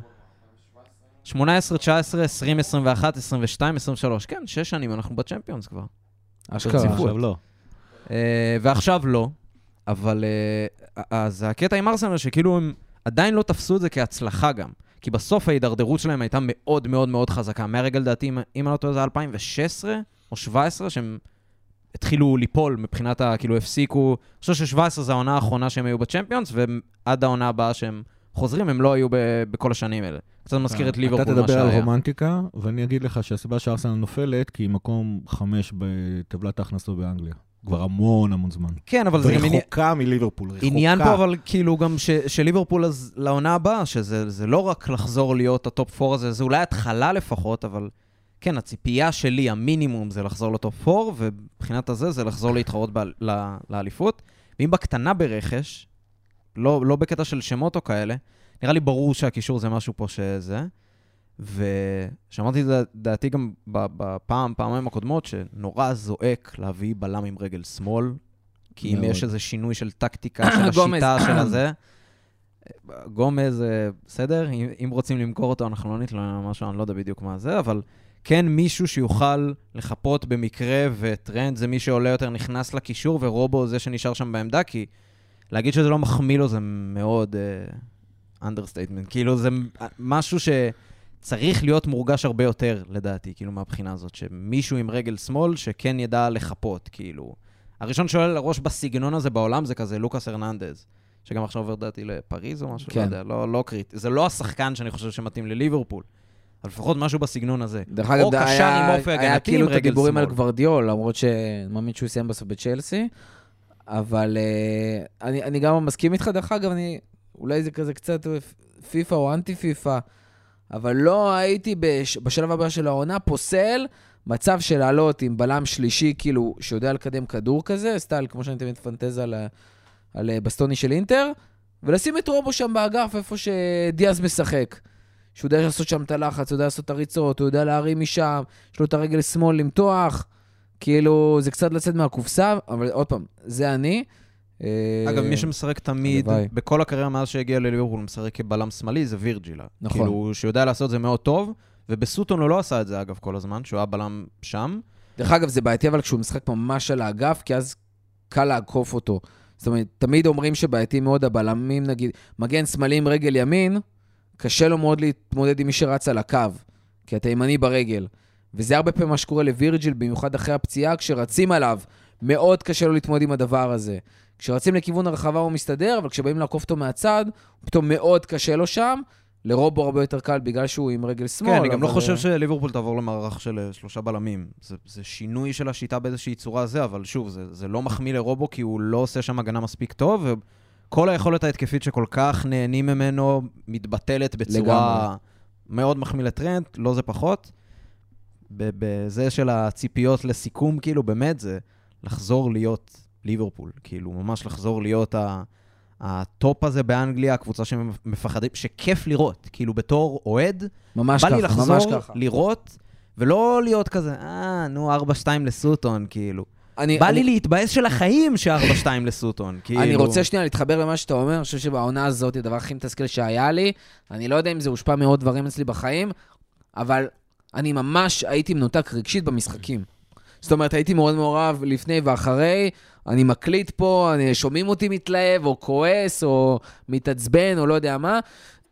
18, 19, 20, 21, 22, 23. כן, 6 שנים, אנחנו בצ'מפיונס כבר. אשכרה, עכשיו לא. ועכשיו לא, אבל אז הקטע עם ארסנל שכאילו הם עדיין לא תפסו את זה כהצלחה גם, כי בסוף ההידרדרות שלהם הייתה מאוד מאוד מאוד חזקה. מהרגע לדעתי, אם אני לא טועה, זה 2016 או 2017, שהם התחילו ליפול מבחינת כאילו הפסיקו, אני חושב ש17 זה העונה האחרונה שהם היו בצ'מפיונס, ועד העונה הבאה שהם חוזרים, הם לא היו בכל השנים האלה. קצת מזכיר את ליברפול מה שהיה. אתה תדבר על רומנטיקה, ואני אגיד לך שהסיבה שארסנל נופלת, כי היא מקום 5 בטבלת ההכנסות באנגליה. כבר המון זמן. כן, אבל זה גם רחוקה מליברפול, רחוקה. עניין פה, אבל כאילו גם שליברפול לעונה הבאה, שזה לא רק לחזור להיות הטופ 4 הזה, זה אולי התחלה לפחות, אבל כן, הציפייה שלי, המינימום זה לחזור לטופ 4, ובבחינת הזה זה לחזור להתחרות לאליפות. ואם בקטנה ברכש, לא בקטע של שמות או כאלה, נראה לי ברור שהקישור זה משהו פה שזה, ושמעתי את דעתי גם פעמיים הקודמות, שנורא זועק להביא בלם עם רגל שמאל, כי אם יש איזה שינוי של טקטיקה, של השיטה של הזה, גומז, בסדר, אם רוצים למכור אותו, אנחנו לא נתלונן משהו, אני לא יודע בדיוק מה זה, אבל כן מישהו שיוכל לחפות במקרה, וטרנד זה מי שעולה יותר נכנס לקישור, ורובו זה שנשאר שם בעמדה, כי להגיד שזה לא מחמיא לו זה מאוד understatement, כאילו זה משהו שצריך להיות מורגש הרבה יותר, לדעתי, כאילו מהבחינה הזאת, שמישהו עם רגל שמאל שכן ידע לחפות, כאילו. הראשון שעולה לראש בסגנון הזה בעולם זה כזה לוקאס הרננדז, שגם עכשיו עובר דעתי לפריז או משהו, כן. לא יודע, לא קריטי. זה לא השחקן שאני חושב שמתאים לליברפול, אבל לפחות משהו בסגנון הזה. דרך אגב, היה כאילו את הדיבורים על גוורדיול, למרות שמאמין שהוא יסיים בסוף בצ'לסי, אבל אני גם מסכים איתך, דרך אגב, אולי זה כזה קצת פיפה או אנטי פיפה, אבל לא הייתי בשלב הבא של העונה פוסל, מצב של לעלות עם בלם שלישי, כאילו, שיודע לקדם כדור כזה, סטייל, כמו שאני תמיד פנטזה על בסטוני של אינטר, ולשים את רובו שם באגף, איפה שדיאז משחק. שהוא יודע לעשות שם את הלחץ, הוא יודע לעשות את הריצות, הוא יודע להרים משם, יש לו את הרגל שמאל למתוח, כאילו, זה קצת לצאת מהקופסה, אבל עוד פעם, זה אני. אגב, מי שמשחק תמיד, בכל הקריירה מאז שהגיע לליברפול, משחק כבלם שמאלי, זה וירג'ילה. נכון. כאילו, שיודע לעשות זה מאוד טוב, ובסוטון הוא לא עשה את זה, אגב, כל הזמן, שהוא היה בלם שם. דרך אגב, זה בעייתי, אבל כשהוא משחק ממש על האגף, כי אז קל לעקוף אותו. זאת אומרת, תמיד אומרים שבעייתי מאוד הבלמים, נגיד, מגן שמאלי עם רגל ימין, קשה לו מאוד להתמודד עם מי שרץ על הקו, כי אתה ימני ברגל. וזה הרבה פעמים מה שקורה לווירג'יל, במיוחד אחרי הפציעה, כשרצים עליו, מאוד קשה לו להתמודד עם הדבר הזה. כשרצים לכיוון הרחבה הוא מסתדר, אבל כשבאים לעקוף אותו מהצד, פתאום מאוד קשה לו שם, לרובו הרבה יותר קל בגלל שהוא עם רגל שמאל. כן, אני גם לא חושב שליברפול תעבור למערך של 3 בלמים. זה שינוי של השיטה באיזושהי צורה זה, אבל שוב, זה לא מחמיא לרובו, כי הוא לא עושה שם הגנה מספיק טוב, וכל היכולת ההתקפית שכל כך נהנים ממנו, מתבטלת בצורה מאוד מחמיא לטרנד, לא זה פחות. בזה של הציפיות לסיכום, כאילו, באמת זה לחזור להיות ליברפול, כאילו, ממש לחזור להיות הטופ הזה באנגליה, הקבוצה שמפחדים, שכיף לראות, כאילו בתור אוהד, ממש בא ככה, לי לחזור ממש ככה. לראות, ולא להיות כזה, נו, 4-2 לסוטון, כאילו. בא לי להתבאס של החיים ש4-2 לסוטון, כאילו. אני רוצה שנייה להתחבר למה שאתה אומר, אני חושב שבעונה הזאת, הדבר הכי מתסכל שהיה לי, אני לא יודע אם זה הושפע מאוד דברים אצלי בחיים, אבל אני ממש הייתי מנותק רגשית במשחקים. זאת אומרת, הייתי מאוד מעורב לפני ואחרי, אני מקליט פה, שומעים אותי מתלהב, או כועס, או מתעצבן, או לא יודע מה.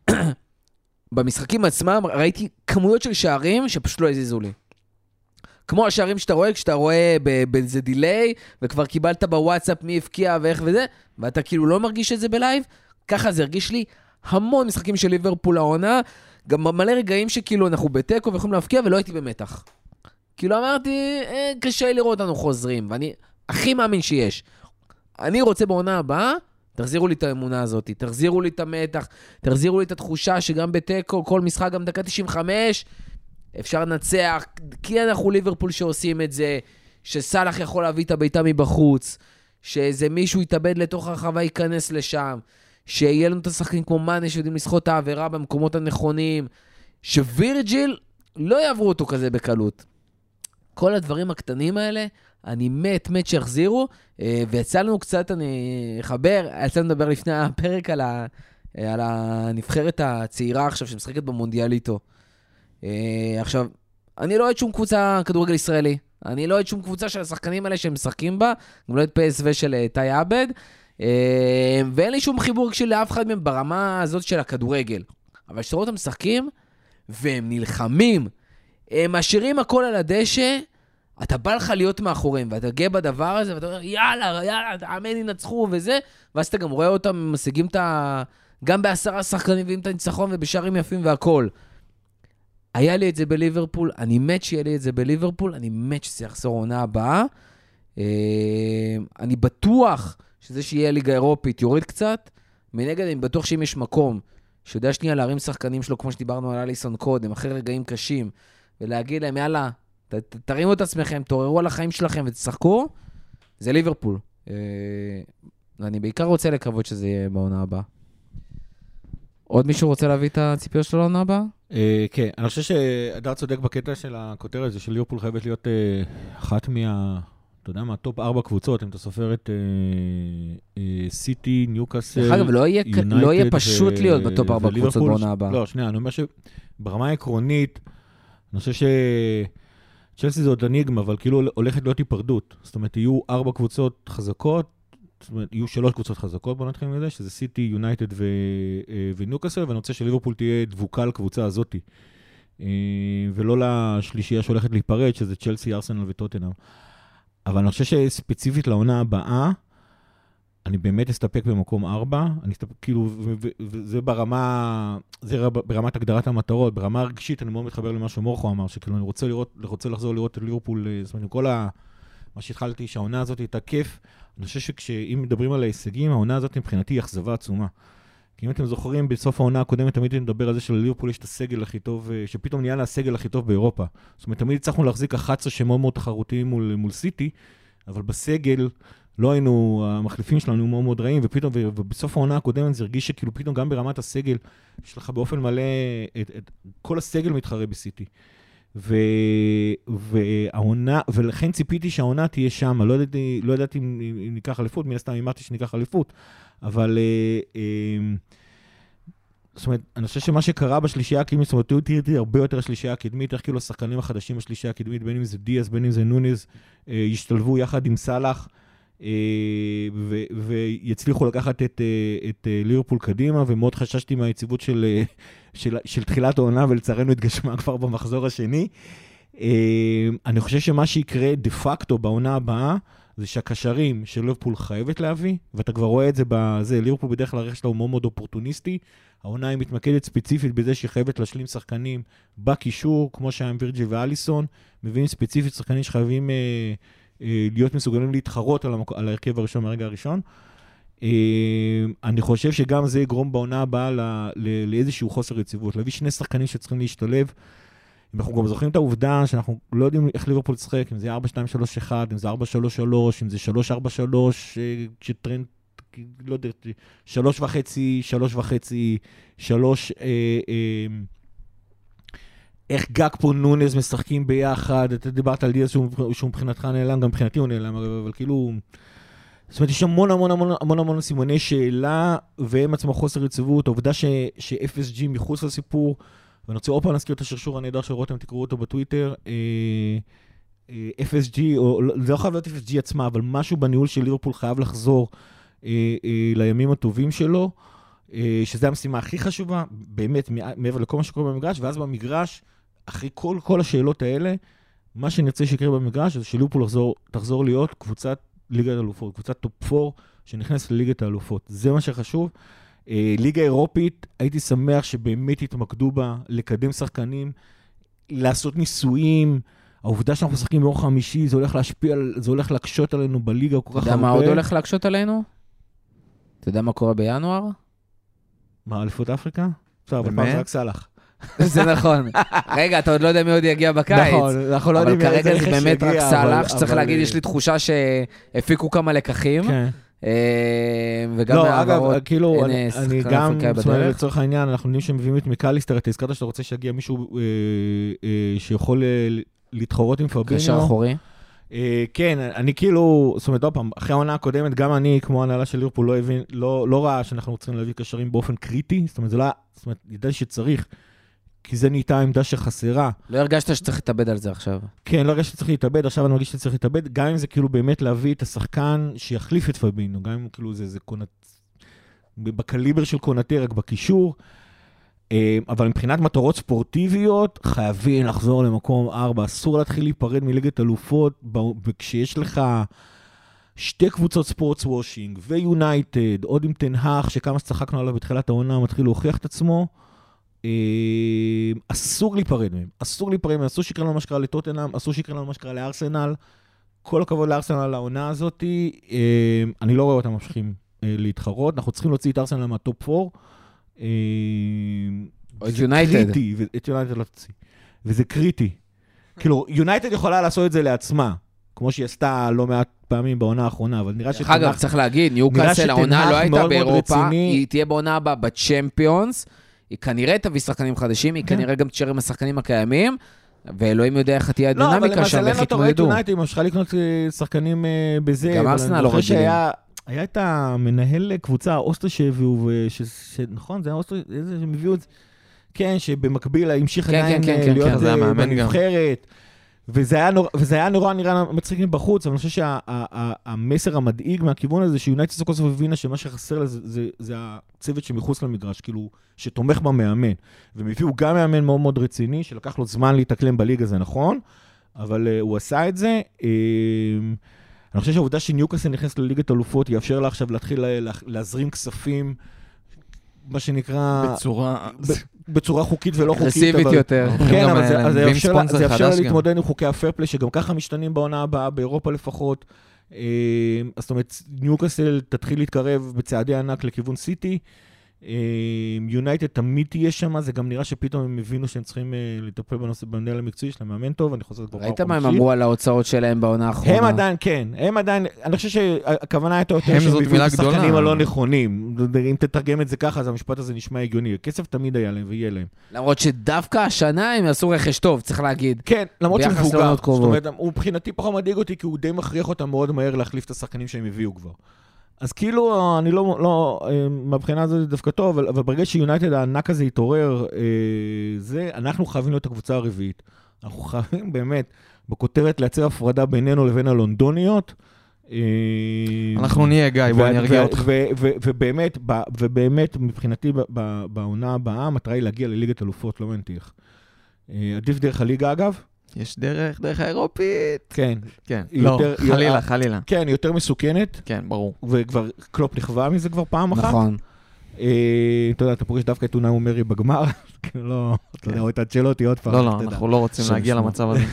במשחקים עצמם ראיתי כמויות של שערים שפשוט לא הזיזו לי. כמו השערים שאתה רואה, כשאתה רואה באיזה דיליי, וכבר קיבלת בוואטסאפ מי הפקיע ואיך וזה, ואתה כאילו לא מרגיש את זה בלייב, ככה זה הרגיש לי המון משחקים של ליברפול העונה, גם מלא רגעים שכאילו אנחנו בטקו ויכולים להפקיע, ולא הייתי במתח. כאילו אמרתי, קשה לראות אותנו חוזרים, ואני הכי מאמין שיש. אני רוצה בעונה הבאה, תחזירו לי את האמונה הזאת, תחזירו לי את המתח, תחזירו לי את התחושה שגם בטקו, כל משחק, גם דקה 95, אפשר לנצח, כי אנחנו ליברפול שעושים את זה, שסלח יכול להביא את הביתה מבחוץ, שאיזה מישהו יתאבד לתוך הרחבה, ייכנס לשם, שיהיה לנו את השחקנים כמו מאנה, שיודעים לשחוט את העבירה במקומות הנכונים, שווירג'יל לא יעברו אותו כזה בקלות. כל הדברים הקטנים האלה, אני מת שיחזירו, ויצא לנו קצת, אני אחבר, יצא לנו לדבר לפני הפרק על הנבחרת הצעירה עכשיו, שמשחקת במונדיאליטו. עכשיו, אני לא אוהד שום קבוצה כדורגל ישראלי, אני לא אוהד שום קבוצה של השחקנים האלה שהם משחקים בה, גם לא אוהד PSV של טי עבד, ואין לי שום חיבור של לאף אחד מהם ברמה הזאת של הכדורגל. אבל כשתראו אותם משחקים, והם נלחמים, הם משאירים הכל על הדשא, אתה בא לך להיות מאחוריהם, ואתה גאה בדבר הזה, ואתה אומר, יאללה, האמן ינצחו וזה, ואז אתה גם רואה אותם, משיגים גם ב10 שחקנים, ועם את הניצחון, ובשערים יפים והכל. היה לי את זה בליברפול, אני מת שיהיה לי את זה בליברפול, אני מת שזה יחזור עונה הבאה. אני בטוח שזה שיהיה ליגה אירופית יוריד קצת, מנגד אני בטוח שאם יש מקום, שיודע שנייה להרים שחקנים שלו, כמו שדיברנו על אליסון קודם, אחרי רגעים קשים, ולהגיד להם, יאללה, תרימו את עצמכם, תעוררו על החיים שלכם ותשחקו, זה ליברפול. אני בעיקר רוצה לקוות שזה יהיה בעונה הבאה. עוד מישהו רוצה להביא את הציפיות שלו לעונה הבאה? כן, אני חושב שהדר צודק בקטע של הכותרת, זה של ליברפול חייבת להיות אחת אתה יודע מה, טופ 4 קבוצות, אם אתה סופר את סיטי, ניוקאסל, דרך אגב, לא יהיה פשוט להיות בטופ 4 קבוצות בעונה הבאה. לא, שנייה, אני אומר שברמה העקרונית, אני חושב צ'לסי זה עוד אניגמה, אבל כאילו הולכת להיות היפרדות. זאת אומרת, יהיו 4 קבוצות חזקות, זאת אומרת, יהיו 3 קבוצות חזקות, בוא נתחיל מזה, שזה סיטי, יונייטד וניוקאסל, ואני רוצה שליברפול תהיה דבוקה לקבוצה הזאת, ולא לשלישייה שהולכת להיפרד, שזה צ'לסי, ארסנל וטוטנהאם. אבל אני חושב שספציפית לעונה הבאה, אני באמת אסתפק במקום 4, אני אסתפק, כאילו, וזה ברמת הגדרת המטרות, ברמה הרגשית, אני מאוד מתחבר למה שמורכו אמר, שכאילו אני רוצה לחזור לראות את ליברפול, זאת אומרת, כל מה שהתחלתי, שהעונה הזאת הייתה כיף, אני חושב שכשאם מדברים על ההישגים, העונה הזאת מבחינתי היא אכזבה עצומה. כי אם אתם זוכרים, בסוף העונה הקודמת תמיד נדבר על זה שלליברפול יש את הסגל הכי טוב, שפתאום נהיה לה הסגל הכי טוב באירופה. זאת אומרת, תמיד הצלחנו להחזיק 11 שמאוד מאוד תחרותיים מול סיטי, אבל בסגל לא היינו, המחליפים שלנו מאוד מאוד רעים, ובסוף העונה הקודמת זה הרגיש שכאילו פתאום גם ברמת הסגל, יש לך באופן מלא, כל הסגל מתחרה בסיטי. ולכן ציפיתי שהעונה תהיה שם, לא ידעתי אם ניקח אליפות, מן הסתם אמרתי שניקח אליפות, אבל זאת אומרת, אני חושב שמה שקרה בשלישייה הקדמית, זאת אומרת, תראיתי הרבה יותר השלישייה הקדמית, איך כאילו השחקנים החדשים בשלישייה הקדמית, בין אם זה דיאס, בין אם זה נוניז, ישתלבו יחד עם סלאח, ויצליחו לקחת את ליברפול קדימה, ומאוד חששתי מהיציבות של תחילת העונה, ולצערנו התגשמה כבר במחזור השני. אני חושב שמה שיקרה דה פקטו בעונה הבאה, זה שהקשרים של ליברפול חייבת להביא, ואתה כבר רואה את זה בזה, ליברפול בדרך כלל הרכש שלה הוא מאוד מאוד אופורטוניסטי, העונה היא מתמקדת ספציפית בזה שהיא חייבת להשלים שחקנים בקישור, כמו שהיה עם וירג'יל ואליסון, מביאים ספציפית שחקנים שחייבים להיות מסוגלים להתחרות על ההרכב הראשון מהרגע הראשון. אני חושב שגם זה יגרום בעונה הבאה לאיזשהו חוסר יציבות, להביא 2 שחקנים שצריכים להשתלב. אנחנו גם זוכרים את העובדה שאנחנו לא יודעים איך ליברפול לשחק, אם זה 4-2-3-1, אם זה 4-3-3, אם זה 3-4-3, כשטרנד, לא יודע, 3.5, 3, איך גאקפו נונז משחקים ביחד, אתה דיברת על דיאס שהוא מבחינתך נעלם, גם מבחינתי הוא נעלם, אבל כאילו, זאת אומרת, יש המון סימני שאלה, והם עצמם חוסר יציבות, העובדה ש-FSG מחוץ לסיפור, ואני רוצה עוד פעם להזכיר את השרשור הנהדר של רותם, תקראו אותו בטוויטר, FSG, זה לא חייב להיות FSG עצמה, אבל משהו בניהול של ליברפול חייב לחזור לימים הטובים שלו, שזה המשימה הכי חשובה, באמת, מעבר לכל מה שקורה במגרש, ואז במגרש, אחרי כל השאלות האלה, מה שנרצה שיקרה במגרש, זה שליברפול תחזור להיות קבוצת ליגת האלופות, קבוצת טופ 4 שנכנסת לליגת האלופות. זה מה שחשוב. ליגה אירופית, הייתי שמח שבאמת יתמקדו בה, לקדם שחקנים, לעשות ניסויים, העובדה שאנחנו משחקים ביום חמישי, זה הולך להשפיע, זה הולך להקשות עלינו בליגה כל כך הרבה. אתה יודע מה עוד הולך להקשות עלינו? אתה יודע מה קורה בינואר? מה, אליפות אפריקה? בסדר, אבל פעם זה רק סלאח. זה נכון. רגע, אתה עוד לא יודע מי עוד יגיע בקיץ. נכון, אנחנו לא יודעים אבל כרגע זה באמת רק סלאח, שצריך להגיד, יש לי תחושה שהפיקו כמה לקחים. כן. וגם מהעברות, אגב, כאילו, אני גם, לצורך העניין, אנחנו יודעים שמביאים את מקליסטר, אתה הזכרת שאתה רוצה שיגיע מישהו שיכול להתחרות עם פאביניו. קשר אחורי. כן, אני כאילו, זאת אומרת, עוד פעם, אחרי העונה הקודמת, גם אני, כמו הנהלה של ליברפול, לא ראה שאנחנו צריכים להביא קשרים באופן קריטי, זאת אומרת, זה לא, זאת אומרת, ידע שצריך, כי זה נהייתה עמדה שחסרה. לא הרגשת שצריך להתאבד על זה עכשיו. כן, לא הרגשת שצריך להתאבד, עכשיו אני מרגיש שצריך להתאבד, גם אם זה כאילו באמת להביא את השחקן שיחליף את פאביניו, גם אם כאילו זה בקליבר של קונאטה, רק בקישור, אבל מבחינת מטרות ספורטיביות, חייבים לחזור למקום 4, אסור להתחיל להיפרד מליגת אלופות, וכשיש לך 2 קבוצות ספורטס וושינג, ויונייטד, עוד עם תנהך, שכמה שצחקנו עליו בתחילת העונה, מתחיל להוכיח את עצמו, אסור להיפרד מהם, אסור שיקרה לנו מה שקרה לטוטנהאם, אסור שיקרה לנו מה שקרה לארסנל, כל הכבוד לארסנל לעונה הזאת, אני לא רואה אותם ממשיכים להתחרות, אנחנו צריכים להוציא את ארסנל מהטופ 4, או את יונייטד. את יונייטד לא תוציא, וזה קריטי. כאילו, יונייטד יכולה לעשות את זה לעצמה, כמו שהיא עשתה לא מעט פעמים בעונה האחרונה, אבל נראה שתנח... אגב, צריך להגיד, ניוקאסל העונה לא הייתה באירופה, היא תהיה בעונה הבאה בצ'מפיונס, היא כנראה תביא שחקנים חדשים, היא כנראה גם תשאר עם השחקנים הקיימים, ואלוהים יודע איך תהיה הדינמיקה שם, איך יתמודדו. לא, אבל למזלנו, היא ממשיכה לקנות שחקנים בזה. גם ארסנל לא רגילים. היה את המנהל קבוצה, אוסטר שהביאו, נכון, זה היה אוסטר, איזה שהם הביאו את זה, כן, שבמקביל המשיך עדיין להיות בנבחרת, וזה היה נורא נראה מצחיק מבחוץ, אבל אני חושב שהמסר המדאיג מהכיוון הזה, שיונייטד סוף כל סוף הבינה שמה שחסר לזה, זה הצוות שמחוץ למגרש, כאילו, שתומך במאמן, והם הביאו גם מאמן מאוד מאוד רציני, שלקח לו זמן להתאקלם בליגה, זה נכון, אבל הוא עשה את זה. אני חושב שהעובדה שניוקאסל נכנס לליגת אלופות, יאפשר לה עכשיו להתחיל להזרים כספים, מה שנקרא... בצורה חוקית ולא חוקית. אגרסיבית יותר. כן, אבל זה יאפשר להתמודד עם חוקי הפרפלי, שגם ככה משתנים בעונה הבאה, באירופה לפחות. אז זאת אומרת, ניוקאסל תתחיל להתקרב בצעדי ענק לכיוון סיטי. יונייטד תמיד תהיה שם, זה גם נראה שפתאום הם הבינו שהם צריכים לטפל בנושא, במנהל המקצועי שלהם, מאמן טוב, אני חוזר כבר ראית מה הם אמרו על ההוצאות שלהם בעונה האחרונה? הם עדיין, כן, הם עדיין, אני חושב שהכוונה הייתה יותר שהם הביאו את השחקנים הלא נכונים, אם תתרגם את זה ככה, אז המשפט הזה נשמע הגיוני, כסף תמיד היה להם ויהיה להם. למרות שדווקא השנה הם יעשו רכש טוב, צריך להגיד. כן, למרות שהוא מבוגר, זאת אומרת, הוא מבחינתי פחות מדאיג אותי, כי הוא די מכריח אותם מאוד מהר להחליף את השחקנים שהם הביאו כבר. אז כאילו, אני לא, מבחינה הזאת זה דווקא טוב, אבל ברגע שיונייטד הענק הזה יתעורר, אנחנו חייבים להיות הקבוצה הרביעית. אנחנו חייבים באמת, בכותרת לייצר הפרדה בינינו לבין הלונדוניות. אנחנו נהיה גיא, בוא אני ארגיע אותך. ובאמת, מבחינתי, בעונה הבאה, המטרה היא להגיע לליגת אלופות, לא מנתיח. עדיף דרך הליגה, אגב. יש דרך האירופית. כן. כן, לא, חלילה. כן, יותר מסוכנת. כן, ברור. וכבר קלופ נכווה מזה כבר פעם אחת. נכון. אתה יודע, אתה פוגש דווקא את אונאי אומרי בגמר. לא, אתה יודע, את שאלות אותי עוד פעם. לא, אנחנו לא רוצים להגיע למצב הזה.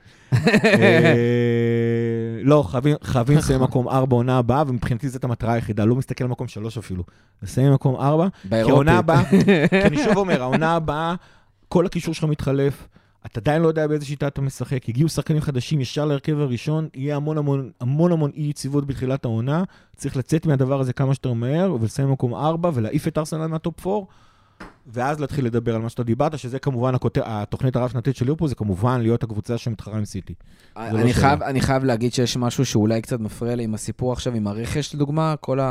לא, חייבים לסיים מקום 4 עונה הבאה, ומבחינתי זאת המטרה היחידה, לא מסתכל על מקום 3 אפילו. לסיים מקום 4, כי העונה הבאה, כי אני שוב אומר, העונה הבאה, כל הקישור שלך מתחלף, אתה עדיין לא יודע באיזה שיטה אתה משחק, הגיעו שחקנים חדשים ישר להרכב הראשון, יהיה המון אי יציבות בתחילת העונה, צריך לצאת מהדבר הזה כמה שיותר מהר, ולסיים מקום 4, ולהעיף את ארסנל מהטופ 4, ואז להתחיל לדבר על מה שאתה דיברת, שזה כמובן התוכנית הרב-שנתית של ליברפול, זה כמובן להיות הקבוצה שמתחרה עם סיטי. אני חייב להגיד שיש משהו שאולי קצת מפריע לי עם הסיפור עכשיו, עם הרכש לדוגמה, כל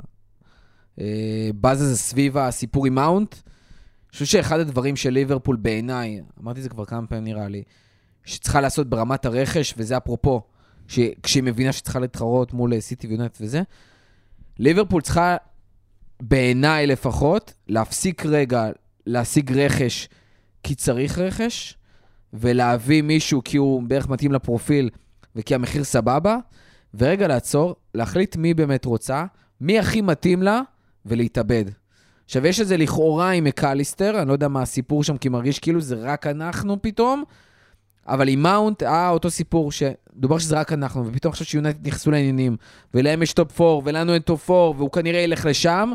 הבאז הזה סביב הסיפור עם מאונט, אני חושב שאחד הדברים של ליברפול בעיניי, אמרתי זה כבר כמה פעמים נראה לי, שצריכה לעשות ברמת הרכש, וזה אפרופו, כשהיא מבינה שצריכה להתחרות מול סיטי ויונייטד וזה, ליברפול צריכה, בעיניי לפחות, להפסיק רגע, להשיג רכש, כי צריך רכש, ולהביא מישהו כי הוא בערך מתאים לפרופיל, וכי המחיר סבבה, ורגע לעצור, להחליט מי באמת רוצה, מי הכי מתאים לה, ולהתאבד. עכשיו, יש איזה לכאורה עם מקליסטר, אני לא יודע מה הסיפור שם, כי מרגיש כאילו זה רק אנחנו פתאום, אבל עם מאונט, אותו סיפור שדובר שזה רק אנחנו, ופתאום עכשיו שיונייטד נכנסו לעניינים, ולהם יש טופ 4, ולנו אין טופ 4, והוא כנראה ילך לשם.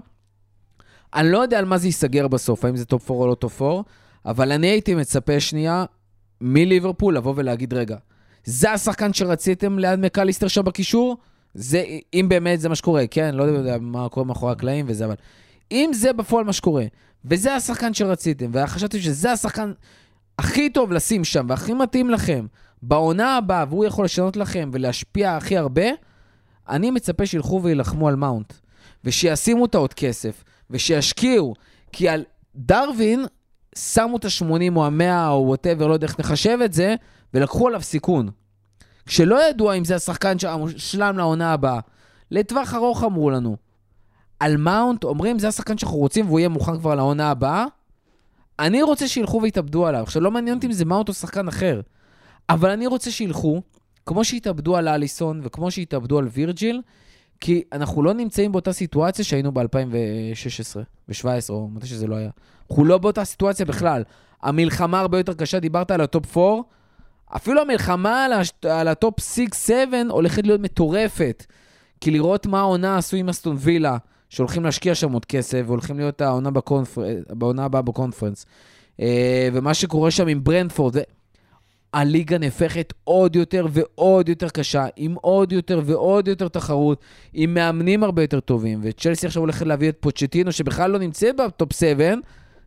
אני לא יודע על מה זה ייסגר בסוף, האם זה טופ 4 או לא טופ 4, אבל אני הייתי מצפה שנייה מליברפול לבוא ולהגיד, רגע, זה השחקן שרציתם ליד מקליסטר שם בקישור? זה, אם באמת זה מה שקורה, כן, לא יודע מה קורה מאחורי הקלעים וזה, אבל אם זה בפועל מה שקורה, וזה השחקן שרציתם, וחשבתי שזה השחקן הכי טוב לשים שם, והכי מתאים לכם, בעונה הבאה, והוא יכול לשנות לכם ולהשפיע הכי הרבה, אני מצפה שילכו וילחמו על מאונט, ושישימו את עוד כסף, ושישקיעו, כי על דרווין שמו את ה-80 או ה-100 או whatever, לא יודע איך נחשב את זה, ולקחו עליו סיכון. כשלא ידוע אם זה השחקן שלם לעונה הבאה, לטווח ארוך אמרו לנו, על מאונט אומרים זה השחקן שאנחנו רוצים והוא יהיה מוכן כבר לעונה הבאה, אני רוצה שילכו ויתאבדו עליו. עכשיו לא מעניין אותי אם זה מאונט או שחקן אחר, אבל אני רוצה שילכו, כמו שהתאבדו על אליסון וכמו שהתאבדו על וירג'יל, כי אנחנו לא נמצאים באותה סיטואציה שהיינו ב-2016 ו-17 או מתי שזה לא היה. אנחנו לא באותה סיטואציה בכלל. המלחמה הרבה יותר קשה, דיברת על הטופ 4, אפילו המלחמה על הטופ 6-7 הולכת להיות מטורפת, כי לראות מה העונה עשו עם אסטון וילה, שהולכים להשקיע שם עוד כסף, והולכים להיות בעונה הבאה בקונפרנס, ומה שקורה שם עם ברנדפורד, הליגה נהפכת עוד יותר ועוד יותר קשה, עם עוד יותר ועוד יותר תחרות, עם מאמנים הרבה יותר טובים, וצ'לסי עכשיו הולכת להביא את פוצ'טינו, שבכלל לא נמצא בטופ 7,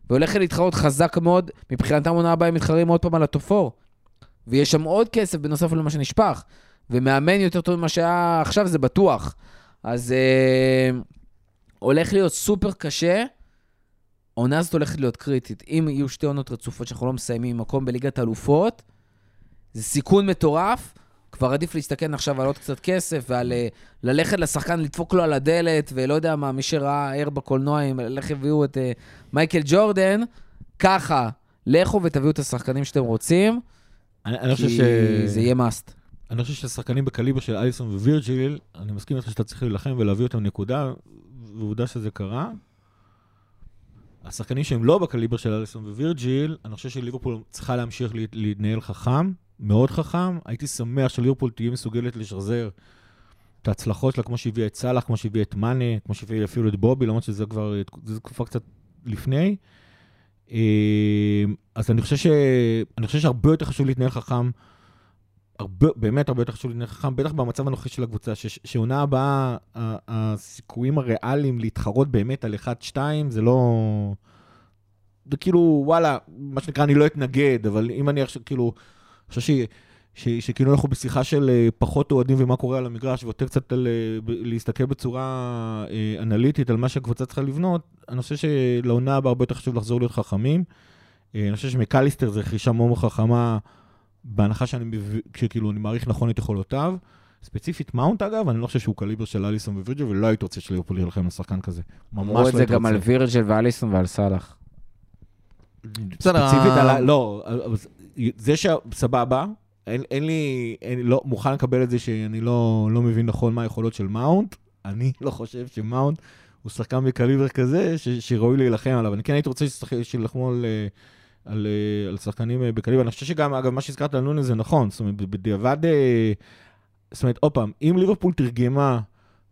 והולכת להתחרות חזק מאוד, מבחינתם עונה הבאה הם מתחרים עוד פעם על הטופור, ויש שם עוד כסף בנוסף למה שנשפך, ומאמן יותר טוב ממה שהיה עכשיו, זה בטוח. אז הולך להיות סופר קשה, העונה הזאת הולכת להיות קריטית. אם יהיו שתי עונות רצופות שאנחנו לא מסיימים מקום בליגת האלופות, זה סיכון מטורף, כבר עדיף להסתכן עכשיו על עוד קצת כסף, ועל ללכת לשחקן, לדפוק לו על הדלת, ולא יודע מה, מי שראה ער בקולנוע, איך הביאו את מייקל ג'ורדן, ככה, לכו ותביאו את השחקנים שאתם רוצים, כי זה יהיה מאסט. אני חושב שהשחקנים בקליבר של אליסון ווירג'יל, אני מסכים איתך שאתה צריך להילחם ולהביא אותם נקודה, ועובדה שזה קרה. השחקנים שהם לא בקליבר של אליסון ווירג'יל, אני חושב שליברפול צריכה להמשיך להתנהל חכם, מאוד חכם. הייתי שמח שליברפול תהיה מסוגלת לשחזר את ההצלחות שלה, כמו שהביאה את סלאח, כמו שהביאה את מאנה, כמו שהביאה אפילו את בובי, למרות שזה כבר, זו תקופה קצת לפני. אז אני חושב שהרבה יותר חשוב להתנהל חכם, באמת הרבה יותר חשוב להתנהל חכם, בטח במצב הנוכחי של הקבוצה, שעונה הבאה, הסיכויים הריאליים להתחרות באמת על 1-2, זה לא... זה כאילו, וואלה, מה שנקרא, אני לא אתנגד, אבל אם אני עכשיו, כאילו, חושב שכאילו אנחנו בשיחה של פחות אוהדים ומה קורה על המגרש, ויותר קצת להסתכל בצורה אנליטית על מה שהקבוצה צריכה לבנות, אני חושב שלעונה הבאה הרבה יותר חשוב לחזור להיות חכמים. אני חושב שמקליסטר זה רכישה מאוד חכמה, בהנחה שכאילו אני מעריך נכון את יכולותיו. ספציפית מאונט אגב, אני לא חושב שהוא קליבר של אליסון ווירג'יל, ולא הייתי רוצה שליברפול יילחם לשחקן כזה. אמרו את זה גם על וירג'יל ואליסון ועל סלאח. ספציפית על... לא, זה שסבבה, אין לי, לא מוכן לקבל את זה שאני לא מבין נכון מה היכולות של מאונט. אני לא חושב שמאונט הוא שחקן בקליבר כזה, שראוי להילחם עליו. אני כן הייתי רוצה שילחמו על שחקנים בקליבר. אני חושב שגם, אגב, מה שהזכרת על נוני זה נכון. זאת אומרת, בדיעבד, זאת אומרת, עוד פעם, אם ליברפול תרגמה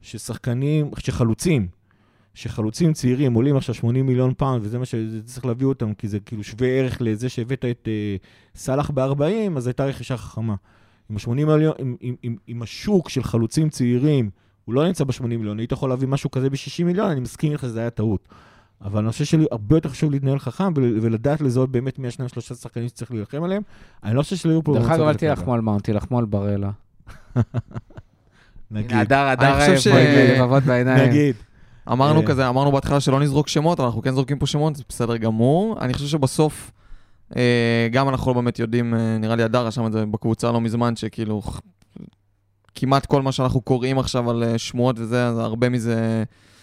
שחלוצים צעירים עולים עכשיו 80 מיליון פאונד, וזה מה שצריך להביא אותם, כי זה כאילו שווה ערך לזה שהבאת את סלאח ב-40, אז הייתה רכישה חכמה. עם ה-80 מיליון, עם השוק של חלוצים צעירים, הוא לא נמצא ב-80 מיליון, היית יכול להביא משהו כזה ב-60 מיליון, אני מסכים לך שזה היה טעות. אבל אני חושב שלי הרבה יותר חשוב להתנהל חכם, ולדעת לזהות באמת מי השניים שלושה שחקנים שצריך להילחם עליהם. אני לא חושב שליברפול... דרך אגב, אל תילחמו על מאונט, תילחמו על ברלה. נגיד. הדר לבבות בעיניים. נגיד. אמרנו כזה, אמרנו בהתחלה שלא נזרוק שמות, אבל אנחנו כן זורקים פה שמות, זה בסדר גמור. אני חושב שבסוף, גם אנחנו לא באמת יודעים, נראה לי הדר רשם את זה בקבוצה לא מזמן, שכאילו, כמעט כל מה שאנחנו קוראים עכשיו על שמועות וזה, אז הרבה מזה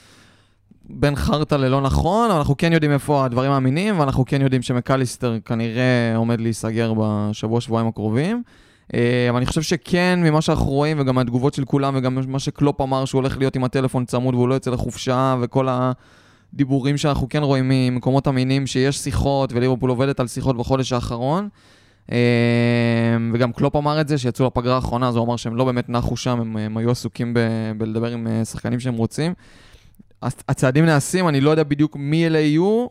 בין חרטה ללא נכון, אבל אנחנו כן יודעים איפה הדברים האמינים, ואנחנו כן יודעים שמקליסטר כנראה עומד להיסגר בשבוע-שבועיים הקרובים. אבל אני חושב שכן, ממה שאנחנו רואים, וגם מהתגובות של כולם, וגם מה שקלופ אמר, שהוא הולך להיות עם הטלפון צמוד, והוא לא יוצא לחופשה, וכל הדיבורים שאנחנו כן רואים ממקומות אמינים, שיש שיחות, וליברפול עובדת על שיחות בחודש האחרון. וגם קלופ אמר את זה, שיצאו לפגרה האחרונה, אז הוא אמר שהם לא באמת נחו שם, הם היו עסוקים בלדבר עם שחקנים שהם רוצים. הצעדים נעשים, אני לא יודע בדיוק מי אלה יהיו,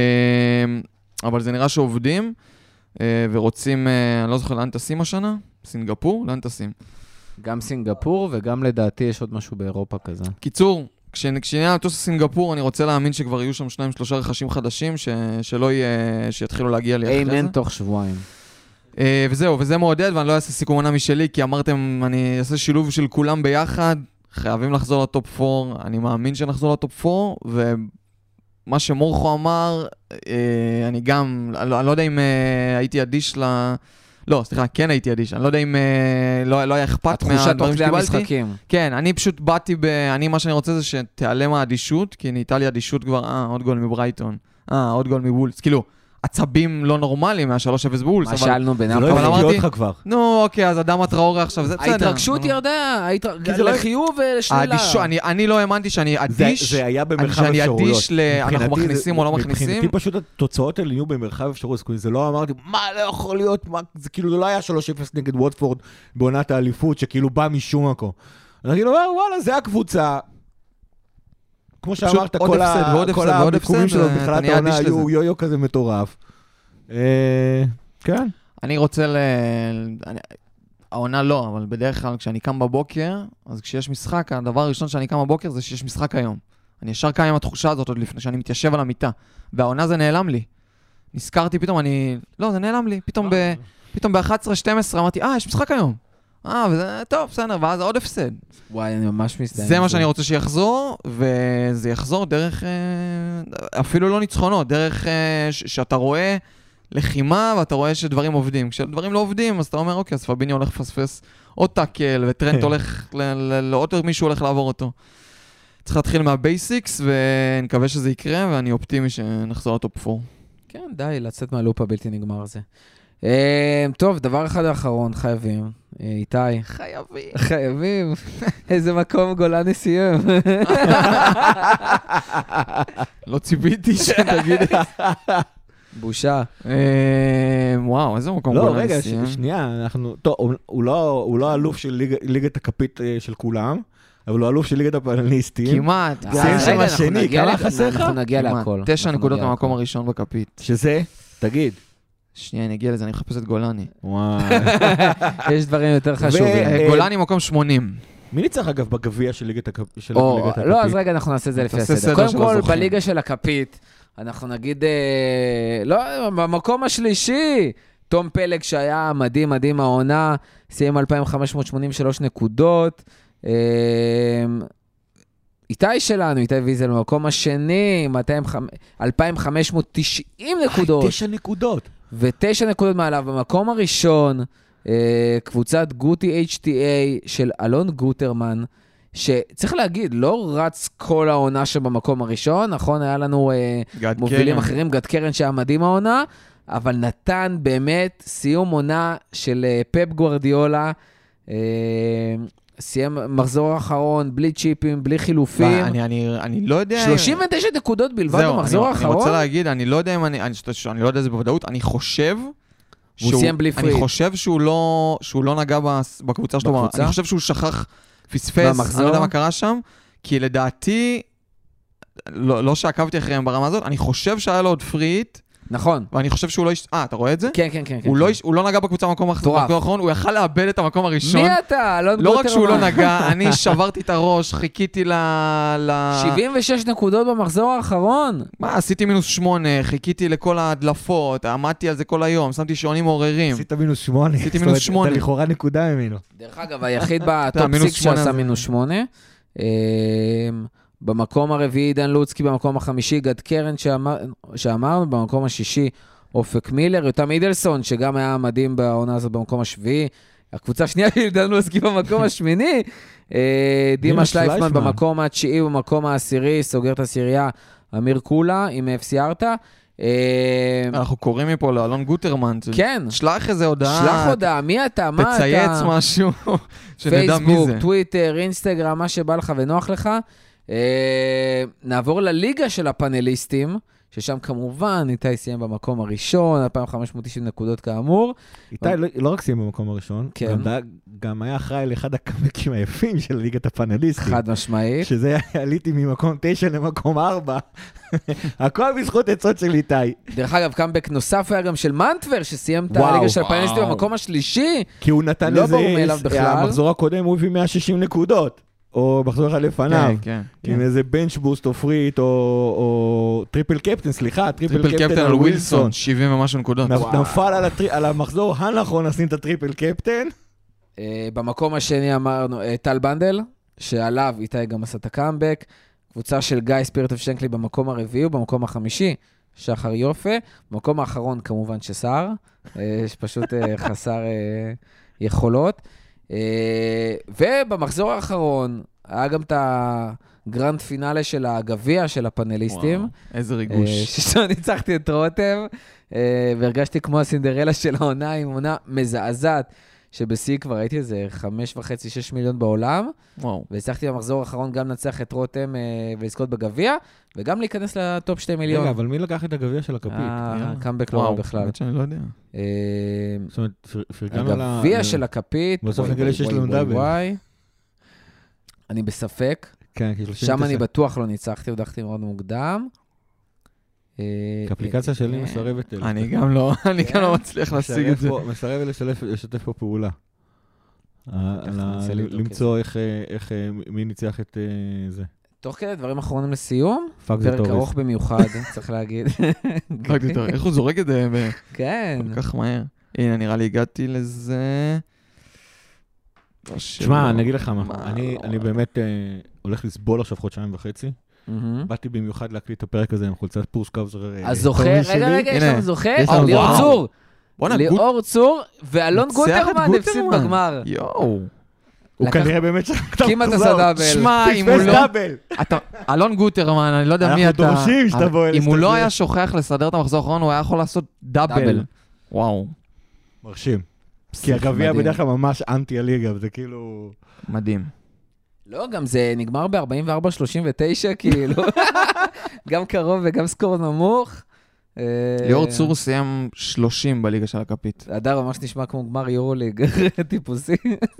אבל זה נראה שעובדים. ורוצים, אני לא זוכר לאן טסים השנה? סינגפור? לאן טסים? גם סינגפור וגם לדעתי יש עוד משהו באירופה כזה. קיצור, כשנהיה לטוס לסינגפור, אני רוצה להאמין שכבר יהיו שם 2-3 רכשים חדשים, שלא יהיה, שיתחילו להגיע לי אחרי זה. איימן תוך שבועיים. וזהו, וזה מעודד, ואני לא אעשה סיכום עונה משלי, כי אמרתם, אני אעשה שילוב של כולם ביחד, חייבים לחזור לטופ 4, אני מאמין שנחזור לטופ 4, מה שמורכו אמר, אני גם, אני לא יודע אם הייתי אדיש לא, סליחה, כן הייתי אדיש, אני לא יודע אם לא היה אכפת מהדברים שקיבלתי. כן, אני פשוט באתי מה שאני רוצה זה שתיעלם האדישות, כי נהייתה לי אדישות כבר, עוד גול מברייטון, עוד גול מבולס, כאילו, עצבים לא נורמליים מה-3-0 בבולס. מה שאלנו בינם. זה לא הבאתי אותך כבר. נו, אוקיי, אז אדם הטראורי עכשיו, זה בסדר. ההתרגשות ירדה, לחיוב ולשלילה. אני לא האמנתי שאני אדיש. זה היה במרחב אפשרויות. שאני אדיש אנחנו מכניסים או לא מכניסים. מבחינתי פשוט התוצאות האלה יהיו במרחב אפשרויות. זה לא אמרתי, מה לא יכול להיות, זה כאילו לא היה 3-0 נגד ווטפורד בעונת האליפות, שכאילו בא משום מקום. אני כאילו, וואלה, זה הקבוצה. כמו שאמרת, כל המיקומים שלו בכלל העונה היו יו-יו כזה מטורף. כן. אני רוצה העונה לא, אבל בדרך כלל כשאני קם בבוקר, אז כשיש משחק, הדבר הראשון שאני קם בבוקר זה שיש משחק היום. אני ישר קיים עם התחושה הזאת עוד לפני שאני מתיישב על המיטה. והעונה זה נעלם לי. נזכרתי פתאום, לא, זה נעלם לי. פתאום ב-11-12 אמרתי, יש משחק היום. וזה טוב, בסדר, ואז עוד הפסד. וואי, אני ממש מסתיים. זה מה שאני רוצה שיחזור, וזה יחזור דרך, אפילו לא ניצחונות, דרך שאתה רואה לחימה, ואתה רואה שדברים עובדים. כשדברים לא עובדים, אז אתה אומר, אוקיי, אז פביני הולך לפספס עוד טאקל, וטרנט הולך, לעוד מישהו הולך לעבור אותו. צריך להתחיל מהבייסיקס, ונקווה שזה יקרה, ואני אופטימי שנחזור לטופ 4. כן, די, לצאת מהלופ הבלתי נגמר הזה. טוב, דבר אחד האחרון, חייבים. איתי. חייבים. איזה מקום גולני סיים. לא ציפיתי שתגיד את זה. בושה. וואו, איזה מקום גולני סיים. לא, רגע, שנייה, טוב, הוא לא אלוף של ליגת הכפית של כולם, אבל הוא אלוף של ליגת הפאנליסטים. כמעט. סיים שם השני, כמה חסר לך? אנחנו נגיע להכל. 9 נקודות במקום הראשון בכפית. שזה? תגיד. שנייה, אני אגיע לזה, אני מחפש את גולני. וואי. יש דברים יותר חשובים. גולני מקום 80. מי ניצח אגב בגביע של ליגת הכפית? לא, אז רגע, אנחנו נעשה את זה לפי הסדר. קודם כל, בליגה של הכפית, אנחנו נגיד, לא, במקום השלישי, תום פלג שהיה מדהים, מדהים העונה, סיים 2,583 נקודות. איתי שלנו, איתי ויזל, במקום השני, 2,590 נקודות. 9 נקודות. ו9 נקודות מעליו. במקום הראשון, קבוצת גוטי HTA של אלון גוטרמן, שצריך להגיד, לא רץ כל העונה שבמקום הראשון, נכון? היה לנו מובילים אחרים, גד קרן שהיה מדהים העונה, אבל נתן באמת סיום עונה של פפ גוארדיולה, סיים מחזור האחרון, בלי צ'יפים, בלי חילופים. אני לא יודע... 39 נקודות בלבד במחזור האחרון. אני רוצה להגיד, אני לא יודע אם אני לא יודע זה בוודאות, אני חושב... הוא סיים בלי פריט. אני חושב שהוא לא נגע בקבוצה שלו. אני חושב שהוא שכח, פספס, אני לא יודע מה קרה שם, כי לדעתי, לא שעקבתי אחריהם ברמה הזאת, אני חושב שהיה לו עוד פריט, נכון. ואני חושב שהוא לא... אתה רואה את זה? כן, כן, כן. הוא לא נגע בקבוצה במקום האחרון, הוא יכל לאבד את המקום הראשון. מי אתה? לא רק שהוא לא נגע, אני שברתי את הראש, חיכיתי 76 נקודות במחזור האחרון. מה, עשיתי -8, חיכיתי לכל ההדלפות, עמדתי על זה כל היום, שמתי שעונים מעוררים. עשית -8. עשיתי -8. אתה לכאורה נקודה ממנו. דרך אגב, היחיד בטופ 6 שעשה -8. במקום הרביעי דן לוצקי, במקום החמישי גד קרן שאמרנו, במקום השישי אופק מילר, יותם אידלסון שגם היה מדהים בעונה הזאת במקום השביעי, הקבוצה השנייה של דן לוצקי במקום השמיני, דימה שלייפמן במקום התשיעי ובמקום העשירי, סוגר את העשירייה אמיר קולה עם FC ארטה. אנחנו קוראים מפה לאלון גוטרמן, כן. שלח איזה הודעה. שלח הודעה, מי אתה? מה אתה? תצייץ משהו, שנדע מי זה. פייסבוק, טוויטר, אינסטגרם, מה שבא לך ונוח לך. נעבור לליגה של הפאנליסטים, ששם כמובן איתי סיים במקום הראשון, 2,590 נקודות כאמור. איתי לא רק סיים במקום הראשון, גם היה אחראי לאחד הקאמבקים היפים של ליגת הפאנליסטים. חד משמעית. שזה עליתי ממקום 9 למקום 4. הכל בזכות עצות של איתי. דרך אגב, קאמבק נוסף היה גם של מנטבר, שסיים את הליגה של הפאנליסטים במקום השלישי. כי הוא נתן איזה... המחזור הקודם הוא הביא 160 נקודות. או מחזור אחד לפניו, עם איזה בנץ' בוסט או פריט, או טריפל קפטן, סליחה, טריפל קפטן על ווילסון. 70 ומשהו נקודות. נפל על המחזור הנכון, נשים את הטריפל קפטן. במקום השני אמרנו, טל בנדל, שעליו איתי גם עשה את הקאמבק, קבוצה של גיא ספירטוב שנקלי במקום הרביעי, ובמקום החמישי, שחר יופה, במקום האחרון כמובן שסער, שפשוט חסר יכולות. ובמחזור האחרון היה גם את הגרנד פינאלה של הגביע של הפאנליסטים. איזה ריגוש. ששם ניצחתי את רותם, והרגשתי כמו הסינדרלה של העונה, עם עונה מזעזעת, שבשיא כבר הייתי איזה 5.5-6 מיליון בעולם, והצלחתי במחזור האחרון גם לנצח את רותם ולזכות בגביע, וגם להיכנס לטופ 2 מיליון. רגע, אבל מי לקח את הגביע של הכפית? קאמבק לא בכלל. באמת שאני לא יודע. זאת אומרת, פרגנו על הגביע של הכפית, בסוף נגלה שיש לנו דאבל. אני בספק. כן, שם אני בטוח לא ניצחתי, הודחתי מאוד מוקדם. כאפליקציה שלי מסרבת. אני גם לא מצליח להשיג את זה. מסרב לשתף פה פעולה. למצוא איך מי ניצח את זה. תוך כדי דברים אחרונים לסיום, פאק זה פרק טורס. ארוך במיוחד, צריך להגיד. איך הוא זורק את זה כן. כל כך מהר? הנה, נראה לי הגעתי לזה. תשמע, אני אגיד לך מה, אני באמת הולך לסבול עכשיו חודשיים וחצי. באתי במיוחד להקליט את הפרק הזה עם חולצת פורסקאוזר. אז זוכר, רגע, יש לנו זוכר, יש לנו ליאור זוכר. צור. בוא'נה, ליאור צור ואלון ניצח את גוטרמן הפסיד גוטרמן. בגמר. יואו. הוא לקח- כנראה באמת שכתב כמעט עשה דאבל. שמע, אם הוא פספס לא... דאבל. אלון גוטרמן, אני לא יודע מי אתה. אנחנו דורשים שתבוא אל אם הוא לא הסתכלות. היה שוכח לסדר את המחזור האחרון, הוא היה יכול לעשות דאבל. דאבל. וואו. מרשים. כי הגביע מדהים. בדרך כלל ממש אנטי הליגה, וזה כאילו... מדהים. לא, גם זה נגמר ב-44-39, כאילו. גם קרוב וגם סקור נמוך. ליאור צור סיים 30 בליגה של הכפית. הדר ממש נשמע כמו גמר יורוליג, טיפוסי.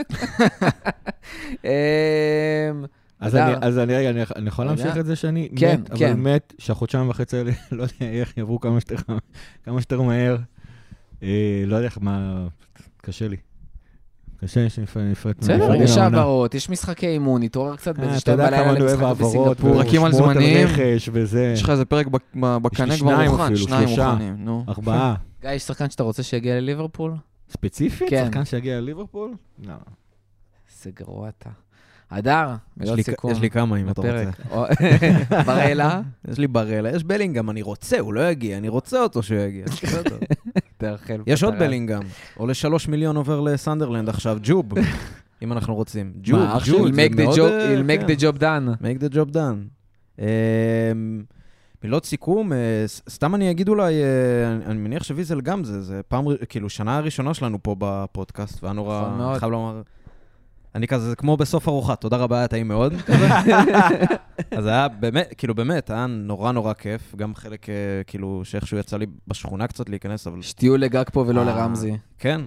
אז הדר. אני יכול להמשיך את זה שאני כן, מת, אבל כן. מת שהחודשיים וחצי האלה, לא יודע איך יעברו כמה שיותר מהר. לא יודע איך, מה, קשה לי. קשה שנפרט. בסדר, יש העברות, יש משחקי אימון, נתעורר קצת באיזה אתה 2 יודע כמה בלילה אני אוהב למשחק העברות, בסינגפור. פרקים על ושמועות זמנים. רכש וזה. יש לך איזה פרק בקנה כבר שניים מוכן, אפילו, 2 3. מוכנים, נו. 4. גיא, יש שחקן שאתה רוצה שיגיע לליברפול? ספציפית? כן. שחקן שיגיע לליברפול? לא. איזה גרוע אתה. הדר, מילות סיכום. יש לי כמה אם אתה רוצה. בפרק. בראלה? יש לי ברלה, יש בלינגהם, אני רוצה, הוא לא יגיע, אני רוצה אותו שהוא יגיע. בסדר. תאכל. יש עוד בלינגהם, עולה 3 מיליון עובר לסנדרלנד עכשיו, ג'וב, אם אנחנו רוצים. ג'וב, מה, ג'וב, he'll make the job done. make the job done. מילות סיכום, סתם אני אגיד אולי, אני מניח שוויזל גם זה פעם, כאילו, שנה הראשונה שלנו פה בפודקאסט, והיה נורא, אני חייב לומר, אני כזה, זה כמו בסוף ארוחה, תודה רבה, היה טעים מאוד. אז היה באמת, כאילו באמת, היה נורא נורא כיף, גם חלק, כאילו, שאיכשהו יצא לי בשכונה קצת להיכנס, אבל... שתהיו לגג פה ולא לרמזי. כן,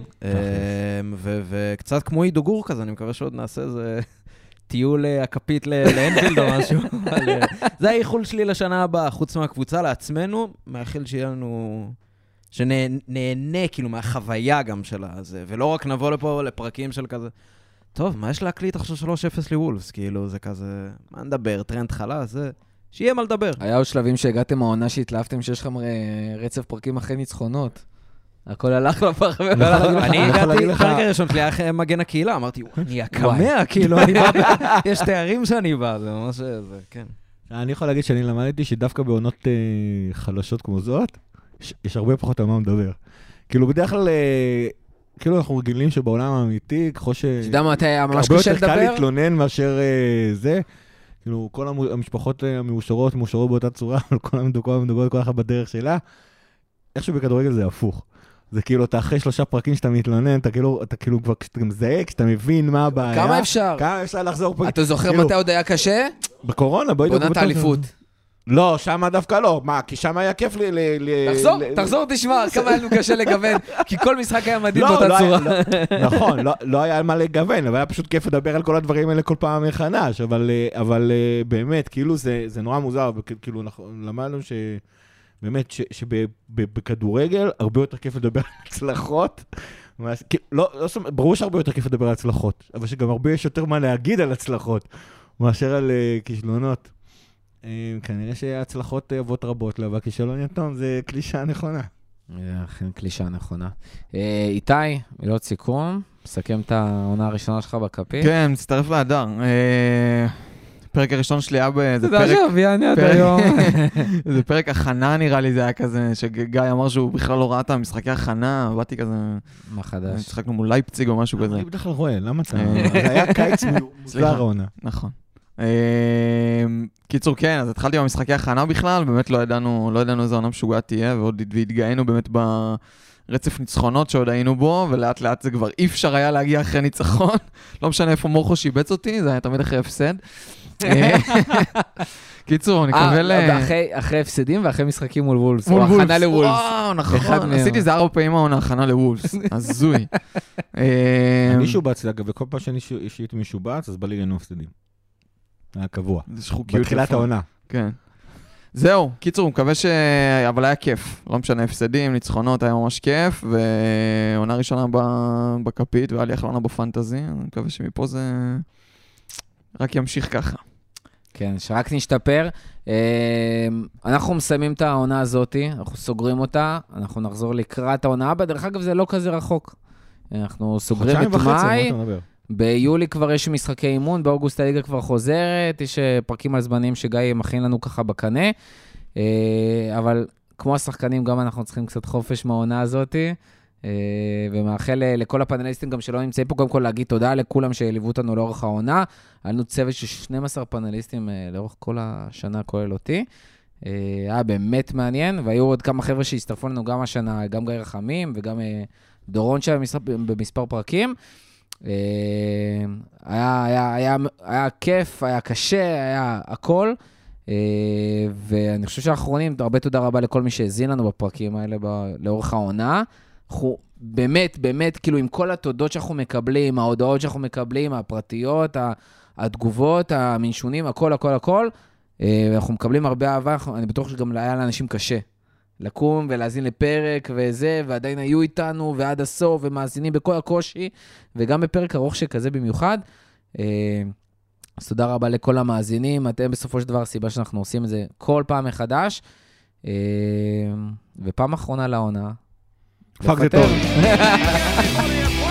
וקצת כמו עידו גור כזה, אני מקווה שעוד נעשה איזה טיול הכפית לאנפילד או משהו. זה האיחול שלי לשנה הבאה, חוץ מהקבוצה לעצמנו, מאחל שיהיה לנו... שנהנה כאילו מהחוויה גם של הזה, ולא רק נבוא לפה לפרקים של כזה, טוב, מה יש להקליט עכשיו 3-0 לוולפס? כאילו, זה כזה, מה נדבר, טרנד חלה, זה... שיהיה מה לדבר. היה עוד שלבים שהגעתם העונה שהתלהבתם שיש לכם רצף פרקים אחרי ניצחונות. הכל הלך לפח אני הגעתי, פרק הראשון שלי היה מגן הקהילה, אמרתי, אני הקמע, כאילו, אני בא, יש תארים שאני בא, זה ממש זה, כן. אני יכול להגיד שאני למדתי שדווקא בעונות חלשות כמו זאת, יש הרבה פחות על מה מדבר. כאילו, בדרך כלל... כאילו אנחנו רגילים שבעולם האמיתי, ככל ש... אתה יודע מה, אתה היה ממש הרבה קשה יותר קל לדבר? להתלונן מאשר זה. כאילו, כל המשפחות המאושרות באותה צורה, כל המדוגות, כל אחד בדרך שלה. איכשהו בכדורגל זה הפוך. זה כאילו, אתה אחרי 3 פרקים שאתה מתלונן, אתה כאילו כבר כשאתה מזהה, כשאתה מבין מה הבעיה. כמה אפשר? כמה אפשר לחזור פה? אתה זוכר כאילו, מתי עוד היה קשה? בקורונה, בואי בעונת האליפות. לא, שם דווקא לא. מה, כי שם היה כיף תחזור, תשמע, כמה היה לנו קשה לגוון, כי כל משחק היה מדהים לא, באותה לא צורה. נכון, לא היה על מה לגוון, אבל היה פשוט כיף לדבר על כל הדברים האלה כל פעם מחדש, אבל באמת, כאילו זה נורא מוזר, כאילו למדנו שבאמת, שבכדורגל הרבה יותר כיף לדבר על הצלחות, ברור שהרבה יותר כיף לדבר על הצלחות, אבל שגם הרבה יש יותר מה להגיד על הצלחות, מאשר על כישלונות. כנראה שההצלחות אבות רבות לה, והכישלון יתום זה קלישה נכונה. אכן קלישה נכונה. איתי, מילות סיכום, מסכם את העונה הראשונה שלך בכפית. כן, מצטרף להדר. הפרק הראשון שלי היה באיזה אתה פרק... יודע שאני עד היום. זה פרק הכנה נראה לי, זה היה כזה, שגיא אמר שהוא בכלל לא ראה את המשחקי הכנה, באתי כזה... מה חדש? משחקנו מול לייפציג או משהו כזה. אני בדרך כלל רואה, למה אתה? זה היה קיץ מוזר העונה. נכון. קיצור, כן, אז התחלתי במשחקי הכנה בכלל, באמת לא ידענו איזה עונה משוגעת תהיה, והתגאינו באמת ברצף ניצחונות שעוד היינו בו, ולאט לאט זה כבר אי אפשר היה להגיע אחרי ניצחון, לא משנה איפה מורכו שיבץ אותי, זה היה תמיד אחרי הפסד. קיצור, אני מקבל... אחרי הפסדים ואחרי משחקים מול וולפס, או הכנה לוולפס. וואו, נכון, עשיתי זה 4 פעמים העונה, הכנה לוולפס, הזוי. אני שובץ, אגב, וכל פעם שהייתי משובץ, אז בא לי לנו הפסדים. היה קבוע. בתחילת העונה. כן. זהו, קיצור, מקווה אבל היה כיף. לא משנה, הפסדים, ניצחונות, היה ממש כיף, ועונה ראשונה בכפית, והיה לי אחלה עונה בפנטזי. אני מקווה שמפה זה רק ימשיך ככה. כן, שרק נשתפר. אנחנו מסיימים את העונה הזאת, אנחנו סוגרים אותה, אנחנו נחזור לקראת העונה הבאה, דרך אגב זה לא כזה רחוק. אנחנו סוגרים את מאי, ביולי כבר יש משחקי אימון, באוגוסט הליגה כבר חוזרת, יש פרקים על זמנים שגיא מכין לנו ככה בקנה, אבל כמו השחקנים גם אנחנו צריכים קצת חופש מהעונה הזאת, ומאחל לכל הפאנליסטים גם שלא נמצאים פה, קודם כל להגיד תודה לכולם שליוו אותנו לאורך העונה, היינו צוות של 12 פאנליסטים לאורך כל השנה, כולל אותי, היה באמת מעניין, והיו עוד כמה חבר'ה שהצטרפו לנו גם השנה, גם גיא רחמים וגם דורון שהיה במספר פרקים, היה כיף, היה קשה, היה הכל, ואני חושב שהאחרונים, הרבה תודה רבה לכל מי שהזין לנו בפרקים האלה לאורך העונה, אנחנו באמת, באמת, כאילו עם כל התודות שאנחנו מקבלים, ההודעות שאנחנו מקבלים, הפרטיות, התגובות, המנשונים, הכל, הכל, הכל, אנחנו מקבלים הרבה אהבה, אני בטוח שגם היה לאנשים קשה. לקום ולהזין לפרק וזה, ועדיין היו איתנו ועד הסוף, ומאזינים בכל הקושי, וגם בפרק ארוך שכזה במיוחד. אז תודה רבה לכל המאזינים, אתם בסופו של דבר הסיבה שאנחנו עושים את זה כל פעם מחדש, ופעם אחרונה לעונה. פאק זה טוב.